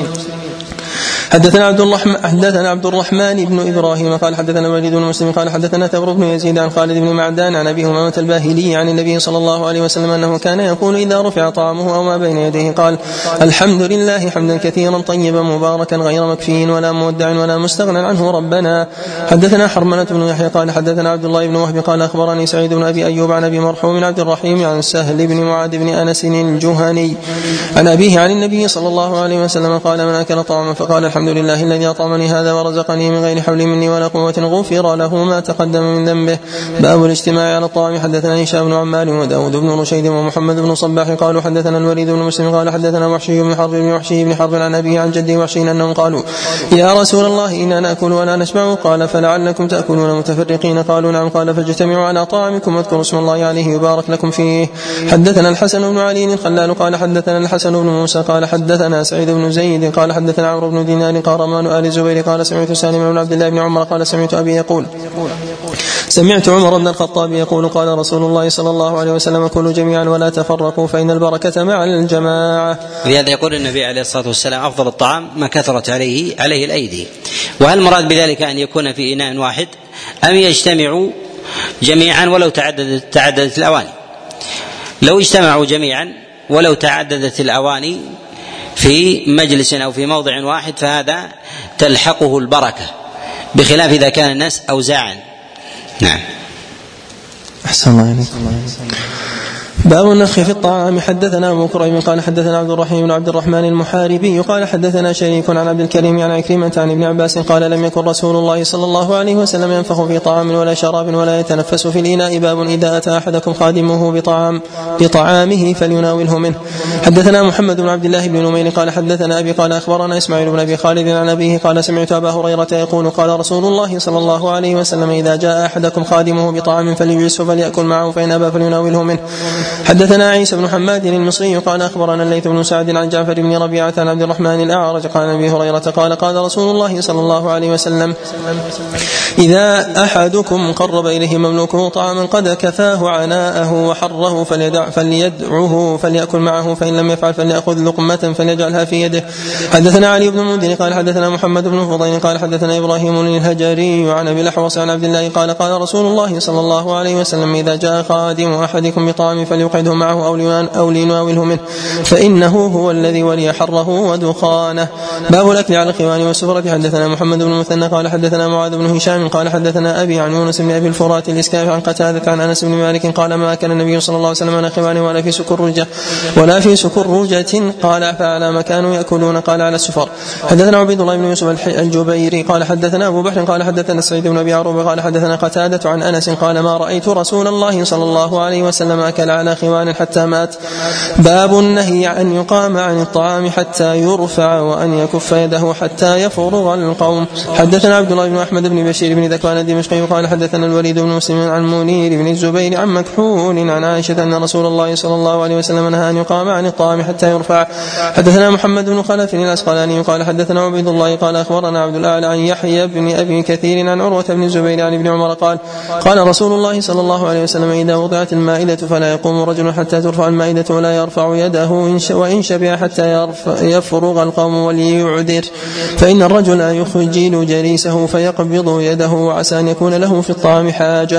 حدثنا عبد الرحمن بن إبراهيم قال حدثنا الوليد بن مسلم قال حدثنا ثور بن يزيد عن خالد بن معدان عن أبي أمامة الباهلي عن النبي صلى الله عليه وسلم أنه كان يقول إذا رفع طعامه أو ما بين يديه قال الحمد لله حمدا كثيرا طيبا مباركا غير مكفي ولا مودع ولا مستغنى عنه ربنا. حدثنا حرملة بن يحيى قال حدثنا عبد الله بن وهب قال أخبرني سعيد بن أبي أيوب عن أبي مرحوم عبد الرحيم عن سهل بن معاذ بن أنس الجهني عن أبيه عن النبي صلى الله عليه وسلم قال من أكل طعاما فقال الحمد لله الذي أطعمني هذا ورزقني من غير حول مني ولا قوة غفر له ما تقدم من ذنبه. باب الاجتماع على الطعام. حدثنا هشام بن عمار وداود بن رشيد ومحمد بن صباح قالوا حدثنا الوليد بن مسلم قال حدثنا وحشي بن حرب عن أبيه عن جدي وحشي أنهم قالوا يا رسول الله إنا نأكل ولا نشبع قال فلعلكم تأكلون متفرقين قالوا نعم قال فاجتمعوا على طعامكم واذكروا اسم الله عليه يبارك لكم فيه. حدثنا الحسن بن علي الخلال قال حدثنا الحسن بن موسى قال حدثنا سعيد بن زيد قال حدثنا عمرو بن دينار قال رمان آل زبير قال سمعت سالم بن عبد الله بن عمر قال سمعت أبي يقول سمعت عمر بن الخطاب يقول قال رسول الله صلى الله عليه وسلم كلوا جميعا ولا تفرقوا فإن البركة مع الجماعة. لهذا يقول النبي عليه الصلاة والسلام أفضل الطعام ما كثرت عليه الأيدي. وهل المراد بذلك أن يكون في إناء واحد أم يجتمعوا جميعا ولو تعددت الأواني؟ لو اجتمعوا جميعا ولو تعددت الأواني في مجلس أو في موضع واحد فهذا تلحقه البركة، بخلاف إذا كان الناس أوزاعا. نعم. أحسن الله عليكم. باب النفخ في الطعام. حدثنا أبو كريم قال حدثنا عبد الرحيم بن عبد الرحمن المحاربي قال حدثنا شريك عن عبد الكريم عن عكرمة عن ابن عباس قال لم يكن رسول الله صلى الله عليه وسلم ينفخ في طعام ولا شراب ولا يتنفس في الإناء. باب إذا أتى أحدكم خادمه بطعامه فليناوله منه. حدثنا محمد بن عبد الله بن نمير قال حدثنا أبي قال أخبرنا إسماعيل بن أبي خالد عن أبيه قال سمعت أبا هريرة يقول قال رسول الله صلى الله عليه وسلم إذا جاء أحدكم خادمه بطعام فليجلسه فليأكل معه فإن أبى فليناوله منه. حدثنا عيسى بن حماد المصري قال أخبرنا الليث بن سعد عن جعفر بن ربيعة عن عبد الرحمن الأعرج قال أبي هريرة قال رسول الله صلى الله عليه وسلم إذا أحدكم قرب إليه مملوكه طعاما قد كفاه عناءه وحره فليدعه فليأكل معه فإن لم يفعل فليأخذ لقمة فليجعلها في يده. حدثنا علي بن المنذر قال حدثنا محمد بن فضيل قال حدثنا إبراهيم الهجري عن أبي الأحوص عن عبد الله قال رسول الله صلى الله عليه وسلم إذا جاء خادم أحدكم بطعام فليقعده معه أو ليناوله منه فإنه هو الذي ولي حره ودخانه. باب الأكل على الخوان والسفرة. حدثنا محمد بن المثنى قال حدثنا معاذ بن هشام قال حدثنا أبي عن يونس بن أبي الفرات الإسكافي عن قتادة عن أنس بن مالك قال ما أكل النبي صلى الله عليه وسلم على خوان ولا في سكرجة قال فعلى ما كانوا يأكلون قال على السفر. حدثنا عبيد الله بن يوسف الجبيري قال حدثنا أبو بكر قال حدثنا سعيد بن أبي عروبة قال حدثنا قتادة عن أنس قال ما رأيت رسول الله صلى الله عليه وسلم أكل على خوان حتى مات. باب النهي أن يقام عن الطعام حتى يرفع وأن يكف يده حتى يفرغ القوم. حدثنا عبد الله بن أحمد بن بشير بن ذكوان الدمشقي قال حدثنا الوليد بن مسلم عن منير بن الزبير عن مكحول عن عائشة أن رسول الله صلى الله عليه وسلم نهى أن يقام عن الطعام حتى يرفع. حدثنا محمد بن خلف الأسقلاني قال حدثنا عبيد الله قال أخبرنا عبد الأعلى عن يحيى بن أبي كثير عن عروة بن الزبير عن ابن عمر قال رسول الله صلى الله عليه وسلم إذا وضعت المائدة فلا يقوم رجل حتى ترفع المائدة ولا يرفع يده وإن شبع حتى يفرغ القوم وليعذر فإن الرجل يخجل جليسه فيقبض يده وعسى أن يكون له في الطعام حاجة.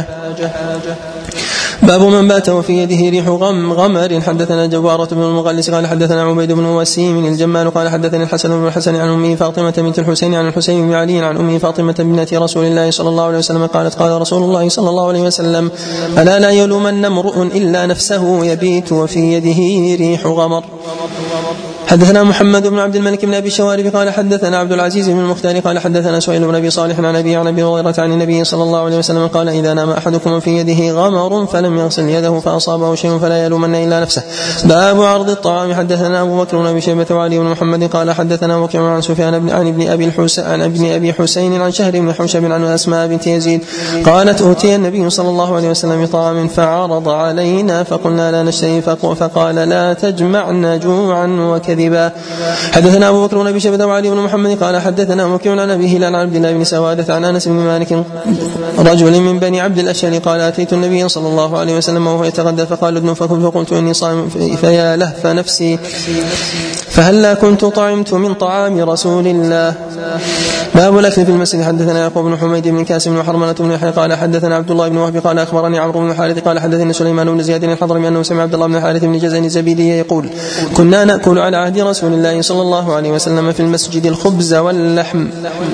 باب من بات وفي يده ريح غمر. حدثنا جوارة بن المغلس قال حدثنا عبيد بن وسيم الجمال قال حدثني الحسن بن الحسن عن أمه فاطمة بنت الحسين عن الحسين بن علي عن أمه فاطمة بنت رسول الله صلى الله عليه وسلم قالت قال رسول الله صلى الله عليه وسلم ألا لا يلومن امرؤ إلا نفسه يبيت وفي يده ريح غمر. حدثنا محمد بن عبد الملك بن أبي الشوارب قال حدثنا عبد العزيز بن المختار قال حدثنا سهيل بن أبي صالح عن أبي هريرة عن النبي صلى الله عليه وسلم قال إذا نام أحدكم في يده غمر فلم يغسل يده فأصابه شيء فلا يلومن إلا نفسه. باب عرض الطعام. حدثنا أبو بكر بن أبي شيبة وعلي بن محمد قال حدثنا وكيع عن سفيان عن ابن أبي حسين عن شهر بن حوشب عن أسماء بنت يزيد قالت أوتي النبي صلى الله عليه وسلم بطعام فعرض علينا فقلنا لا نشتهي فقال لا تجمعنا جوعا وكذبا. حدثنا أبو بكر بن أبي شيبة وعلي بن محمد قال حدثنا وكيع عن أبيه عن عبد الله بن سوادة عن أنس بن مالك رجل من بني عبد الأشهر قال أتيت النبي صلى الله عليه وسلم وهو يتغدى فقال ادن فكل فقلت إني صائم فيا لهف نفسي فهلا كنت طعمت من طعام رسول الله. باب الأكل في المسجد. حدثنا يعقوب بن حميد بن كاسم وحرملة بن يحيى قال حدثنا عبد الله بن وهب قال أخبرني عمرو بن الحارث قال حدثني سليمان بن زياد الحضرمي أنه سمع عبد الله بن الحارث بن جزء الزبيدي يقول كنا نأكل على عهد رسول الله صلى الله عليه وسلم في المسجد الخبز واللحم.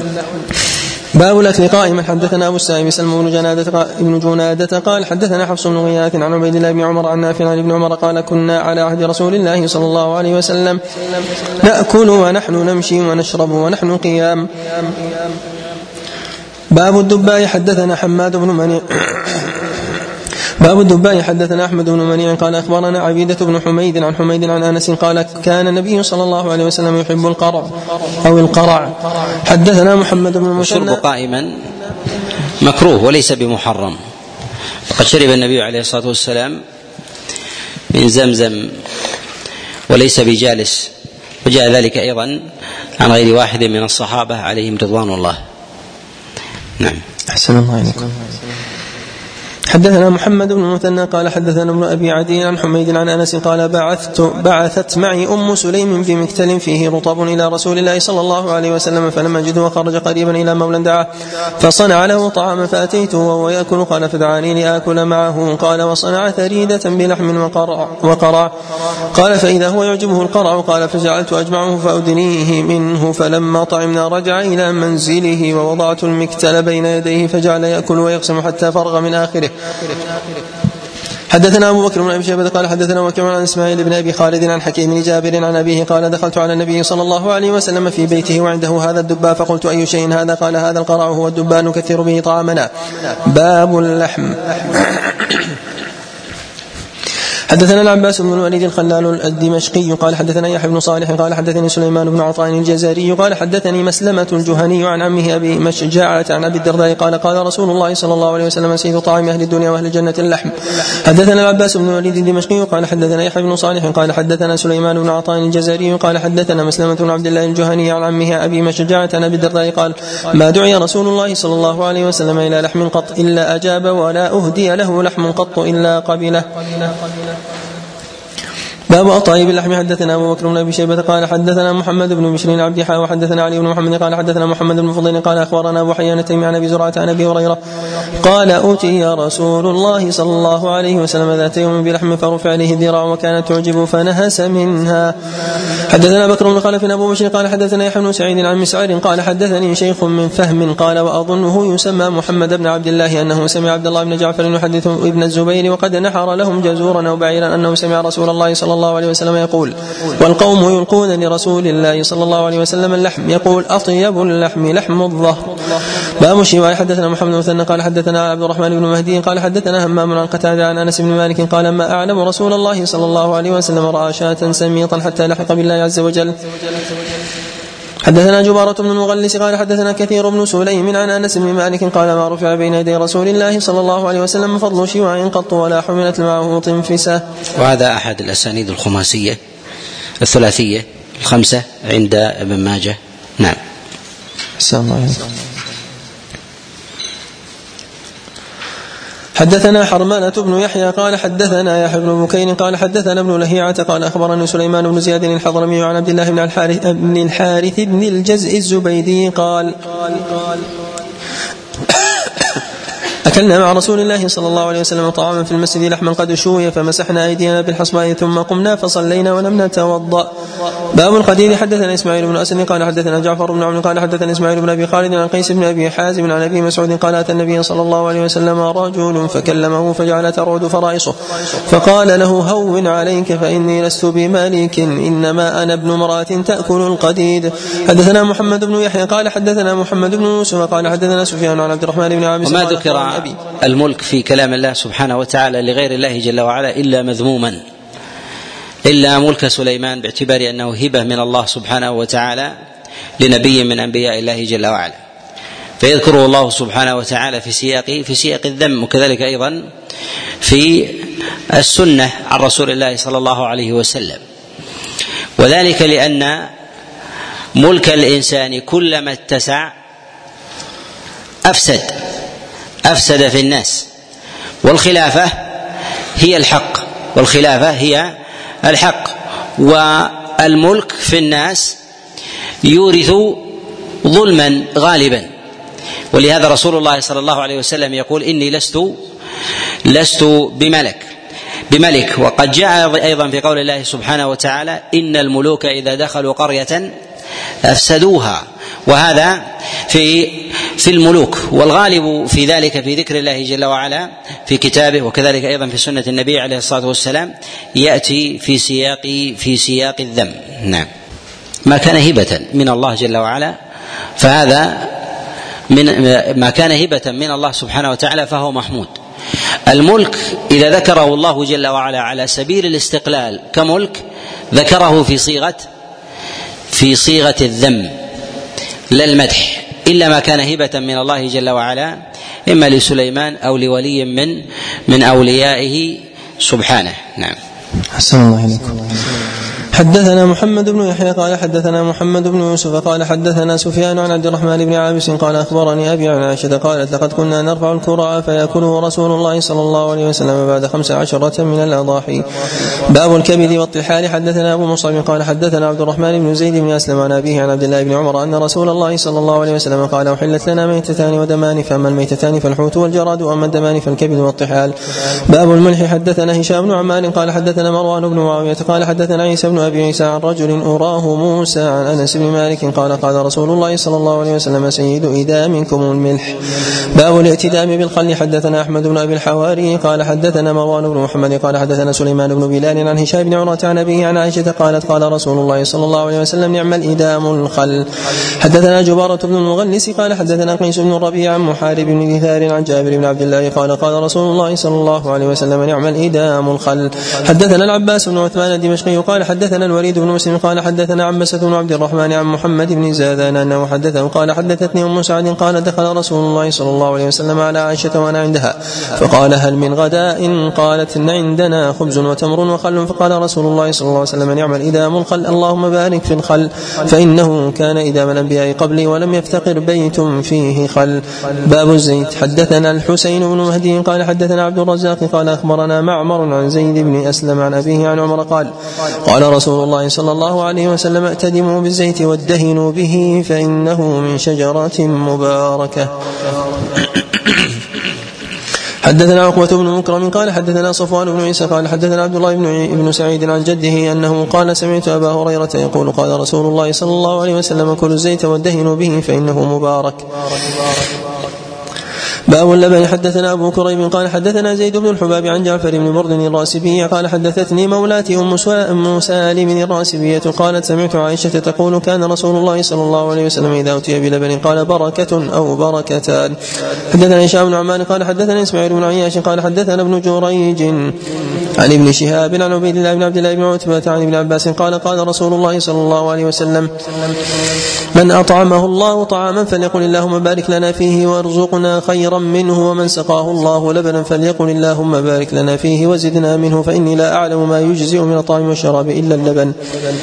باب الأكل قائما. حدثنا أبو السائب سلم بن جنادة قال حدثنا حفص بن غياث عن عبيد الله بن عمر عن نافع عن ابن عمر قال كنا على عهد رسول الله صلى الله عليه وسلم نأكل ونحن نمشي ونشرب ونحن قيام. باب الدباء. حدثنا حماد بن منيع باب الدباء. حدثنا أحمد بن منيع قال أخبرنا عبيدة بن حميد عن حميد عن أنس قال كان النبي صلى الله عليه وسلم يحب القرع أو القرع. حدثنا محمد بن المثنى. الشرب قائما مكروه وليس بمحرم فقد شرب النبي عليه الصلاة والسلام من زمزم وليس بجالس وجاء ذلك أيضا عن غير واحد من الصحابة عليهم رضوان الله. نعم. أحسن الله عليكم. حدثنا محمد بن المثنى قال حدثنا ابن أبي عدي عن حميد عن أنس قال بعثت معي أم سليم بمكتل فيه رطب إلى رسول الله صلى الله عليه وسلم فلم أجده وخرج قريبا إلى مولى دعاه فصنع له طعاما فأتيته وهو يأكل قال فدعاني لآكل معه قال وصنع ثريدة بلحم وقرع قال فإذا هو يعجبه القرع قال فجعلت أجمعه فأدنيه منه فلما طعمنا رجع إلى منزله ووضعت المكتل بين يديه فجعل يأكل ويقسم حتى فرغ من آخره. حدثنا أبو بكر بن أبي شيبة قال حدثنا وكيع عن إسماعيل بن أبي خالد عن حكيم بن جابر عن أبيه قال دخلت على النبي صلى الله عليه وسلم في بيته وعنده هذا الدباء فقلت أي شيء هذا قال هذا القرع هو الدباء نكثر به طعامنا. باب اللحم. حدثنا العباس بن الوليد الخلال الدمشقي قال حدثنا يحيى بن صالح قال حدثني سليمان بن عطاء الجزاري قال حدثني مسلمة الجهني عن عمه أبي مشجاعة عن أبي الدرداء قال قال رسول الله صلى الله عليه وسلم سيد طعام أهل الدنيا وأهل الجنة اللحم. حدثنا العباس بن الوليد الدمشقي قال حدثنا يحيى بن صالح قال حدثنا سليمان بن عطاء الجزاري قال حدثنا مسلمة بن عبد الله الجهني عن عمه أبي مشجاعة عن أبي الدرداء قال ما دعي رسول الله صلى الله عليه وسلم إلى لحم قط إلا أجاب ولا أهدي له لحم قط إلا قبله. باب الطيب اللحم. حدثنا أبو بكر بن أبي شيبة قال حدثنا محمد بن بشر عبد حا وحدثنا علي بن محمد قال حدثنا محمد بن فضيل قال أخبرنا أبو حيان التيمي عن أبي زرعة عن أبي هريرة قال أوتي رسول الله صلى الله عليه وسلم ذات يوم بلحم فرفع عليه الذراع وكانت تعجب فنهس منها. حدثنا بكر بن خلف أبو بشر قال حدثنا يحيى بن سعيد عن مسعر قال حدثني شيخ من فهم قال وأظنه يسمى محمد بن عبد الله أنه سمع عبد الله بن جعفر يحدث ابن الزبير وقد نحر لهم جزورا أو بعيرا أنه سمع رسول الله صلى الله عليه وسلم يقول والقوم يلقون لرسول الله صلى الله عليه وسلم اللحم يقول أطيب اللحم لحم الظهر. باب الشواء. حدثنا محمد بن مثنى قال حدثنا عبد الرحمن بن مهدي قال حدثنا همام عن قتادة عن أنس بن مالك قال ما أعلم رسول الله صلى الله عليه وسلم رأى شاة سميطا حتى لحق بالله عز وجل. حدثنا جبارة بن المغلس قال حدثنا كثير بن سليم عن أنس بن مالك قال ما رفع بين يدي رسول الله صلى الله عليه وسلم فضل شواء قط ولا حملت معه طنفسة. وهذا أحد الأسانيد الخماسية الثلاثية الخمسة عند ابن ماجه. نعم. حدثنا حرمانة بن يحيى قال حدثنا يحيى بن بكير قال حدثنا ابن لهيعة قال أخبرني سليمان بن زياد الحضرمي عن عبد الله بن الحارث بن الجزء الزبيدي قال أكلنا مع رسول الله صلى الله عليه وسلم طعاما في المسجد لحما قد شوي فمسحنا أيدينا بالحصباء ثم قمنا فصلينا ولم نتوضأ. باب القديد. حدثنا إسماعيل بن أسد قال حدثنا جعفر بن عمرو قال حدثنا إسماعيل بن أبي خالد عن قيس بن أبي حازم عن أبي مسعود قال أتى النبي صلى الله عليه وسلم رجل فكلمه فجعل ترعد فرائصه فقال له هون عليك فإني لست بمالك إنما أنا ابن امرأة تأكل القديد. حدثنا محمد بن يحيى قال حدثنا محمد بن يوسف قال حدثنا سفيان عن عبد الرحمن بن عابس. وما ذكر الملك في كلام الله سبحانه وتعالى لغير الله جل وعلا إلا مذموما إلا ملك سليمان باعتبار أنه هبة من الله سبحانه وتعالى لنبي من أنبياء الله جل وعلا فيذكره الله سبحانه وتعالى في سياق الذم وكذلك أيضا في السنة عن رسول الله صلى الله عليه وسلم. وذلك لأن ملك الإنسان كلما اتسع أفسد في الناس والخلافة هي الحق والملك في الناس يورث ظلما غالبا. ولهذا رسول الله صلى الله عليه وسلم يقول إني لست بملك. وقد جاء أيضا في قول الله سبحانه وتعالى إن الملوك إذا دخلوا قرية أفسدوها. وهذا في الملوك والغالب في ذلك في ذكر الله جل وعلا في كتابه وكذلك أيضا في سنة النبي عليه الصلاة والسلام يأتي في سياق الذم. نعم. ما كان هبة من الله جل وعلا فهذا ما كان هبة من الله سبحانه وتعالى فهو محمود. الملك إذا ذكره الله جل وعلا على سبيل الاستقلال كملك ذكره في صيغة الذم لا المدح إلا ما كان هبة من الله جل وعلا إما لسليمان أو لولي من أوليائه سبحانه. نعم. أحسن الله إليكم. حدثنا محمد بن يحيى قال حدثنا محمد بن يوسف قال حدثنا سفيان عن عبد الرحمن بن عابس قال أخبرني أبي عن عائشة قالت لقد كنا نرفع الكراع فيأكله رسول الله صلى الله عليه وسلم بعد 15 من الأضاحي. باب الكبد والطحال. حدثنا أبو مصعب قال حدثنا عبد الرحمن بن زيد بن أسلم عن أبيه عن عبد الله بن عمر أن رسول الله صلى الله عليه وسلم قال أحلت لنا ميتتان ودمان، فأما الميتتان فالحوت والجراد، وأما الدمان فالكبد والطحال. باب الملح. حدثنا هشام بن عمار قال حدثنا مروان بن معاوية قال حدثنا عيسى بن أبي عيسى عن رجل أراه موسى عن أنس بن مالك قال قال رسول الله صلى الله عليه وسلم سيد إدامكم الملح. باب الائتدام بالخل. حدثنا أحمد بن أبي الحواري قال حدثنا مروان بن محمد قال حدثنا سليمان بن بلال عن هشام بن عروة عن أبيه عن عائشة قالت قال رسول الله صلى الله عليه وسلم نعم الإدام الخل. حدثنا جبارة بن المغلس قال حدثنا قيس بن الربيع عن محارب بن دثار عن جابر بن عبد الله قال قال رسول الله صلى الله عليه وسلم نعم الإدام الخل. حدثنا العباس بن عثمان الدمشقي قال حدثنا الوليد بن مسلم قال حدثنا عبسة بن عبد الرحمن عن محمد بن زادان أنه حدثه قال حدثتني أم سعد قال دخل رسول الله صلى الله عليه وسلم على عائشة وأنا عندها فقال هل من غداء؟ قالت إن عندنا خبز وتمر وخل. فقال رسول الله صلى الله عليه وسلم نعم الإدام الخل، اللهم بارك في الخل فإنه كان إدام الأنبياء قبلي ولم يفتقر بيت فيه خل. باب الزيت. حدثنا الحسين بن مهدي قال حدثنا عبد الرزاق قال أخبرنا معمر عن زيد بن أسلم عن أبيه عن عمر قال قال رسول الله صلى الله عليه وسلم ائتدموا بالزيت وادهنوا به فإنه من شجرة مباركة. حدثنا عقبة بن مكرم قال حدثنا صفوان بن عيسى قال حدثنا عبد الله بن سعيد عن جده أنه قال سمعت أبا هريرة يقول قال رسول الله صلى الله عليه وسلم كلوا الزيت وادهنوا به فإنه مبارك. باب اللبن. حدثنا أبو كريب قال حدثنا زيد بن الحباب عن جعفر بن برد الراسبي قال حدثتني مولاتي أم سالم الراسبية قالت سمعت عائشة تقول كان رسول الله صلى الله عليه وسلم إذا أتي بلبن قال بركة أو بركتان. حدثنا هشام بن عمان قال حدثنا إسماعيل بن عياش قال حدثنا ابن جريج عن ابن شهاب عن عبيد الله بن عبد الله بن عتبة عن ابن عباس قال قال رسول الله صلى الله عليه وسلم من أطعمه الله طعاما فليقل اللهم بارك لنا فيه وارزقنا خيرا منه، ومن سقاه الله لبنا فليقل اللهم بارك لنا فيه وزدنا منه، فإني لا أعلم ما يجزئ من الطعام والشراب إلا اللبن.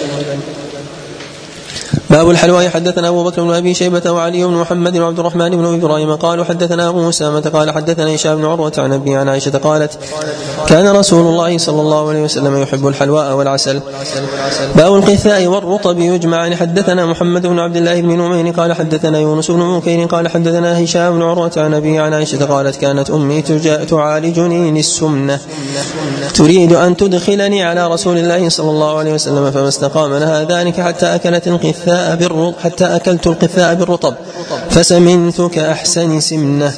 باب الحلوى. حدثنا أبو بكر بن أبي شيبة وعلي بن محمد وعبد الرحمن بن إبراهيم قالوا حدثنا أبو أسامة قال حدثنا هشام بن عروة عن أبي عن عائشة قالت كان رسول الله صلى الله عليه وسلم يحب الحلواء والعسل. باب القثاء والرطب يجمع. حدثنا محمد بن عبد الله بن نعمان قال حدثنا يونس بن بكير قال حدثنا هشام بن عروة عن أبي عن عائشة قالت كانت أمي تعالجني السمنة تريد أن تدخلني على رسول الله صلى الله عليه وسلم فما استقام لها ذلك حتى أكلت القثاء بالرطب فسمنت كأحسن سمنة.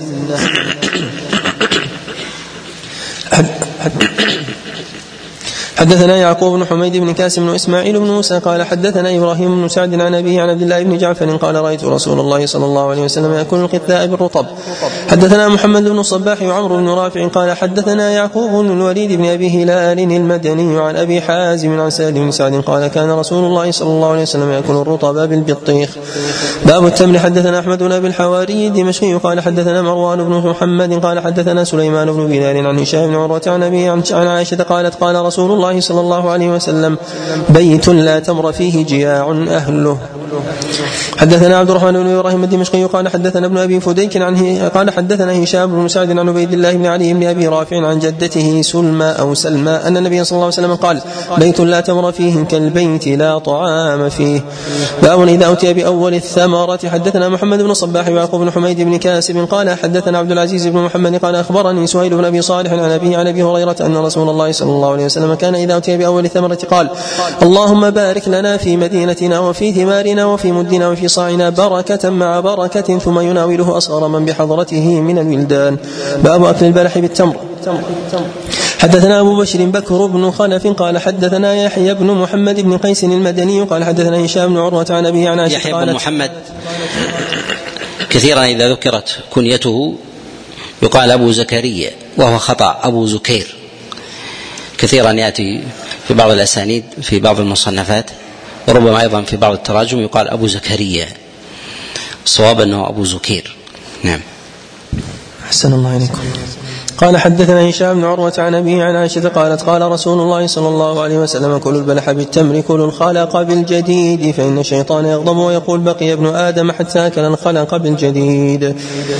حدثنا يعقوب بن حميد بن كاسم بن إسماعيل بن موسى قال حدثنا إبراهيم بن سعد عن أبيه عن عبد الله بن جعفر قال رأيت رسول الله صلى الله عليه وسلم يأكل القثاء بالرطب. حدثنا محمد بن الصباح وعمر بن رافع قال حدثنا يعقوب بن الوليد بن أبي هلال المدني عن أبي حازم عن سهل بن سعد قال كان رسول الله صلى الله عليه وسلم يأكل الرطب بالبطيخ. باب التمر. حدثنا أحمد بن أبي الحواري الدمشقي قال حدثنا مروان بن محمد قال حدثنا سليمان بن بلال عن هشام بن عروة عن أبي عن عائشة قالت قال رسول الله صلى الله عليه وسلم بيت لا تمر فيه جياع أهله. حدثنا عبد الرحمن بن إبراهيم الدمشقي قال حدثنا ابن أبي فديك قال حدثنا هشام بن سعد عن عبيد الله بن علي بن أبي رافع عن جدته سلمى أن النبي صلى الله عليه وسلم قال بيت لا تمر فيه كالبيت لا طعام فيه. باب إذا أتي بأول الثمرة. حدثنا محمد بن صباح ويعقوب بن حميد بن كاسب قال حدثنا عبد العزيز بن محمد قال أخبرني سهيل بن أبي صالح عن أبي هريرة أن رسول الله صلى الله عليه وسلم كان إذا أتي بأول الثمرة قال اللهم بارك لنا في مدينتنا وفي ثمارنا وفي مدنا وفي صاعنا بركة مع بركة ثم يناوله أصغر من بحضرته من الولدان. باب أكل البلح بالتمر. حدثنا أبو بشر بكر بن خلف قال حدثنا يحيى بن محمد بن قيس المدني قال حدثنا هشام بن عروة عن أبيه عن عائشة يحيى بن محمد كثيرا إذا ذكرت كنيته يقال أبو زكريا وهو خطأ أبو زكير. كثيرا يأتي في بعض الأسانيد في بعض المصنفات وربما أيضا في بعض التراجم يقال أبو زكريا، الصواب أنه أبو زكير. نعم. أحسن الله إليكم. قال حدثنا هشام بن عروة عن أبيه عن عائشة قالت قال رسول الله صلى الله عليه وسلم كلوا البلح بالتمر كلوا الخلق بالجديد فإن الشيطان يغضب ويقول بقي ابن آدم حتى أكل الخلق بالجديد.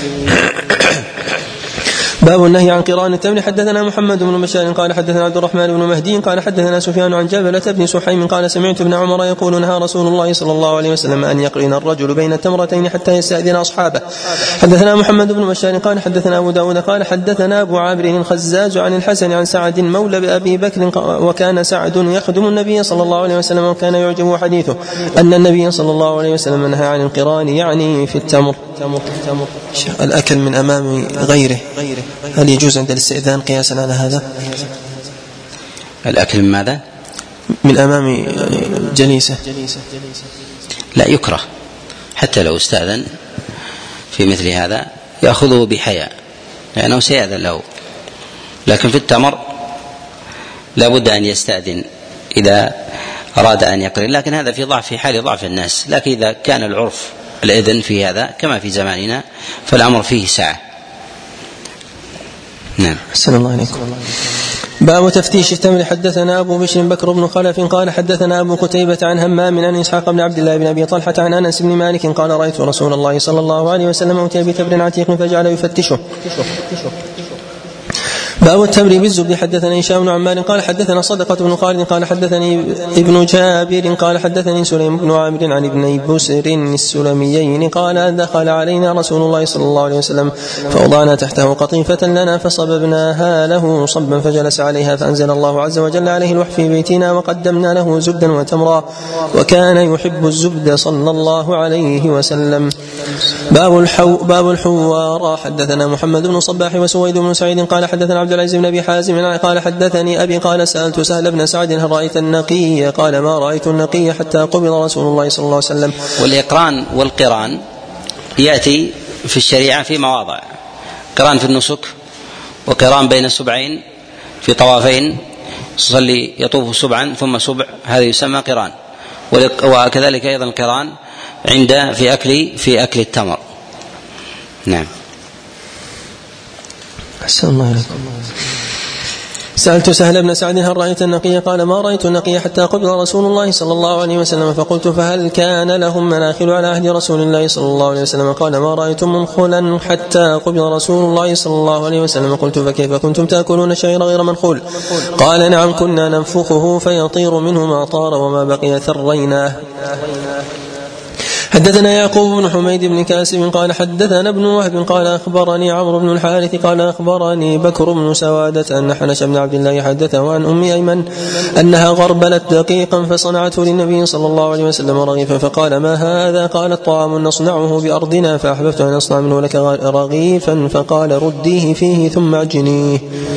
باب النهي عن قران التمر. حدثنا محمد بن بشار قال حدثنا عبد الرحمن بن مهدي قال حدثنا سفيان عن جابلة بن سحيم قال سمعت ابن عمر يقول نهى رسول الله صلى الله عليه وسلم أن يقرن الرجل بين التمرتين حتى يستأذن أصحابه. حدثنا محمد بن بشار قال حدثنا أبو داود قال حدثنا أبو عامر الخزاز عن الحسن عن سعد مولى بأبي بكر وكان سعد يخدم النبي صلى الله عليه وسلم وكان يعجبه حديثه أن النبي صلى الله عليه وسلم نهى عن القران يعني في التمر. الأكل من أمام غيره هل يجوز عند الاستئذان قياسا على هذا؟ الأكل من ماذا؟ من أمام جليسة لا يكره، حتى لو استأذن في مثل هذا يأخذه بحياء لأنه سيأذن له، لكن في التمر لا بد أن يستأذن إذا أراد أن يقرن، لكن هذا في حال ضعف الناس، لكن إذا كان العرف الإذن في هذا كما في زماننا فالأمر فيه سعة. نعم. أحسن الله عليكم. باب تفتيش التمر. حدثنا أبو بشر بكر بن خلف قال حدثنا أبو قتيبة عن همام عن إسحاق بن عبد الله بن أبي طلحة عن أنس بن مالك قال رأيت رسول الله صلى الله عليه وسلم أتي بتمر عتيق فجعل يفتشه. باب التمر بالزبد. حدثنا هشام بن عمار قال حدثنا صدقة بن خالد قال حدثني ابن جابر قال حدثني سليم بن عامر عن ابن بسر السلميين قال دخل علينا رسول الله صلى الله عليه وسلم فوضعنا تحته قطيفة لنا فصببناها له صبا فجلس عليها فأنزل الله عز وجل عليه الوحي في بيتنا وقدمنا له زبدا وتمرا وكان يحب الزبد صلى الله عليه وسلم. باب الحوار. حدثنا محمد بن صباح وسويد بن سعيد قال حدثنا عبد العزيز بن أبي حازم قال حدثني أبي قال سألت سهل بن سعد هل رأيت النقي قال ما رأيت النقي حتى قبض رسول الله صلى الله عليه وسلم. والإقران والقران يأتي في الشريعة في مواضع، قران في النسك وقران بين السبعين في طوافين يصلي يطوف سبعا ثم سبع، هذا يسمى قران، وكذلك أيضا القران عند في أكل التمر. نعم. أحسن الله عليكم. سألت سهل بن سعد هل رأيت النقي قال ما رأيت النقي حتى قبض رسول الله صلى الله عليه وسلم فقلت فهل كان لهم مناخل على عهد رسول الله صلى الله عليه وسلم قال ما رأيت منخلا حتى قبض رسول الله صلى الله عليه وسلم قلت فكيف كنتم تأكلون الشعير غير منخول قال نعم كنا ننفخه فيطير منه ما طار وما بقي ثريناه. حدثنا يعقوب بن حميد بن كاسب قال حدثنا ابن وهب قال أخبرني عمرو بن الحارث قال أخبرني بكر بن سوادة أن حنش بن عبد الله حدثه عن أم أيمن أنها غربلت دقيقا فصنعته للنبي صلى الله عليه وسلم رغيفا فقال ما هذا قال الطعام نصنعه بأرضنا فأحببت أن أصنع منه لك رغيفا فقال رديه فيه ثم اعجنيه.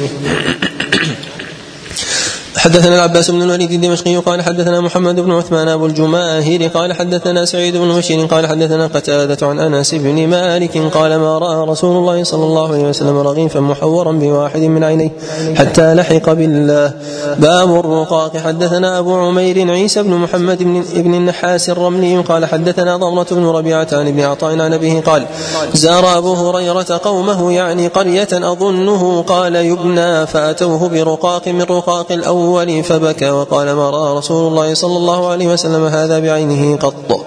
حدثنا العباس بن الوليد الدمشقي قال حدثنا محمد بن عثمان أبو الجماهير قال حدثنا سعيد بن بشير قال حدثنا قتادة عن أنس بن مالك قال ما رأى رسول الله صلى الله عليه وسلم رغيفا محورا بواحد من عينيه حتى لحق بالله. باب الرقاق. حدثنا أبو عمير عيسى بن محمد بن النحاس الرملي قال حدثنا ضمرة بن ربيعة عن ابن عطاء عن أبيه قال زار أبو هريرة قومه يعني قرية أظنه قال يبنى فأتوه برقاق من رقاق الأول فبكى وقال ما رأى رسول الله صلى الله عليه وسلم هذا بعينه قط.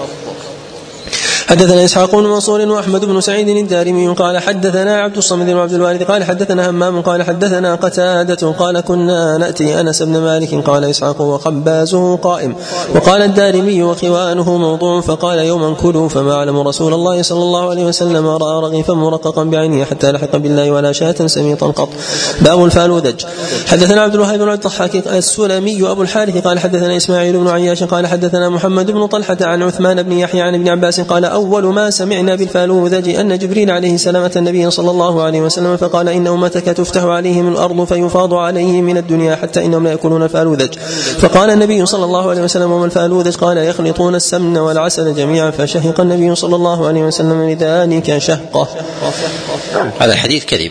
حدثنا إسحاق بن منصور وأحمد بن سعيد الدارمي قال حدثنا عبد الصمد بن عبد الوارث قال حدثنا همام قال حدثنا قتادة قال كنا نأتي أنس بن مالك قال إسحاق وخبازه قائم وقال الدارمي وخوانه موضوع فقال يوما كلوا فما أعلم رسول الله صلى الله عليه وسلم رأى رغيفا مرققا بعينه حتى لحق بالله ولا شاة سميطا قط. باب الفالودج. حدثنا عبد الوهاب بن الضحاك السلمي أبو الحارث قال حدثنا إسماعيل بن عياش قال حدثنا محمد بن طلحة عن عثمان بن يحيى عن ابن عباس قال أول ما سمعنا بالفالوذج أن جبريل عليه السلام النبي صلى الله عليه وسلم فقال إن أمتك تفتح عليهم الأرض فيفاض عليهم من الدنيا حتى إنهم لا يأكلون الفالوذج. فقال النبي صلى الله عليه وسلم وما الفالوذج قال يخلطون السمن والعسل جميعا فشهق النبي صلى الله عليه وسلم لذلك شهقه. هذا الحديث كذب.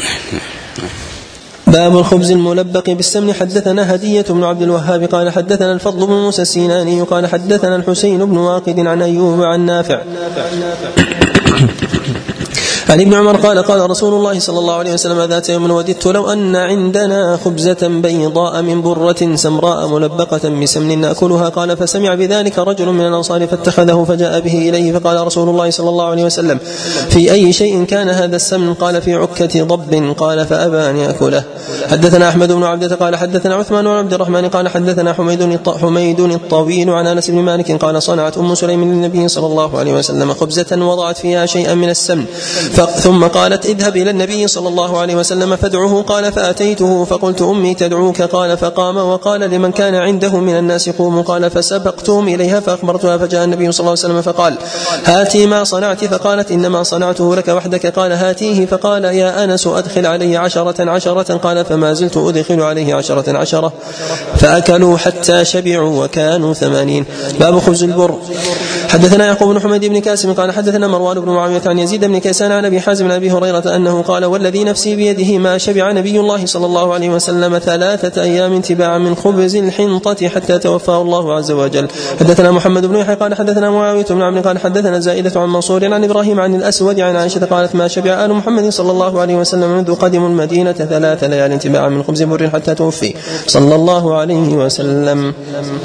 باب الخبز الملبق بالسمن. حدثنا هدية بن عبد الوهاب قال حدثنا الفضل بن موسى السيناني قال حدثنا الحسين بن واقد عن أيوب عن نافع عن ابن عمر قال قال رسول الله صلى الله عليه وسلم ذات يوم وددت لو أن عندنا خبزة بيضاء من برة سمراء ملبقة بسمن نأكلها. قال فسمع بذلك رجل من الأنصار فاتخذه فجاء به إليه فقال رسول الله صلى الله عليه وسلم في أي شيء كان هذا السمن؟ قال في عكة ضب. قال فأبى أن يأكله. حدثنا أحمد بن عبدة قال حدثنا عثمان بن عبد الرحمن قال حدثنا حميد الطويل عن أنس بن مالك قال صنعت أم سليم للنبي صلى الله عليه وسلم خبزة وضعت فيها شيئا من السمن ثم قالت اذهب إلى النبي صلى الله عليه وسلم فادعه. قال فأتيته فقلت أمي تدعوك. قال فقام وقال لمن كان عنده من الناس قوموا. قال فسبقتهم إليها فأخبرتها فجاء النبي صلى الله عليه وسلم فقال هاتي ما صنعت. فقالت إنما صنعته لك وحدك. قال هاتيه. فقال يا أنس أدخل عليه 10. قال فما زلت أدخل عليه 10 فأكلوا حتى شبعوا وكانوا 80. باب خبز البر. حدثنا يعقوب بن حميد بن كاسم قال حدثنا مروان بن معاوية عن يزيد بن كيسان عن أبي حازم عن أبي هريرة أنه قال والذي نفسي بيده ما شبع نبي الله صلى الله عليه وسلم 3 أيام تباعا من خبز الحنطة حتى توفاه الله عز وجل. حدثنا محمد بن يحيى قال حدثنا معاوية بن عمرو قال حدثنا زائدة عن منصور عن إبراهيم عن الأسود عن عائشة قالت ما شبع آل محمد صلى الله عليه وسلم منذ قدموا المدينة 3 ليال تباعا من خبز بر حتى توفي صلى الله عليه وسلم.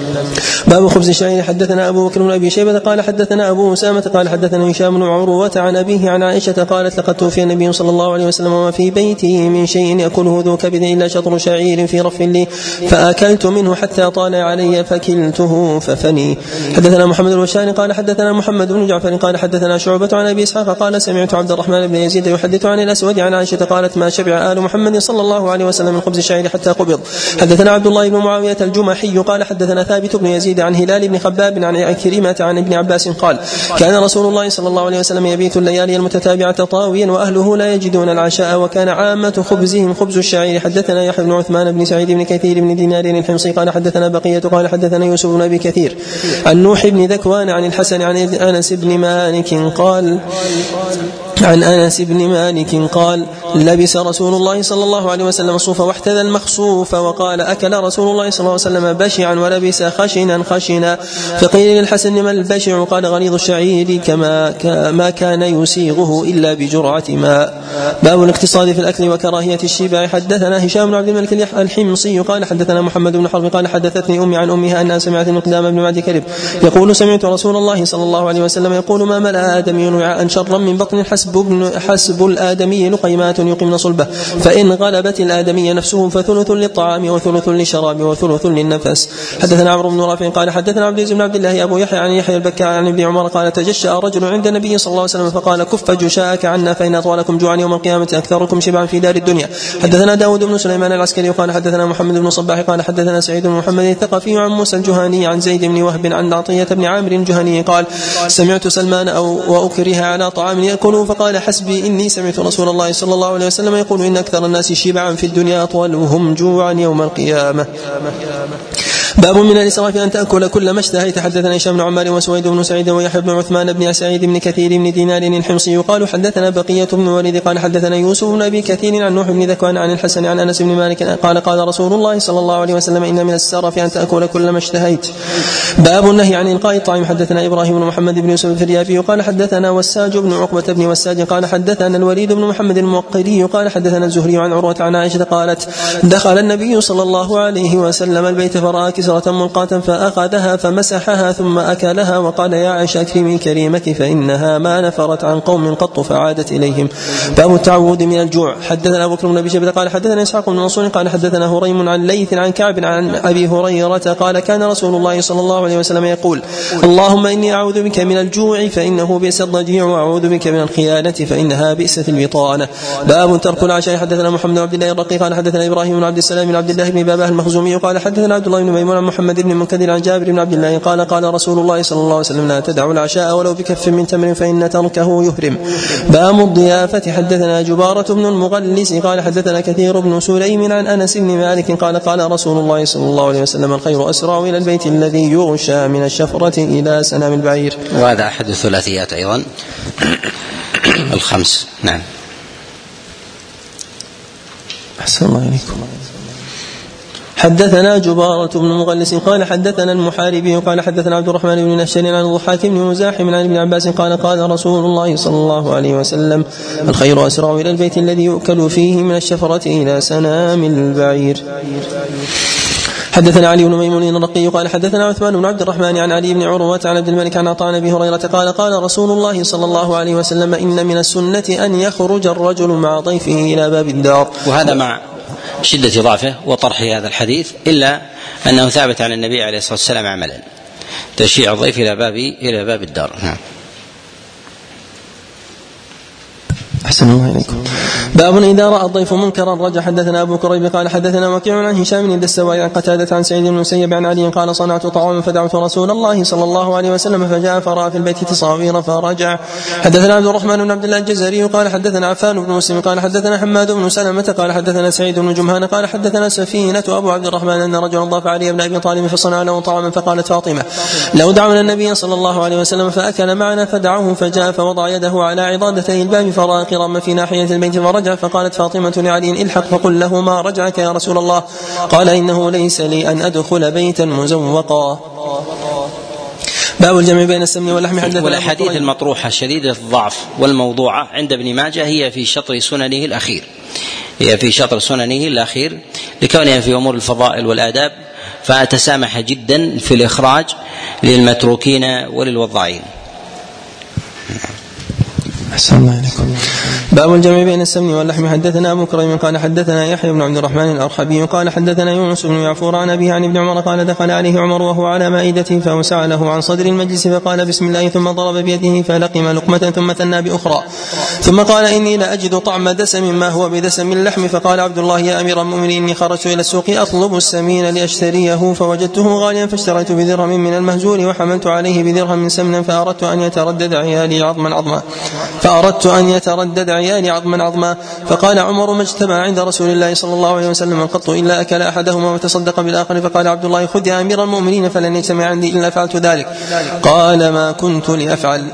باب خبز الشعير. حدثنا أبو بكر بن أبي شيبة قال حدثنا أبو أسامة قال حدثنا هشام بن عروة عن أبيه عن عائشة قالت لقد توفي النبي صلى الله عليه وسلم وما في بيته من شيء يأكله ذو كبد إلا شطر شعير في رف لي فأكلت منه حتى طال علي فكلته ففني. حدثنا محمد الوشاني قال حدثنا محمد بن جعفر قال حدثنا شعبة عن أبي إسحاق قال سمعت عبد الرحمن بن يزيد يحدث عن الأسود عن عائشة قالت ما شبع آل محمد صلى الله عليه وسلم من خبز الشعير حتى قبض. حدثنا عبد الله بن معاوية الجمحي قال حدثنا ثابت بن يزيد عن هلال بن خباب عن عكرمة عن ابن عباس قال كان رسول الله صلى الله عليه وسلم يبيت الليالي المتتابعة طاويا وأهله لا يجدون العشاء وكان عامة خبزهم خبز الشعير. حدثنا يحيى بن عثمان بن سعيد بن كثير بن دينار الحمصي قال حدثنا بقية قال حدثنا يوسف بن أبي كثير عن نوح بن ذكوان عن الحسن عن أنس بن مالك قال لبس رسول الله صلى الله عليه وسلم الصوف واحتذى المخصوف وقال أكل رسول الله صلى الله عليه وسلم بشعا ولبس خشنا. فقيل للحسن ما البشع؟ قال غليظ الشعير ما كان يسيغه إلا بجرعة ماء. باب الاقتصاد في الأكل وكراهية الشبع. حدثنا هشام بن عبد الملك الحمصي قال حدثنا محمد بن حرب قال حدثتني أمي عن أمها أنها سمعت المقدام بن معدي كرب يقول سمعت رسول الله صلى الله عليه وسلم يقول ما ملأ آدمي وعاء شرا من بطن حسب الآدمي لقيمات يقمن صلبه فإن غلبت الآدمي نفسه فثلث للطعام وثلث للشراب وثلث للنفس. حدثنا عمرو بن رافع قال حدثنا عبد العزيز بن عبد الله أبو يحيى عن يحيى البكاء عن ابن عمر قال تجشأ رجل عند النبي صلى الله عليه وسلم فقال كف جشاءك عنا فإن أطولكم جوعا يوم القيامة أكثركم شبعا في دار الدنيا. حدثنا داود بن سليمان العسكري قال حدثنا محمد بن صباح قال حدثنا سعيد بن محمد الثقفي عن موسى الجهاني عن زيد بن وهب عن عطية بن عامر الجهني قال سمعت سلمان وأكره على طعام يأكله فقال حسبي إني سمعت رسول الله صلى الله عليه وسلم يقول إن أكثر الناس شبعا في الدنيا أطولهم جوعا يوم القيامة. باب من الإسراف أن تأكل كل ما اشتهيت. حدثنا هشام بن عمار وسويد بن سعيد ويحيى بن عثمان بن سعيد بن كثير بن دينار الحمصي يقال حدثنا بقية بن وليد قال حدثنا يوسف بن أبي كثير عن نوح بن ذكوان عن الحسن عن أنس بن مالك قال قال رسول الله صلى الله عليه وسلم إن من السرف أن تأكل كل ما اشتهيت. باب النهي عن إلقاء الطعام. حدثنا إبراهيم بن محمد بن يوسف الفريابي قال حدثنا وساج بن عقبة بن وساج قال حدثنا الوليد بن محمد الموقري قال حدثنا الزهري عن عروة عن عائشة قالت دخل النبي صلى الله عليه وسلم البيت فرأى كسرة ملقاة فأخذها فمسحها ثم أكلها وقال يا عائشة أكرمي كريمك فإنها ما نفرت عن قوم قط فعادت إليهم. باب التعوذ من الجوع. حدثنا أبو بكر بن أبي شيبة قال حدثنا إسحاق بن منصور قال حدثنا هريم عن ليث عن كعب عن أبي هريرة قال كان رسول الله صلى الله عليه وسلم يقول اللهم إني أعوذ بك من الجوع فإنه بئس الضجيع وأعوذ بك من الخيانة فإنها بئست البطانة. باب ترك العشاء. حدثنا محمد بن عبد الله الرقي قال حدثنا إبراهيم بن عبد السلام بن عبد الله بن باباه المخزومي قال حدثنا عبد الله بن ميمون عن محمد بن منكدر عن جابر بن عبد الله قال قال رسول الله صلى الله عليه وسلم لا تدعوا العشاء ولو بكف من تمر فإن تركه يهرم. باب الضيافة. حدثنا جبارة بن المغلس قال حدثنا كثير بن سليم عن أنس بن مالك قال قال رسول الله صلى الله عليه وسلم الخير أسرع إلى البيت الذي يغشى من الشفرة إلى سنام البعير. وهذا أحد الثلاثيات أيضا الخمس. نعم. أحسن الله عليكم. حدثنا جبارة بن مغلس قال حدثنا المحاربي قال حدثنا عبد الرحمن بن نشر عن الضحاك بن مزاحم عن ابن عباس قال قال رسول الله صلى الله عليه وسلم الخير أسرع إلى البيت الذي يؤكل فيه من الشفرة إلى سنام البعير. حدثنا علي بن ميمون الرقي قال حدثنا عثمان بن عبد الرحمن عن علي بن عروة عن عبد الملك عن عطاء أبي هريرة قال قال رسول الله صلى الله عليه وسلم إن من السنة أن يخرج الرجل مع ضيفه إلى باب الدار. وهذا مع شدة ضعفه وطرح هذا الحديث إلا أنه ثابت عن النبي عليه الصلاة والسلام عملا تشييع الضيف إلى باب الدار. أحسن الله إليكم. باب إذا رأى الضيف منكرا رجع. حدثنا أبو كريب قال حدثنا وكيع عن هشام بن الدستوائي عن قتادة عن سعيد بن المسيب عن علي قال صنعت طعاما فدعوت رسول الله صلى الله عليه وسلم فجاء فرأى في البيت تصاوير فرجع. حدثنا عبد الرحمن بن عبد الله الجزري قال حدثنا عفان بن مسلم قال حدثنا حماد بن سلمة قال حدثنا سعيد بن جمهان قال حدثنا سفينة أبو عبد الرحمن أن رجلا ضاف علي بن أبي طالب فصنع له طعاما فقالت فاطمة لو دعونا النبي صلى الله عليه وسلم فأكل معنا فدعوه فجاء فوضع يده على عضادتي الباب فرأى قرام في ناحية البيت فرجع فقالت فاطمة لعلي الحق فقل له ما رجعك يا رسول الله قال إنه ليس لي أن أدخل بيتا مزوقا. باب الجمع بين السمن واللحم. والأحاديث المطروحة شديدة الضعف والموضوعة عند ابن ماجه هي في شطر سننه الأخير لكونها في أمور الفضائل والآداب فأتسامح جدا في الإخراج للمتروكين وللوضاعين. أحسن الله عليكم. باب الجمع بين السمن واللحم. حدثنا أبو كريم قال حدثنا يحيى بن عبد الرحمن الأرحبي قال حدثنا يونس بن يعفور عن أبيه عن ابن عمر قال دخل عليه عمر وهو على مائدته فوسع له عن صدر المجلس فقال بسم الله ثم ضرب بيده فلقم لقمة ثم ثنى بأخرى ثم قال إني لأجد طعم دسم ما هو بدسم اللحم. فقال عبد الله يا أمير المؤمنين إني خرجت إلى السوق أطلب السمين لأشتريه فوجدته غاليا فاشتريت بدرهم من المهزول وحملت عليه بدرهم من سمن فأردت أن يتردد عيالي عظما عظما فقال عمر ما اجتمع عند رسول الله صلى الله عليه وسلم قط إلا أكل أحدهما وتصدق بالآخر. فقال عبد الله خذ يا أمير المؤمنين فلن يجتمع عندي إلا فعلت ذلك. قال ما كنت لأفعل.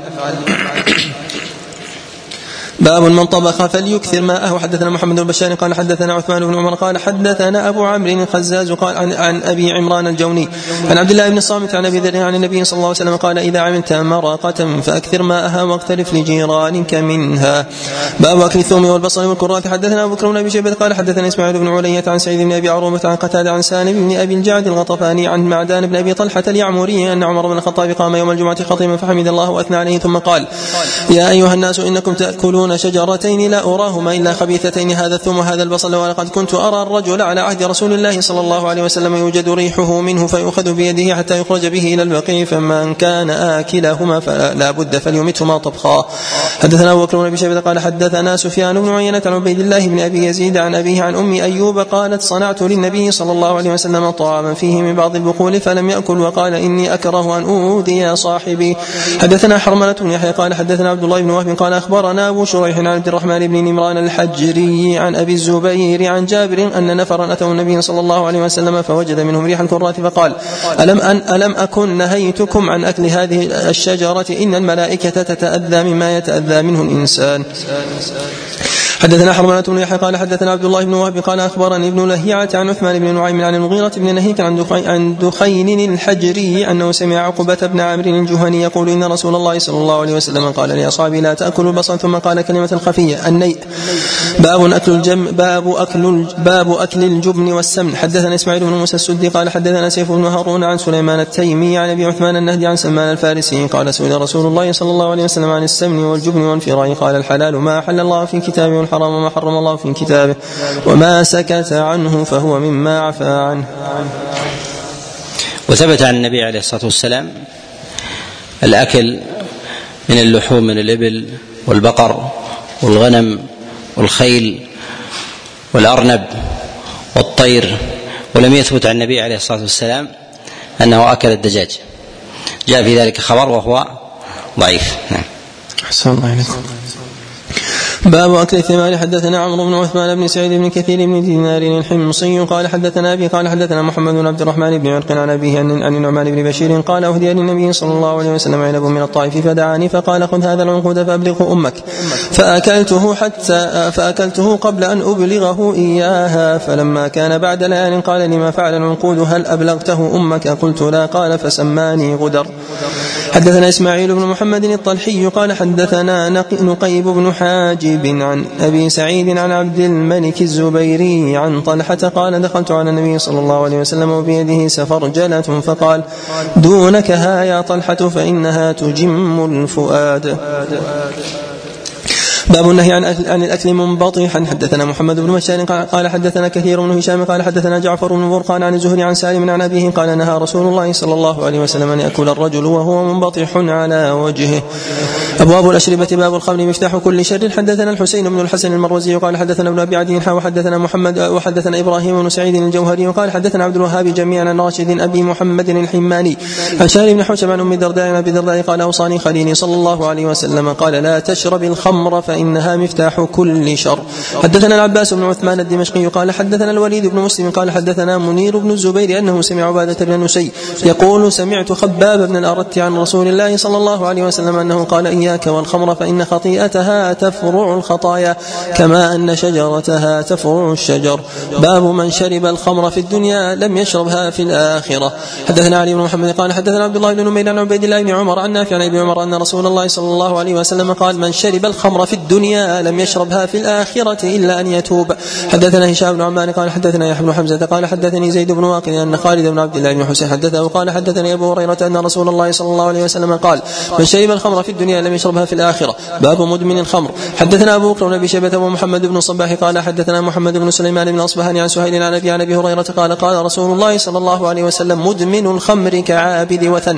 باب من طبخ فليكثر ماءه. حدثنا محمد بن بشار قال حدثنا عثمان بن عمر قال حدثنا أبو عمرو الخزاز قال عن أبي عمران الجوني عن عبد الله بن الصامت عن أبي ذر عن النبي صلى الله عليه وسلم قال إذا عملت مرقة فأكثر ماءها واختلف لجيرانك منها. باب أكل الثوم والبصل والكرات. حدثنا أبو بكر بن أبي شيبة قال حدثنا إسماعيل بن علية عن سعيد بن أبي عروبة عن قتادة عن سالم بن أبي الجعد الغطفاني عن معدان بن أبي طلحة اليعموري أن عمر بن الخطاب قام يوم الجمعة خطيبا فحمد الله وأثنى عليه ثم قال يا أيها الناس إنكم تأكلون شجرتين لا أراهما إلا خبيثتين هذا الثوم وهذا البصل ولقد كنت أرى الرجل على عهد رسول الله صلى الله عليه وسلم يوجد ريحه منه فيؤخذ بيده حتى يخرج به إلى البقيع فمن كان آكلهما فلا بد فليمتهما طبخا. حدثنا أبو بكر بن أبي شيبة قال حدثنا سفيان بن عيينة عن عبيد الله بن أبي يزيد عن أبيه عن أم أيوب قالت صنعت للنبي صلى الله عليه وسلم طعاما فيه من بعض البقول فلم يأكل وقال إني أكره أن أودي صاحبي. حدثنا حرملة بن يحيى قال حدثنا عبد الله بن وهب قال أخبرنا أبو شريح عن عبد الرحمن بن نمران الحجري عن أبي الزبير عن جابر أن نفرا أتوا النبي صلى الله عليه وسلم فوجد منهم ريح الكرات فقال ألم أكن نهيتكم عن أكل هذه الشجرة إن الملائكة تتأذى مما يتأذى منه الإنسان. حدثنا حرملة بن يحيى قال حدثنا عبد الله بن وهب قال أخبرني ابن لهيعة عن عثمان بن نعيم عن المغيرة بن نهيك عن دخين الحجري أنه سمع عقبة بن عامر الجهني يقول إن رسول الله صلى الله عليه وسلم قال لأصحابه لا تأكلوا البصل ثم قال كلمة الخفية النيء. باب أكل الجبن والسمن. حدثنا إسماعيل بن موسى السدي قال حدثنا سيف بن هارون عن سليمان التيمي عن أبي عثمان النهدي عن سلمان الفارسي قال سئل رسول الله صلى الله عليه وسلم عن السمن والجبن والفراء قال الحلال ما أحل الله في كتابه والحرام ما حرم الله في كتابه وما سكت عنه فهو مما عفى عنه. وثبت عن النبي عليه الصلاة والسلام الأكل من اللحوم من الإبل والبقر والغنم والخيل والأرنب والطير ولم يثبت عن النبي عليه الصلاة والسلام أنه أكل الدجاج. جاء في ذلك خبر وهو ضعيف. أحسن الله عليكم. باب أكل الثمار. حدثنا عمرو بن عثمان بن سعيد بن كثير بن دينار الحمصي قال حدثنا أبي قال حدثنا محمد بن عبد الرحمن بن عرق عن أبيه عن النعمان بن بشير قال أهدي للنبي صلى الله عليه وسلم عنب من الطائف فدعاني فقال خذ هذا العنقود فأبلغه أمك، فأكلته قبل أن أبلغه إياها، فلما كان بعد ليال قال لما فعل العنقود هل أبلغته أمك؟ قلت لا، قال فسماني غدر. حدثنا إسماعيل بن محمد الطلحي قال حدثنا نقيب بن حاجب عن أبي سعيد عن عبد الملك الزبيري عن طلحة قال دخلت على النبي صلى الله عليه وسلم وبيده سفرجلة فقال دونكها يا طلحة فإنها تجم الفؤاد. باب النهي عن الأكل منبطحا. حدثنا محمد بن بشار قال حدثنا كثير بن هشام قال حدثنا جعفر بن برقان عن الزهري عن سالم عن أبيه قال نهى رسول الله صلى الله عليه وسلم أن يأكل الرجل وهو منبطح على وجهه. أبواب الأشربة. باب الخمر مفتاح كل شر. حدثنا الحسين بن الحسن المروزي قال حدثنا ابن أبي عدي وحدثنا محمد وحدثنا إبراهيم بن سعيد الجوهري وقال حدثنا عبد الوهاب جميعا عن راشد أبي محمد الحماني عن شهر بن حوشب عن أم الدرداء عن أبي الدرداء قال أوصاني خليلي صلى الله عليه وسلم قال لا تشرب الخمر فإنها مفتاح كل شر. حدثنا العباس بن عثمان الدمشقي قال حدثنا الوليد بن مسلم قال حدثنا منير بن الزبير أنه سمع عبادة بن نسي يقول سمعت خباب بن الأرت عن رسول الله صلى الله عليه وسلم أنه قال إياك والخمر فإن خطيئتها تفرع الخطايا كما أن شجرتها تفرع الشجر. باب من شرب الخمر في الدنيا لم يشربها في الآخرة. حدثنا علي بن محمد قال حدثنا عبد الله بن نمير عن عبيد الله بن عمر عن نافع عن ابن عمر أن رسول الله صلى الله عليه وسلم قال من شرب الخمر في الدنيا لم يشربها في الآخرة إلا أن يتوب. حدثنا هشام بن عمان قال حدثنا يحيى بن حمزة قال حدثني زيد بن واقد أن خالد بن عبد الله بن حسين حدثه قال حدثني أبو هريرة أن رسول الله صلى الله عليه وسلم قال من شرب الخمر في الدنيا لم يشربها في الآخرة. باب مدمن الخمر. حدثنا أبو بكر بن أبي شيبة ومحمد بن صباح قال حدثنا محمد بن سليمان بن أصبهاني عن سهيل عن أبي هريرة قال قال رسول الله صلى الله عليه وسلم مدمن الخمر كعابد وثن.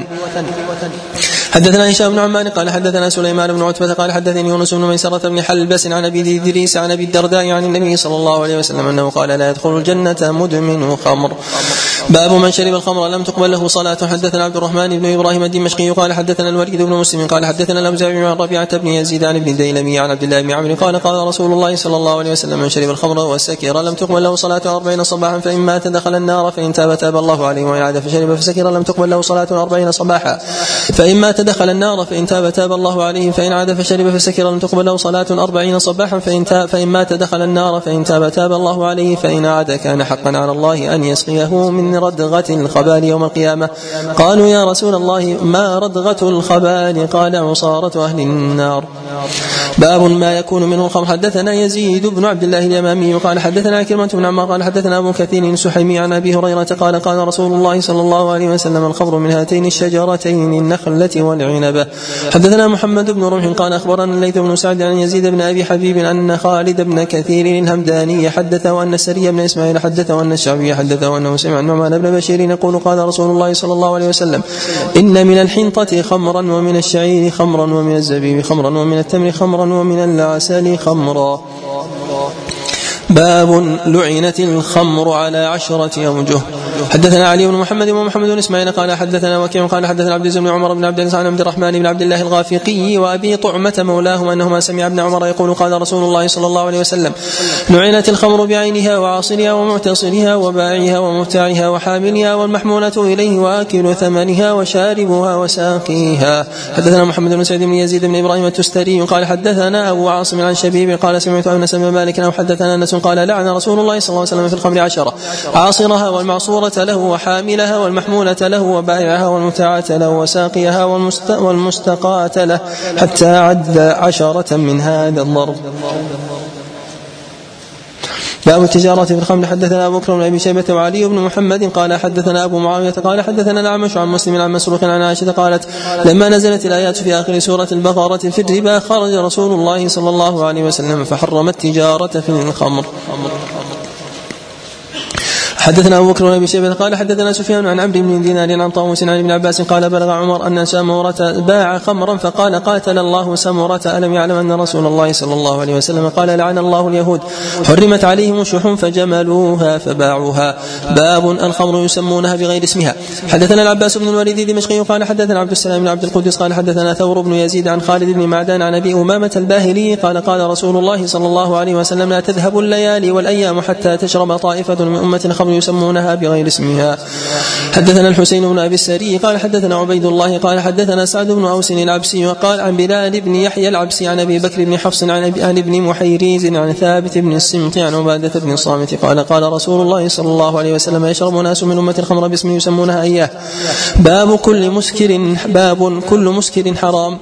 حدثنا هشام بن عمان قال حدثنا سليمان بن عتبة قال حدثني يونس بن ميسرة بن حلبس عن أبي إدريس عن أبي الدرداء عن النبي صلى الله عليه وسلم أنه قال لا يدخل الجنة مدمن خمر. باب من شرب الخمر لم تقبل له صلاة. حدثنا عبد الرحمن بن إبراهيم الدمشقي قال حدثنا الوليد بن مسلم قال حدثنا الأوزاعي عن ربيعة بن يزيد عن ابن الديلمي عن عبد الله بن عمرو قال قال رسول الله صلى الله عليه وسلم من شرب الخمر وسكر لم تقبل له صلاة 40 صباحا فإن مات دخل النار فإن تاب تاب الله عليه وإن عاد فشرب فسكر لم تقبل له صلاة 40 صباحا فإن مات دخل النار فإن تاب تاب الله عليه فإن عاد فشرب فسكر لم تقبل له صلاة 40 صباحا فإن مات دخل النار فإن تاب تاب الله عليه فإن عاد كان حقا على الله أن يسقيه من ردغة الخبال يوم القيامة. قالوا يا رسول الله ما ردغة الخبال؟ قال عصارة أهل النار. باب ما يكون منه الخمر. حدثنا يزيد بن عبد الله اليمامي قال حدثنا كرمة بن عمار قال حدثنا أبو كثير السحيمي عن أبي هريرة قال قال رسول الله صلى الله عليه وسلم الخمر من هاتين الشجرتين النخلة والعنبة. حدثنا محمد بن رمح قال أخبرنا الليث بن سعد عن يزيد بن أبي حبيب أن خالد بن كثير الهمداني حدثه أن السري بن إسماعيل حدثه أن الشعبي حدثه أنه سمع النعمان بن بشير يقول قال رسول الله صلى الله عليه وسلم إن من الحنطة خمرا ومن الشعير خمرا ومن الزبيب خمرا ومن التمر خمرا ومن العسل خمرا. باب لعنت الخمر على 10 أوجه. حدثنا علي بن محمد ومحمد بن إسماعيل قال حدثنا وكيع قال حدثنا عبد العزيز بن عمر بن عبد العزيز عن عبد الرحمن بن عبد الله الغافقي وأبي طعمة مولاه أنهما سمع ابن عمر يقول قال رسول الله صلى الله عليه وسلم لعنت الخمر بعينها وعاصرها ومعتصرها وبائعها ومبتاعها وحاملها والمحمولة إليه وآكل ثمنها وشاربها وساقيها. حدثنا محمد بن سعيد بن يزيد بن إبراهيم التستري قال حدثنا أبو عاصم عن شبيب قال سمعت أنس بن مالك أو حدثنا أنس قال لعن رسول الله صلى الله عليه وسلم في الخمر 10 عاصرها والمعصورة له وحاملها والمحمولة له وبائعها والمتاعة له وساقيها والمستقاة له حتى عد 10 من هذا الضرب. باب التجارة في الخمر. حدثنا أبو بكر بن أبي شيبة وعلي بن محمد قال حدثنا أبو معاوية قال حدثنا الأعمش عن مسلم عن مسروق عن عائشة قالت لما نزلت الآيات في آخر سورة البقرة في الربا خرج رسول الله صلى الله عليه وسلم فحرم التجارة في الخمر. حدثنا أبو بكر بن أبي شيبة قال حدثنا سفيان عن عمرو بن دينار عن طاووس عن ابن عباس قال بلغ عمر أن سمرة باع خمرا فقال قاتل الله سمرة ألم يعلم أن رسول الله صلى الله عليه وسلم قال لعن الله اليهود حرمت عليهم الشحوم فجملوها فباعوها. باب الخمر يسمونها بغير اسمها. حدثنا العباس بن الوليد الدمشقي قال حدثنا عبد السلام بن عبد القدس قال حدثنا ثور بن يزيد عن خالد بن معدان عن أبي أمامة الباهلي قال قال رسول الله صلى الله عليه وسلم لا تذهب الليالي والأيام حتى تشرب طائفة من أمة خمر يسمونها بغير اسمها. حدثنا الحسين بن أبي السري قال حدثنا عبيد الله قال حدثنا سعد بن أوس العبسي وقال عن بلال بن يحيى العبسي عن أبي بكر بن حفص عن ابن محيريز عن ثابت بن السمط عن عبادة بن الصامت قال قال رسول الله صلى الله عليه وسلم يشرب ناس من أمة الخمر باسم يسمونها إياه. باب كل مسكر حرام.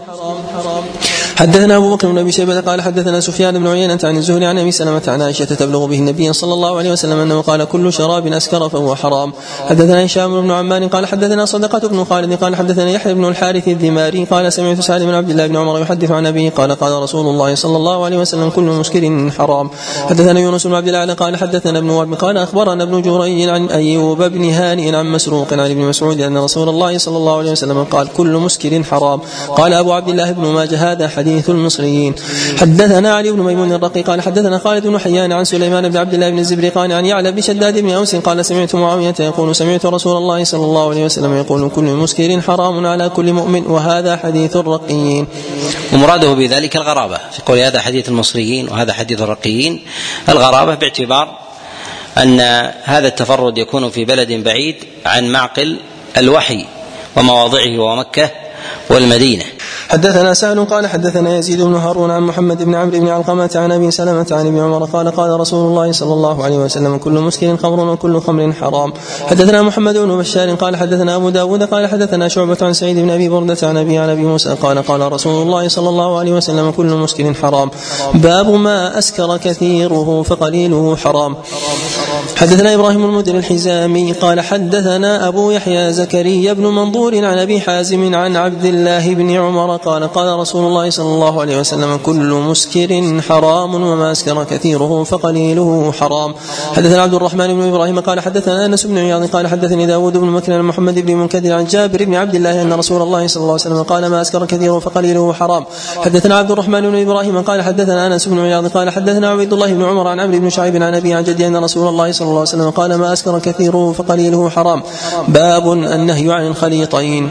حدثنا أبو بكر بن أبي شيبة قال حدثنا سفيان بن عيينة عن الزهري عن أبي سلمة عن عائشة تبلغ به النبي صلى الله عليه وسلم أنه قال كل شراب أسكر فهو حرام. حدثنا هشام بن عمار قال حدثنا صدقة بن خالد قال حدثنا يحيى بن الحارث الذماري قال سمعت سالم بن عبد الله بن عمر يحدث عن أبيه قال قال رسول الله صلى الله عليه وسلم كل مسكر حرام. حدثنا يونس بن عبد الأعلى قال حدثنا ابن وهب قال أخبرنا ابن جريج عن أيوب بن هانئ عن مسروق عن ابن مسعود أن رسول الله صلى الله عليه وسلم قال كل مسكر حرام. قال أبو عبد الله بن ماجه هذا حديث المصريين. حدثنا علي بن ميمون الرقي قال حدثنا خالد بن حيان عن سليمان بن عبد الله بن الزبرقان عن يعلى بن شداد بن أوس قال سمعت معاوية يقول سمعت رسول الله صلى الله عليه وسلم يقول كل مسكر حرام على كل مؤمن وهذا حديث الرقيين. ومراده بذلك الغرابة في قول هذا حديث المصريين وهذا حديث الرقيين. الغرابة باعتبار أن هذا التفرد يكون في بلد بعيد عن معقل الوحي ومواضعه ومكة والمدينة. حدثنا سهل قال حدثنا يزيد بن هارون عن محمد بن عمرو بن علقمة عن أبي سلمة عن ابن عمر قال قال رسول الله صلى الله عليه وسلم كل مسكر خمر وكل خمر حرام. حدثنا محمد بن بشار قال حدثنا أبو داود قال حدثنا شعبة عن سعيد بن أبي بردة عن أبي موسى قال قال رسول الله صلى الله عليه وسلم كل مسكر حرام. باب ما أسكر كثيره فقليله حرام. حدثنا إبراهيم المدر الحزامي قال حدثنا أبو يحيى زكريا بن منظور عن أبي حازم عن عبد الله بن عمر قال قال رسول الله صلى الله عليه وسلم كل مسكر حرام وما أسكر كثيره فقليله حرام. حدثنا عبد الرحمن بن إبراهيم قال حدثنا أنس بن عياض قال حدثني داود بن مكر عن محمد بن منكدر عن جابر بن عبد الله أن رسول الله صلى الله عليه وسلم قال ما أسكر كثيره فقليله حرام. حدثنا عبد الرحمن بن إبراهيم قال حدثنا أنس بن عياض قال حدثنا عبيد الله بن عمر عن عمرو بن شعيب عن أبي عن جدي أن رسول الله صلى الله عليه وسلم قال ما أسكر كثيره فقليله حرام. باب النهي عن الخليطين.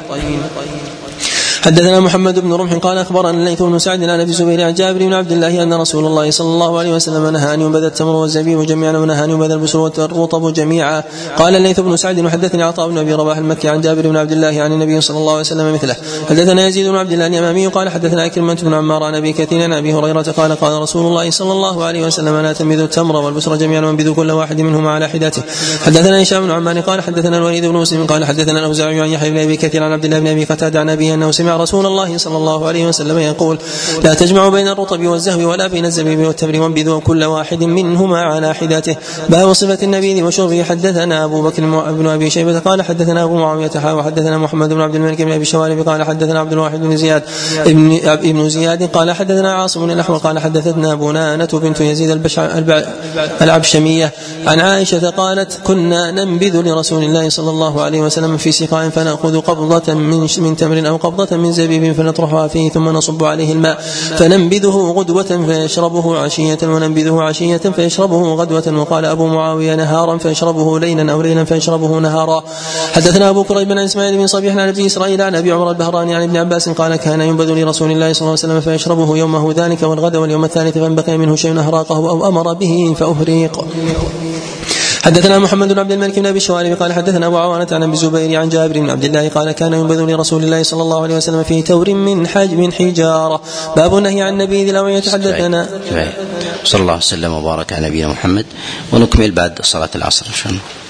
حدثنا محمد بن رمح قال أخبرنا الليث بن سعد عن أبي الزبير عن جابر بن عبد الله أن رسول الله صلى الله عليه وسلم نهى أن ينبذ التمر والزبيب جميعا ونهى أن ينبذ البسر والرطب جميعا. قال الليث بن سعد وحدثني عطاء بن أبي رباح المكي عن جابر بن عبد الله عن النبي صلى الله عليه وسلم مثله. حدثنا يزيد بن عبد الله اليمامي قال حدثنا كلمة بن عمار عن أبي كثير عن أبي هريرة قال قال رسول الله صلى الله عليه وسلم لا تنبذوا التمر والبسر جميعا وانبذوا كل واحد منهما على حدته. حدثنا هشام بن عمان قال حدثنا الوليد بن مسلم قال حدثنا الأوزاعي عن يحيى بن أبي كثير عن عبد الله بن أبي قتادة عن أبي أنه سمع رسول الله صلى الله عليه وسلم يقول لا تجمعوا بين الرطب والزهو ولا بين الزبيب والتمر وانبذوا كل واحد منهما على حدته. باب صفة النبيذ وشربه. حدثنا أبو بكر بن أبي شيبة قال حدثنا أبو معاوية وحدثنا محمد بن عبد الملك بن أبي الشوارب قال حدثنا عبد الواحد بن زياد ابن زياد قال حدثنا عاصم الأحول قال حدثتنا بنانة بنت يزيد العبشمية عن عائشة قالت كنا ننبذ لرسول الله صلى الله عليه وسلم في سقاء فنأخذ قبضة من تمر أو قبضة من زبيب فنطرحها فيه ثم نصب عليه الماء فننبذه غدوة فيشربه عشية وننبذه عشية فيشربه غدوة. وقال أبو معاوية نهارا فيشربه ليلا أو ليلا فيشربه نهارا. حدثنا أبو كريب بن إسماعيل بن صبيح عن أبي إسرائيل عن أبي عمر البهراني عن ابن عباس قال كان ينبذ لرسول الله صلى الله عليه وسلم فيشربه يومه ذلك والغد واليوم الثالث فإن بقي منه شيء أهراقه أو أمر به فأهريق. حدثنا محمد بن عبد الملك بن أبي الشوارب قال حدثنا أبو عوانة عن أبي الزبير عن جابر بن عبد الله قال كان ينبذ لرسول الله صلى الله عليه وسلم في تور من حجارة. باب النهي عن نبيذ الأوعية. حدثنا صلى الله عليه وسلم وبارك على نبينا محمد ونكمل بعد صلاة العصر إن شاء الله.